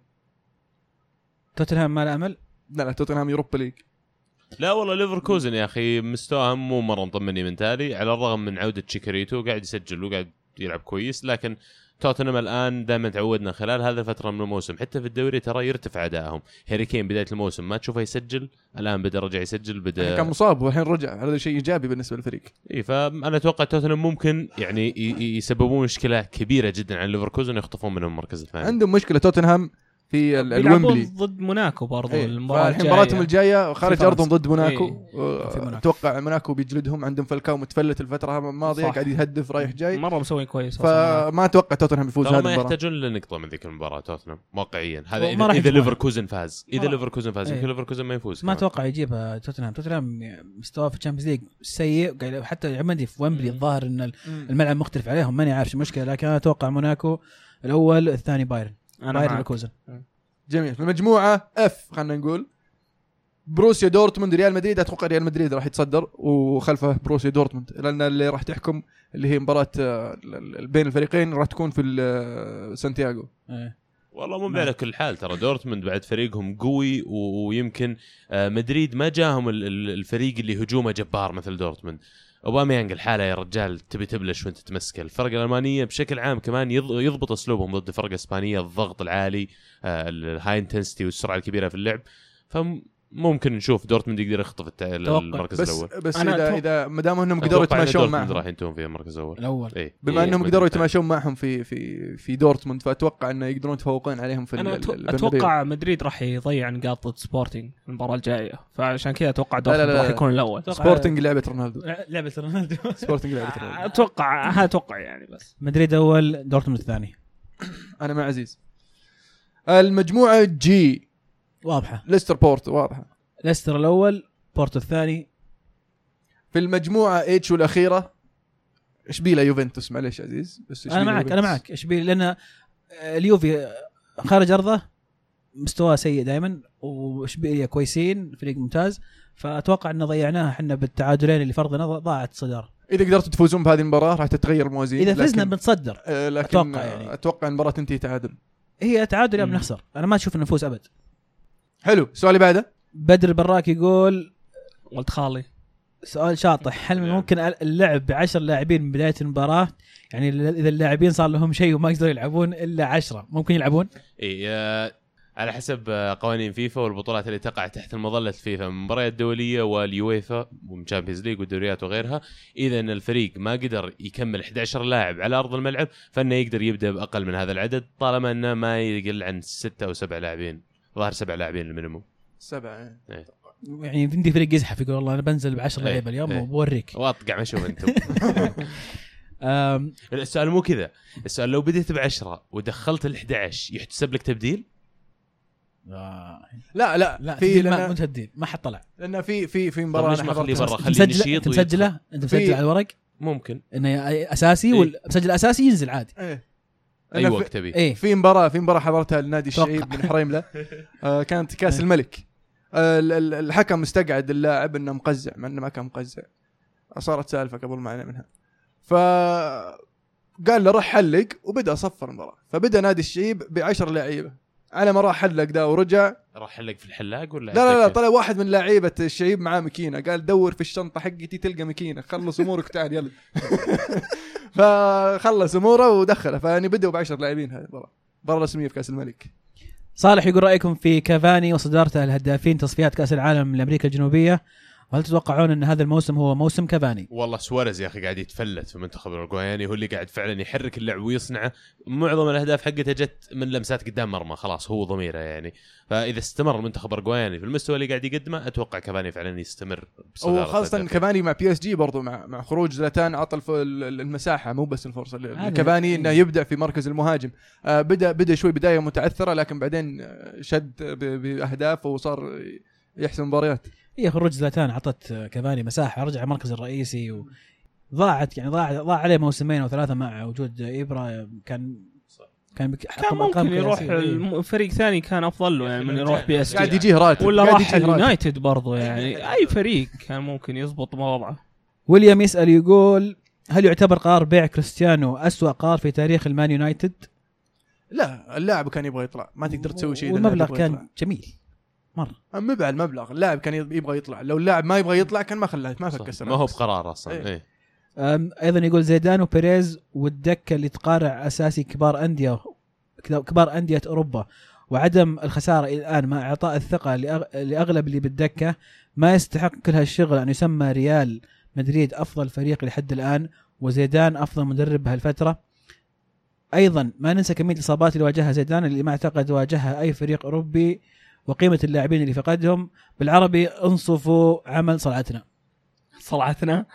توتنهام ما له امل. لا توتنهام يوروبا ليج. لا والله ليفركوزن يا اخي مستواهم مو مره مطمني من تالي على الرغم من عوده تشيكريتو قاعد يسجل وقاعد يلعب كويس. لكن توتنهام الان دائما تعودنا خلال هذه الفتره من الموسم حتى في الدوري ترى يرتفع ادائهم. هاري كين بدايه الموسم ما تشوفه يسجل الان بدا رجع يسجل كان مصاب والحين رجع. هذا شيء ايجابي بالنسبه للفريق. اي فانا اتوقع توتنهام ممكن يعني يسببون مشكله كبيره جدا على ليفركوزن ويخطفون منهم المركز الثاني. عندهم مشكله توتنهام في الويمبلي ضد موناكو برضو. المباراتهم الجايه خارج ارضهم ضد موناكو. اتوقع موناكو بيجلدهم. عندهم فالكاو متفلت الفتره الماضيه قاعد يهدف رايح جاي مره مسوي كويس. فما اتوقع توتنهام يفوز هذه المباراه. ما يحتاجون لنقطه من ذيك المباراه توتنهام واقعيا. هذا اذا ليفركوزن فاز يمكن ليفركوزن ما يفوز. ما اتوقع يجيبها توتنهام مستواه في الشامبيونز ليج سيء. حتى عمدي في ويمبلي الظاهر ان الملعب مختلف عليهم ماني عارف المشكله. لكن انا اتوقع موناكو الاول الثاني بايرن ليفركوزن. جميل. في المجموعة اف خلينا نقول بروسيا دورتموند ريال مدريد. اتوقع ريال مدريد راح يتصدر وخلفه بروسيا دورتموند لان اللي راح تحكم اللي هي مباراة بين الفريقين راح تكون في سانتياغو. والله مو على كل حال ترى دورتموند بعد فريقهم قوي ويمكن مدريد ما جاهم الفريق اللي هجومه جبار مثل دورتموند. اوباميانغ الحاله يا رجال تبي تبلش وانت تمسك. الفرق الالمانيه بشكل عام كمان يضبط اسلوبهم ضد فرق اسبانيه الضغط العالي الهاي انتنسيتي والسرعه الكبيره في اللعب. فممكن نشوف دورتموند يقدر يخطف المركز الاول. بس اذا ما دام انهم قدروا يتماشون معهم راح ينتهون في المركز الاول. بما انهم قدروا يتماشون معهم في دورتموند فاتوقع انه يقدرون يتفوقون عليهم في اتوقع مدريد راح يضيع نقاط ضد سبورتنج المباراه الجايه. فعشان كذا اتوقع دورتموند راح يكون الاول. سبورتنج لعبه رونالدو سبورتنج لعبه رونالدو. اتوقع يعني. بس مدريد اول دورتموند الثاني. انا مع عزيز. المجموعه جي واضحه. ليستر بورتو واضحه. ليستر الاول بورتو الثاني. في المجموعه اتش والاخيره اشبيليا يوفنتوس. معليش عزيز بس انا معك اشبيليا لان اليوفي خارج ارضه مستواه سيء دائما واشبيليا كويسين فريق ممتاز. فاتوقع ان ضيعناها احنا بالتعادلين اللي فرضنا ضاعت صداره. اذا قدرتوا تفوزون بهذه المباراه راح تتغير الموازين. اذا فزنا بنتصدر. لكن اتوقع المباراه تنتهي تعادل. هي تعادل يا بنخسر. انا ما اشوف انه نفوز ابد. حلو. السؤال اللي بعده بدر البراك يقول ولد خالي سؤال شاطح. هل ممكن اللعب ب10 لاعبين من بدايه المباراه؟ يعني اذا اللاعبين صار لهم شيء وما يقدروا يلعبون الا 10 ممكن يلعبون؟ على حسب قوانين فيفا والبطولات اللي تقع تحت المظله فيفا، المباريات الدوليه واليويفا والشامبيونز ليج والدوريات وغيرها، اذا ان الفريق ما قدر يكمل 11 لاعب على ارض الملعب فانه يقدر يبدا باقل من هذا العدد طالما انه ما يقل عن 6 أو 7 لاعبين. ظهر 7 لاعبين المينيموم. 7 يعني عندي فريق يزحف يقول والله انا بنزل ب10 لعيبه اليوم وبوريك واطقع ما اشوف انتم. السؤال مو كذا، السؤال لو بديت ب10 ودخلت ال11 يحتسب لك تبديل؟ لا في ما متهدين ما حد طلع لان في مباراه انا خليه برا خليه نشيط. انت مسجله على الورق ممكن انه اساسي والمسجل اساسي ينزل عادي. اي وقت تبي. في مباراه حضرتها لنادي الشعيب من حريمله كانت كاس الملك. الحكم مستقعد اللاعب انه مقزع مع انه ما كان مقزع، صارت سالفه قبل معنا منها، فقال له روح حلق وبدا صفر المباراه. فبدا نادي الشعيب ب10 لعيبه، على ما راح حلق ده ورجع راح حلق في الحلاق ولا لا طلع واحد من لاعيبه الشعيب معاه ماكينه، قال دور في الشنطه حقتي تلقى ماكينه، خلص امورك تعال يلا. فخلص اموره ودخله، فاني بدأوا ب10 لاعبين هذه المباراه رسميه في كاس الملك. صالح يقول رايكم في كافاني وصدارته الهدافين تصفيات كاس العالم لامريكا الجنوبيه، وهل تتوقعون ان هذا الموسم هو موسم كافاني؟ والله سواريز يا اخي قاعد يتفلت في منتخب الاورجواياني، هو اللي قاعد فعلا يحرك اللعب ويصنعه. معظم الاهداف حقته جت من لمسات قدام مرمى، خلاص هو ضميره يعني. فاذا استمر المنتخب الاورجواياني في المستوى اللي قاعد يقدمه اتوقع كافاني فعلا يستمر بصدارة. وخاصه كافاني مع بي اس جي برضو مع خروج زلاتان عطل في المساحه، مو بس الفرصه لكافاني انه يبدع في مركز المهاجم. بدا شوي بدايه متعثره، لكن بعدين شد باهداف وصار يحسم مباريات. هي خروج زلاتان عطت كافاني مساحه، رجع المركز الرئيسي وضاعت يعني ضاع عليه موسمين او 3 مع وجود إبرا. كان ممكن يروح فريق ثاني كان افضل له يعني من يروح بي اس جي، قاعد يجيه راتب، ولا راح اليونايتد برضه يعني. اي فريق كان ممكن يزبط وضعه. ويليام يسأل يقول هل يعتبر قرار بيع كريستيانو أسوأ قرار في تاريخ المان يونايتد؟ لا، اللاعب كان يبغى يطلع، ما تقدر تسوي شيء. والمبلغ كان جميل مرة. مبع المبلغ، اللاعب كان يبغى يطلع، لو اللاعب ما يبغى يطلع كان ما خلاه، ما فكر ما هو بقرار اصلا. إيه. ايضا يقول زيدان وبيريز والدكه اللي تقارع اساسي كبار انديه اوروبا، وعدم الخساره الان مع اعطاء الثقه لاغلب اللي بالدكه، ما يستحق كل هالشغل ان يسمى ريال مدريد افضل فريق لحد الان، وزيدان افضل مدرب بهالفتره. ايضا ما ننسى كميه الاصابات اللي واجهها زيدان اللي ما اعتقد واجهها اي فريق اوروبي، وقيمه اللاعبين اللي فقدهم. بالعربي انصفوا عمل صلعتنا.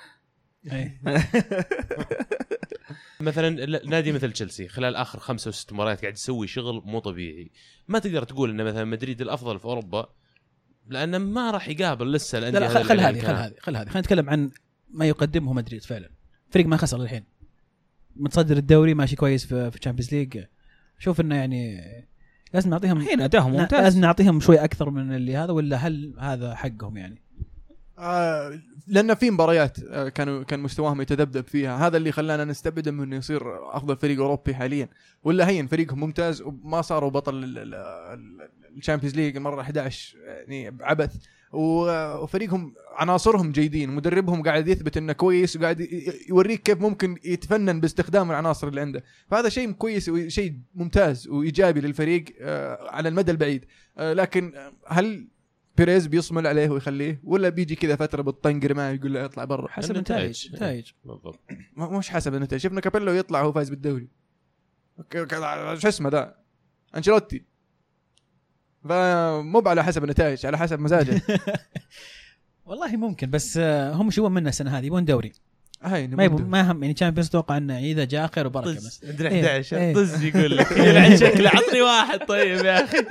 مثلا نادي مثل تشيلسي خلال اخر 5 أو 6 مباريات قاعد يسوي شغل مو طبيعي. ما تقدر تقول ان مثلا مدريد الافضل في اوروبا لانه ما راح يقابل لسه الانديه. خل هذه خلينا نتكلم عن ما يقدمه مدريد. فعلا فريق ما خسر الحين، متصدر الدوري، ماشي كويس في الشامبيونز ليج. شوف انه يعني لازم نعطيهم الحين اداهم ممتاز، لازم نعطيهم شوي اكثر من اللي هذا، ولا هل هذا حقهم يعني؟ لأن في مباريات كان مستواهم يتذبذب فيها، هذا اللي خلانا نستبعد منه يصير أفضل فريق أوروبي حاليا. ولا هين فريقهم ممتاز وما صاروا بطل الشامبيونز ليج مرة 11 يعني عبث. وفريقهم عناصرهم جيدين، مدربهم قاعد يثبت انه كويس، وقاعد يوريك كيف ممكن يتفنن باستخدام العناصر اللي عنده. فهذا شيء كويس وشيء ممتاز وايجابي للفريق على المدى البعيد. لكن هل بيريز بيصمل عليه ويخليه، ولا بيجي كذا فتره بالطنقر معه يقول له اطلع برا؟ حسب النتائج بالضبط. مش حسب النتائج. شفنا كابيلو يطلع هو فايز بالدوري، شو اسمه ذا انشيلوتي، فمو على حسب النتائج، على حسب مزاجه. والله ممكن، بس هم شو منا السنه هذه يبون دوري. ما هم يعني تشامبيونز توقع انه اذا جاء خير وبركه. بس عندنا 11 طز يقول لك يلعن شكله عطني واحد طيب يا اخي.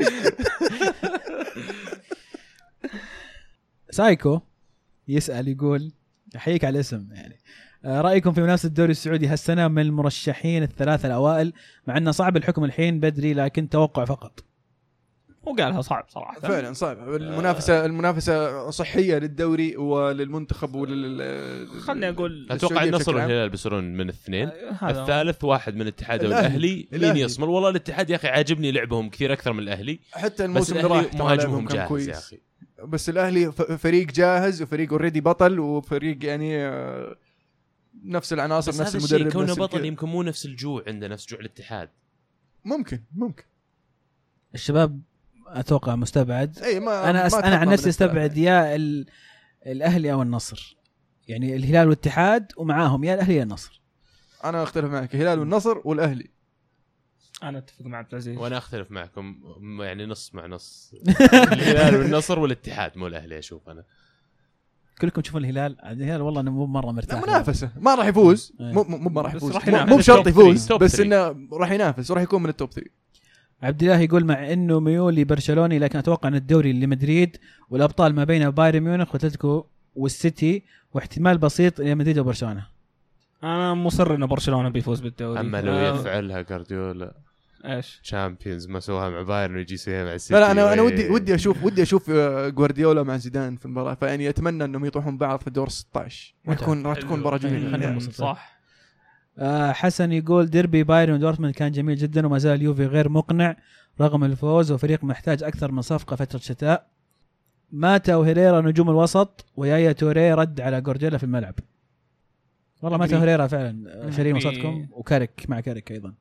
سايكو يسأل يقول احييك على الاسم يعني، رايكم في منافسه الدوري السعودي هالسنه من المرشحين الثلاثه الاوائل، مع انه صعب الحكم الحين بدري لكن توقع فقط. وقالها صعب صراحه، فعلا صعب. المنافسه صحيه للدوري وللمنتخب خلني اقول اتوقع النصر والهلال بيصيرون من الاثنين، الثالث واحد من الاتحاد والاهلي. مين يصمل؟ والله الاتحاد يا اخي عاجبني لعبهم كثير اكثر من الاهلي، حتى الموسم اللي راح مهاجمهم جاهز يا اخي. بس الاهلي فريق جاهز وفريق اوريدي بطل، وفريق يعني نفس العناصر نفس المدرب. كونه بطل يمكن مو نفس الجوع عنده، نفس جوع الاتحاد. ممكن الشباب اتوقع مستبعد. ما انا ما عن أتوقع نفسي من استبعد يا الاهلي او النصر، يعني الهلال والاتحاد ومعاهم يا الاهلي يا النصر. انا اختلف معك، الهلال والنصر والاهلي. انا اتفق مع عبد العزيز. وانا اختلف معكم يعني نص مع نص. الهلال والنصر والاتحاد مو الاهلي اشوف انا. كلكم تشوفون الهلال والله انه مو مره مرتاح. منافسه ما راح يفوز، إيه. مو راح بس يفوز، راح ينافس. مو بشرط يفوز توب بس 3. انه راح ينافس وراح يكون من التوب 3. عبد الله يقول مع انه ميولي برشلوني لكن اتوقع ان الدوري لمدريد والابطال ما بين بايرن ميونخ واتلتيكو والسيتي واحتمال بسيط لمدريد وبرشلونه. انا مصر ان برشلونه بيفوز بالدوري. اما لو يفعلها جارديولا ايش تشامبيونز ما سووها مع بايرن ويجي يسويها مع السيتي. لا انا ودي اشوف جوارديولا مع زيدان في المباراه، فيعني اتمنى انهم يطيحون بعض في دور 16. راح تكون مباراه جميله. صح. حسن يقول ديربي بايرن ودورتموند كان جميل جدا وما زال اليوفي غير مقنع رغم الفوز وفريق محتاج اكثر من صفقه فتره الشتاء. ماتا وهيريرا نجوم الوسط ويايا توري رد على جوارديولا في الملعب. والله ماتا وهيريرا فعلا شريم وسطكم وكارك مع كارك ايضا.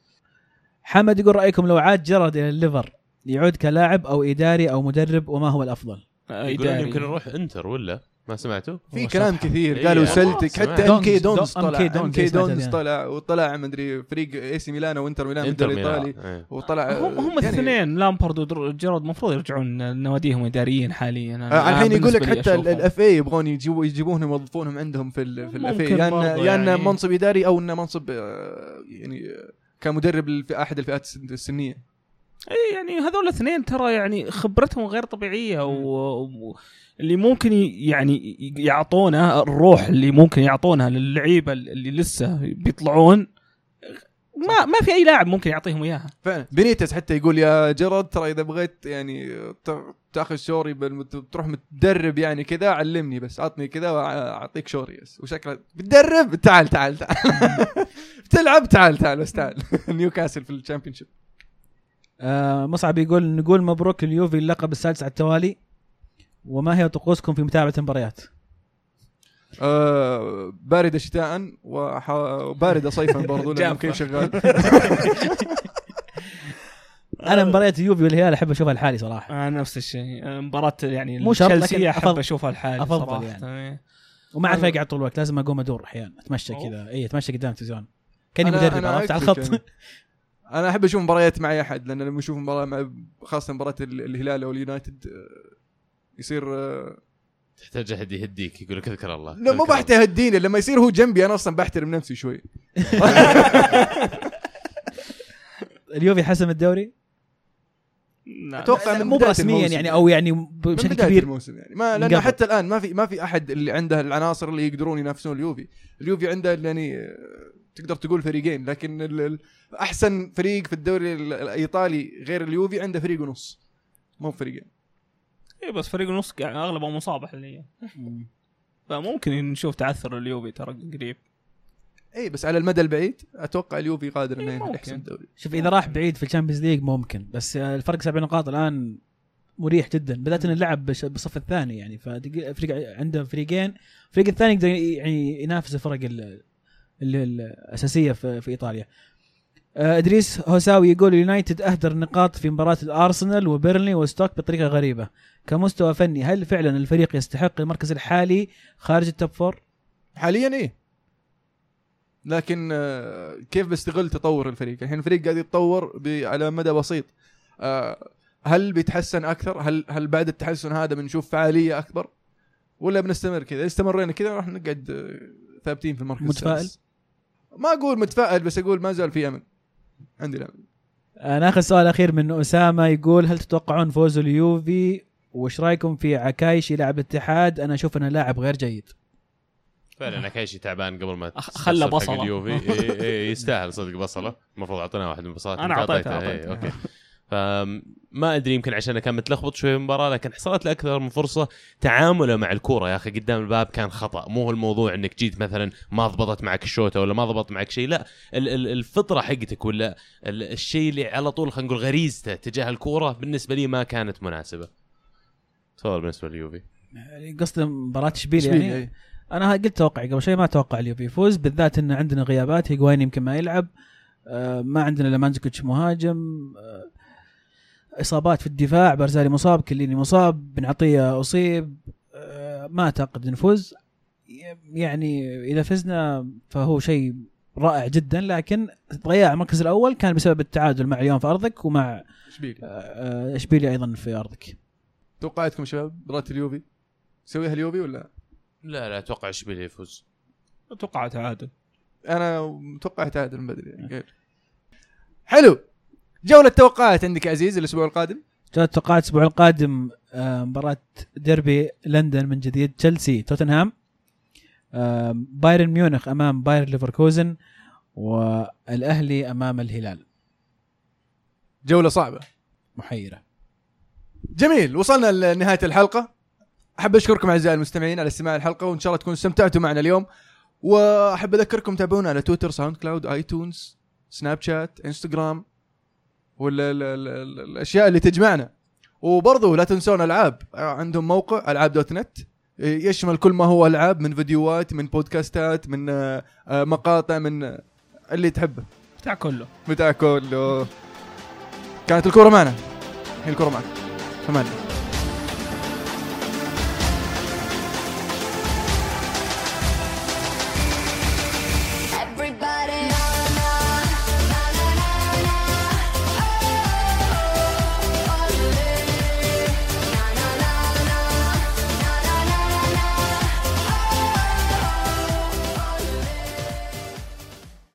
حمد يقول رايكم لو عاد جرد الى الليفر يعود كلاعب او اداري او مدرب وما هو الافضل؟ يقولون يمكن نروح انتر ولا ما سمعتوا؟ في كلام كثير إيه قالوا يعني سلتك حتى انكي دونز طلع يعني. وطلع مدري فريق اي سي ميلان وانتر ميلان بالدوري الايطالي وطلع هم الاثنين لامبارد وديرود المفروض يرجعون نواديهم اداريين حاليا. الحين يقول لك حتى الاف اي يبغون يجيبونهم يوظفونهم عندهم في الاف اي يعني منصب اداري او انه منصب يعني كمدرب في احد الفئات السنيه. اي يعني هذول الاثنين ترى يعني خبرتهم غير طبيعيه اللي ممكن يعني يعطونا الروح اللي ممكن يعطونها للعيبه اللي لسه بيطلعون ما في اي لاعب ممكن يعطيهم اياها فعلا. بينيتس حتى يقول يا جرد ترى اذا بغيت يعني تاخذ شوري تروح متدرب يعني كذا علمني بس عطني كذا واعطيك شوري بس وشكله بتدرب تعال بتلعب تعال بس تعال. نيوكاسل في الشامبيونشيب. مصعب يقول نقول مبروك اليوفي اللقب السادس على التوالي وما هي طقوسكم في متابعة المباريات؟ باردة شتاء وباردة صيفا برضو لأنه كيف شغال. أنا مباريات اليوفي والهلال أحب أشوفها الحالي صراحة. أنا نفس الشيء مباراة يعني مو شرط تشيلسي أحب أشوفها الحالي أفضل صراحة يعني. وما أعرف أقعد طول الوقت لازم أقوم أدور أحيانا أتمشى كذا أتمشى قدام التلفزيون كأني مدرب عرفت على الخط. أنا أحب أشوف مباريات مع أي أحد لأن لما أشوف مباراة مع خاصة مباراة الهلال أو اليونايتد يصير تحتاج أحد يهديك يقول لك اذكر الله. لا مو بحتى يهديني لما يصير هو جنبي أنا أصلا بحترم نفسي شوي. اليوفي حسم الدوري؟ أتوقع مو رسميا يعني أو يعني بشكل كبير الموسم يعني ما لأن حتى الآن ما في أحد اللي عنده العناصر اللي يقدرون ينافسون اليوفي عنده يعني تقدر تقول فريقين لكن أحسن فريق في الدوري الإيطالي غير اليوفي عنده فريق ونص مو فريقين. إيه بس فريق ونص أغلبه مصاب حاليا فممكن نشوف تعثر اليوفي ترى قريب. اي بس على المدى البعيد اتوقع اليوفي قادر انه يحسم الدوري. شوف اذا راح بعيد في الشامبيونز ليج ممكن بس الفرق 7 نقاط الان مريح جدا بدات ان اللعب بالصف الثاني يعني فريق عنده فريقين الفريق الثاني يقدر يعني ينافس الفرق الاساسيه في ايطاليا. ادريس هوساوي يقول اليونايتد اهدر نقاط في مباراه الارسنال وبيرنلي وستوك بطريقه غريبه كمستوى فني هل فعلا الفريق يستحق المركز الحالي خارج التوب 4 حاليا؟ ايه لكن كيف بيستغل تطور الفريق الحين الفريق قاعد يتطور على مدى بسيط. هل بيتحسن اكثر؟ هل بعد التحسن هذا بنشوف فعاليه اكبر ولا بنستمر كذا؟ استمرينا كذا راح نقعد ثابتين في المركز متفائل؟ ما اقول متفائل بس اقول ما زال في امل عندي الامل. ناخذ سؤال اخير من اسامه يقول هل تتوقعون فوز اليوفي وش رايكم في عكايشي لاعب الاتحاد؟ انا اشوف انه لاعب غير جيد فعلا. عكايشي تعبان قبل ما خلى بصله اليوفي يستاهل صدق بصله المفروض اعطيناه واحد من البصلات انا اعطيته اوكي. فما ادري يمكن عشان كان متلخبط شوي المباراه لكن حصلت له اكثر من فرصه. تعامله مع الكوره يا اخي قدام الباب كان خطا. مو الموضوع انك جيت مثلا ما ضبطت معك الشوطه ولا ما ضبط معك شيء لا الفطره حقتك ولا الشيء اللي على طول خلينا نقول غريزته تجاه الكوره بالنسبه لي ما كانت مناسبه. تفضل. بالنسبه لليوفي قصد مباراه اشبيليه يعني انا قلت توقع قبل شيء ما اتوقع اليوفي يفوز بالذات ان عندنا غيابات هيغوايين يمكن ما يلعب ما عندنا لمانزكوتش مهاجم اصابات في الدفاع، بارزالي مصاب، كليني مصاب، بن عطية اصيب، ما اعتقد نفوز. يعني اذا فزنا فهو شيء رائع جدا، لكن ضياع المركز الاول كان بسبب التعادل مع اليوم في ارضك ومع اشبيليا ايضا في ارضك. توقعاتكم شباب مباراة اليوفي يسويها اليوفي ولا لا اتوقع اشبيليا يفوز. اتوقع تعادل. انا متوقع تعادل من بدري يعني. حلو. جولة توقعات عندك يا عزيز الاسبوع القادم؟ جولة توقعات الاسبوع القادم مباراة ديربي لندن من جديد، تشيلسي توتنهام، بايرن ميونخ امام باير ليفركوزن، والاهلي امام الهلال. جولة صعبة محيرة. جميل. وصلنا لنهاية الحلقة. أحب أشكركم أعزائي المستمعين على استماع الحلقة، وإن شاء الله تكونوا استمتعتوا معنا اليوم. وأحب أذكركم تابعونا على تويتر، ساوند كلاود، آيتونز، سناب شات، إنستغرام، والأشياء اللي تجمعنا. وبرضو لا تنسون ألعاب، عندهم موقع ألعاب.net يشمل كل ما هو ألعاب، من فيديوهات، من بودكاستات، من مقاطع، من اللي تحبه، بتاع كله. كانت الكرة معنا، هي الكرة معنا. فمان.